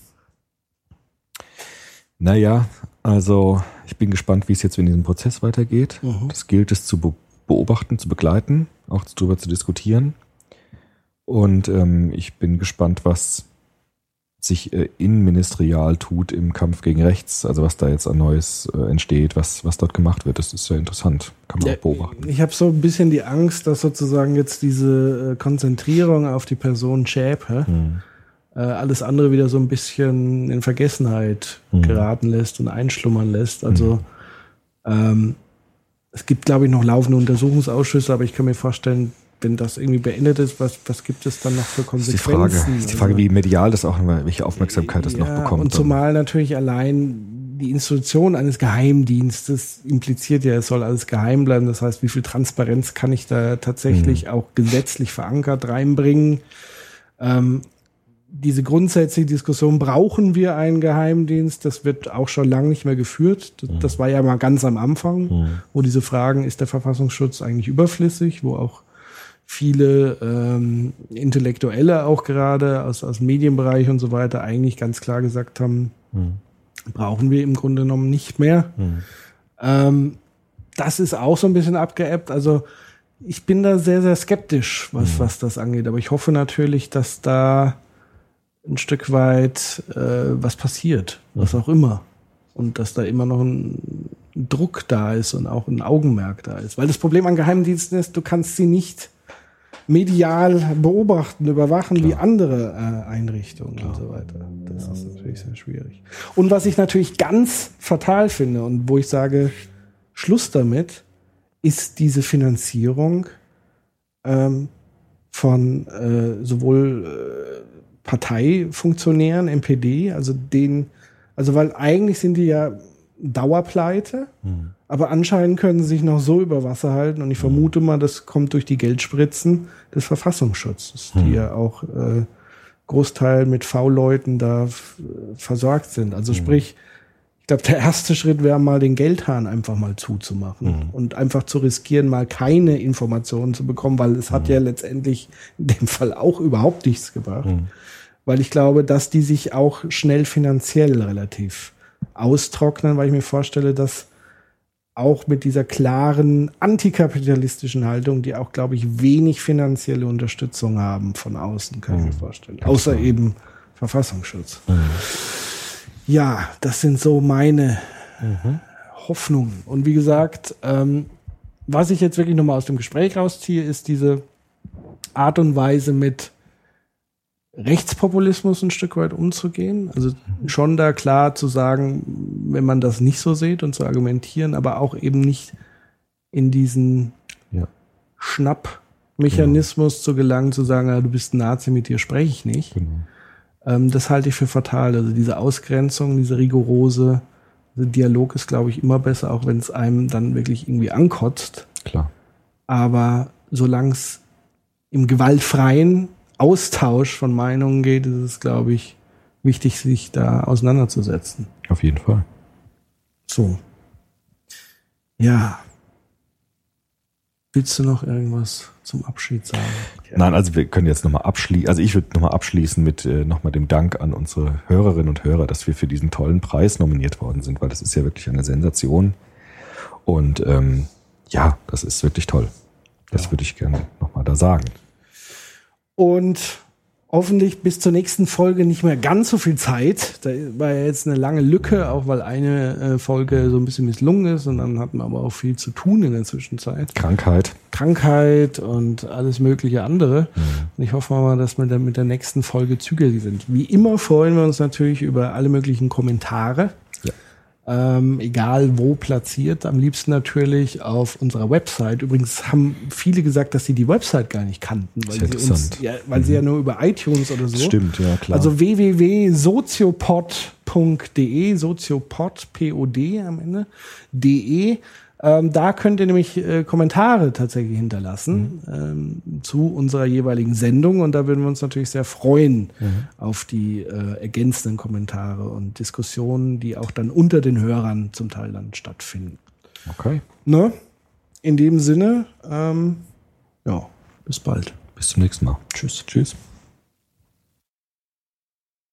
Naja, also ich bin gespannt, wie es jetzt in diesem Prozess weitergeht. Mhm. Das gilt es zu be- beobachten, zu begleiten, auch darüber zu diskutieren. Und ähm, ich bin gespannt, was sich äh, innenministerial tut im Kampf gegen rechts. Also was da jetzt an Neues äh, entsteht, was, was dort gemacht wird. Das ist sehr interessant, kann man ja, auch beobachten. Ich habe so ein bisschen die Angst, dass sozusagen jetzt diese äh, Konzentrierung auf die Person Schäpe hm. äh, alles andere wieder so ein bisschen in Vergessenheit hm. geraten lässt und einschlummern lässt. Also hm. ähm, es gibt, glaube ich, noch laufende Untersuchungsausschüsse, aber ich kann mir vorstellen, wenn das irgendwie beendet ist, was, was gibt es dann noch für Konsequenzen? Das ist die Frage, das ist die Frage, wie medial das auch, welche Aufmerksamkeit das ja, noch bekommt. Und zumal natürlich allein die Institution eines Geheimdienstes impliziert ja, es soll alles geheim bleiben. Das heißt, wie viel Transparenz kann ich da tatsächlich mhm. auch gesetzlich verankert reinbringen? Ähm, diese grundsätzliche Diskussion, brauchen wir einen Geheimdienst? Das wird auch schon lange nicht mehr geführt. Das, das war ja mal ganz am Anfang, mhm. wo diese Fragen, ist der Verfassungsschutz eigentlich überflüssig, wo auch viele ähm, Intellektuelle auch gerade aus, aus dem Medienbereich und so weiter eigentlich ganz klar gesagt haben, mhm. brauchen wir im Grunde genommen nicht mehr. Mhm. Ähm, das ist auch so ein bisschen abgeebbt. Also ich bin da sehr, sehr skeptisch, was, mhm. was das angeht. Aber ich hoffe natürlich, dass da ein Stück weit äh, was passiert, was auch immer. Und dass da immer noch ein Druck da ist und auch ein Augenmerk da ist. Weil das Problem an Geheimdiensten ist, du kannst sie nicht medial beobachten, überwachen Klar. wie andere äh, Einrichtungen Klar. und so weiter. Das ja. ist natürlich sehr schwierig. Und was ich natürlich ganz fatal finde und wo ich sage, Schluss damit, ist diese Finanzierung ähm, von äh, sowohl äh, Parteifunktionären, M P D, also den, also weil eigentlich sind die ja Dauerpleite, mhm. aber anscheinend können sie sich noch so über Wasser halten und ich vermute mal, das kommt durch die Geldspritzen des Verfassungsschutzes, mhm. die ja auch äh, Großteil mit V-Leuten da f- versorgt sind. Also mhm. sprich, ich glaube, der erste Schritt wäre mal, den Geldhahn einfach mal zuzumachen Mhm. und einfach zu riskieren, mal keine Informationen zu bekommen, weil es hat Mhm. ja letztendlich in dem Fall auch überhaupt nichts gebracht. Mhm. Weil ich glaube, dass die sich auch schnell finanziell relativ austrocknen, weil ich mir vorstelle, dass auch mit dieser klaren antikapitalistischen Haltung, die auch, glaube ich, wenig finanzielle Unterstützung haben von außen, kann ich mir vorstellen. Außer eben Verfassungsschutz. Mhm. Ja, das sind so meine Hoffnungen. Und wie gesagt, ähm, was ich jetzt wirklich nochmal aus dem Gespräch rausziehe, ist diese Art und Weise, mit Rechtspopulismus ein Stück weit umzugehen. Also schon da klar zu sagen, wenn man das nicht so sieht und zu argumentieren, aber auch eben nicht in diesen Ja. Schnappmechanismus zu gelangen, zu sagen, ah, du bist ein Nazi, mit dir spreche ich nicht. Genau. Ähm, das halte ich für fatal. Also diese Ausgrenzung, diese rigorose, der Dialog ist, glaube ich, immer besser, auch wenn es einem dann wirklich irgendwie ankotzt. Klar. Aber solange es im gewaltfreien Austausch von Meinungen geht, ist es, glaube ich, wichtig, sich da auseinanderzusetzen. Auf jeden Fall. So. Ja. Willst du noch irgendwas zum Abschied sagen? Nein, also wir können jetzt nochmal abschließen, also ich würde nochmal abschließen mit äh, nochmal dem Dank an unsere Hörerinnen und Hörer, dass wir für diesen tollen Preis nominiert worden sind, weil das ist ja wirklich eine Sensation. Und ähm, ja, das ist wirklich toll. Das Ja. würde ich gerne nochmal da sagen. Und hoffentlich bis zur nächsten Folge nicht mehr ganz so viel Zeit. Da war ja jetzt eine lange Lücke, auch weil eine äh, Folge so ein bisschen misslungen ist und dann hatten wir aber auch viel zu tun in der Zwischenzeit. Krankheit. Krankheit und alles mögliche andere. Mhm. Und ich hoffe mal, dass wir dann mit der nächsten Folge zügig sind. Wie immer freuen wir uns natürlich über alle möglichen Kommentare. Ja. Ähm, egal wo platziert, am liebsten natürlich auf unserer Website. Übrigens haben viele gesagt, dass sie die Website gar nicht kannten, weil, Sehr sie, uns, interessant. ja, weil sie ja nur über iTunes oder so. Das stimmt, ja klar. Also w w w punkt soziopod punkt d e, Soziopod, P O D am Ende, de. Ähm, da könnt ihr nämlich äh, Kommentare tatsächlich hinterlassen ähm, zu unserer jeweiligen Sendung und da würden wir uns natürlich sehr freuen Mhm. auf die äh, ergänzenden Kommentare und Diskussionen, die auch dann unter den Hörern zum Teil dann stattfinden. Okay. Ne? In dem Sinne, ähm, ja, bis bald. Bis zum nächsten Mal. Tschüss. Tschüss.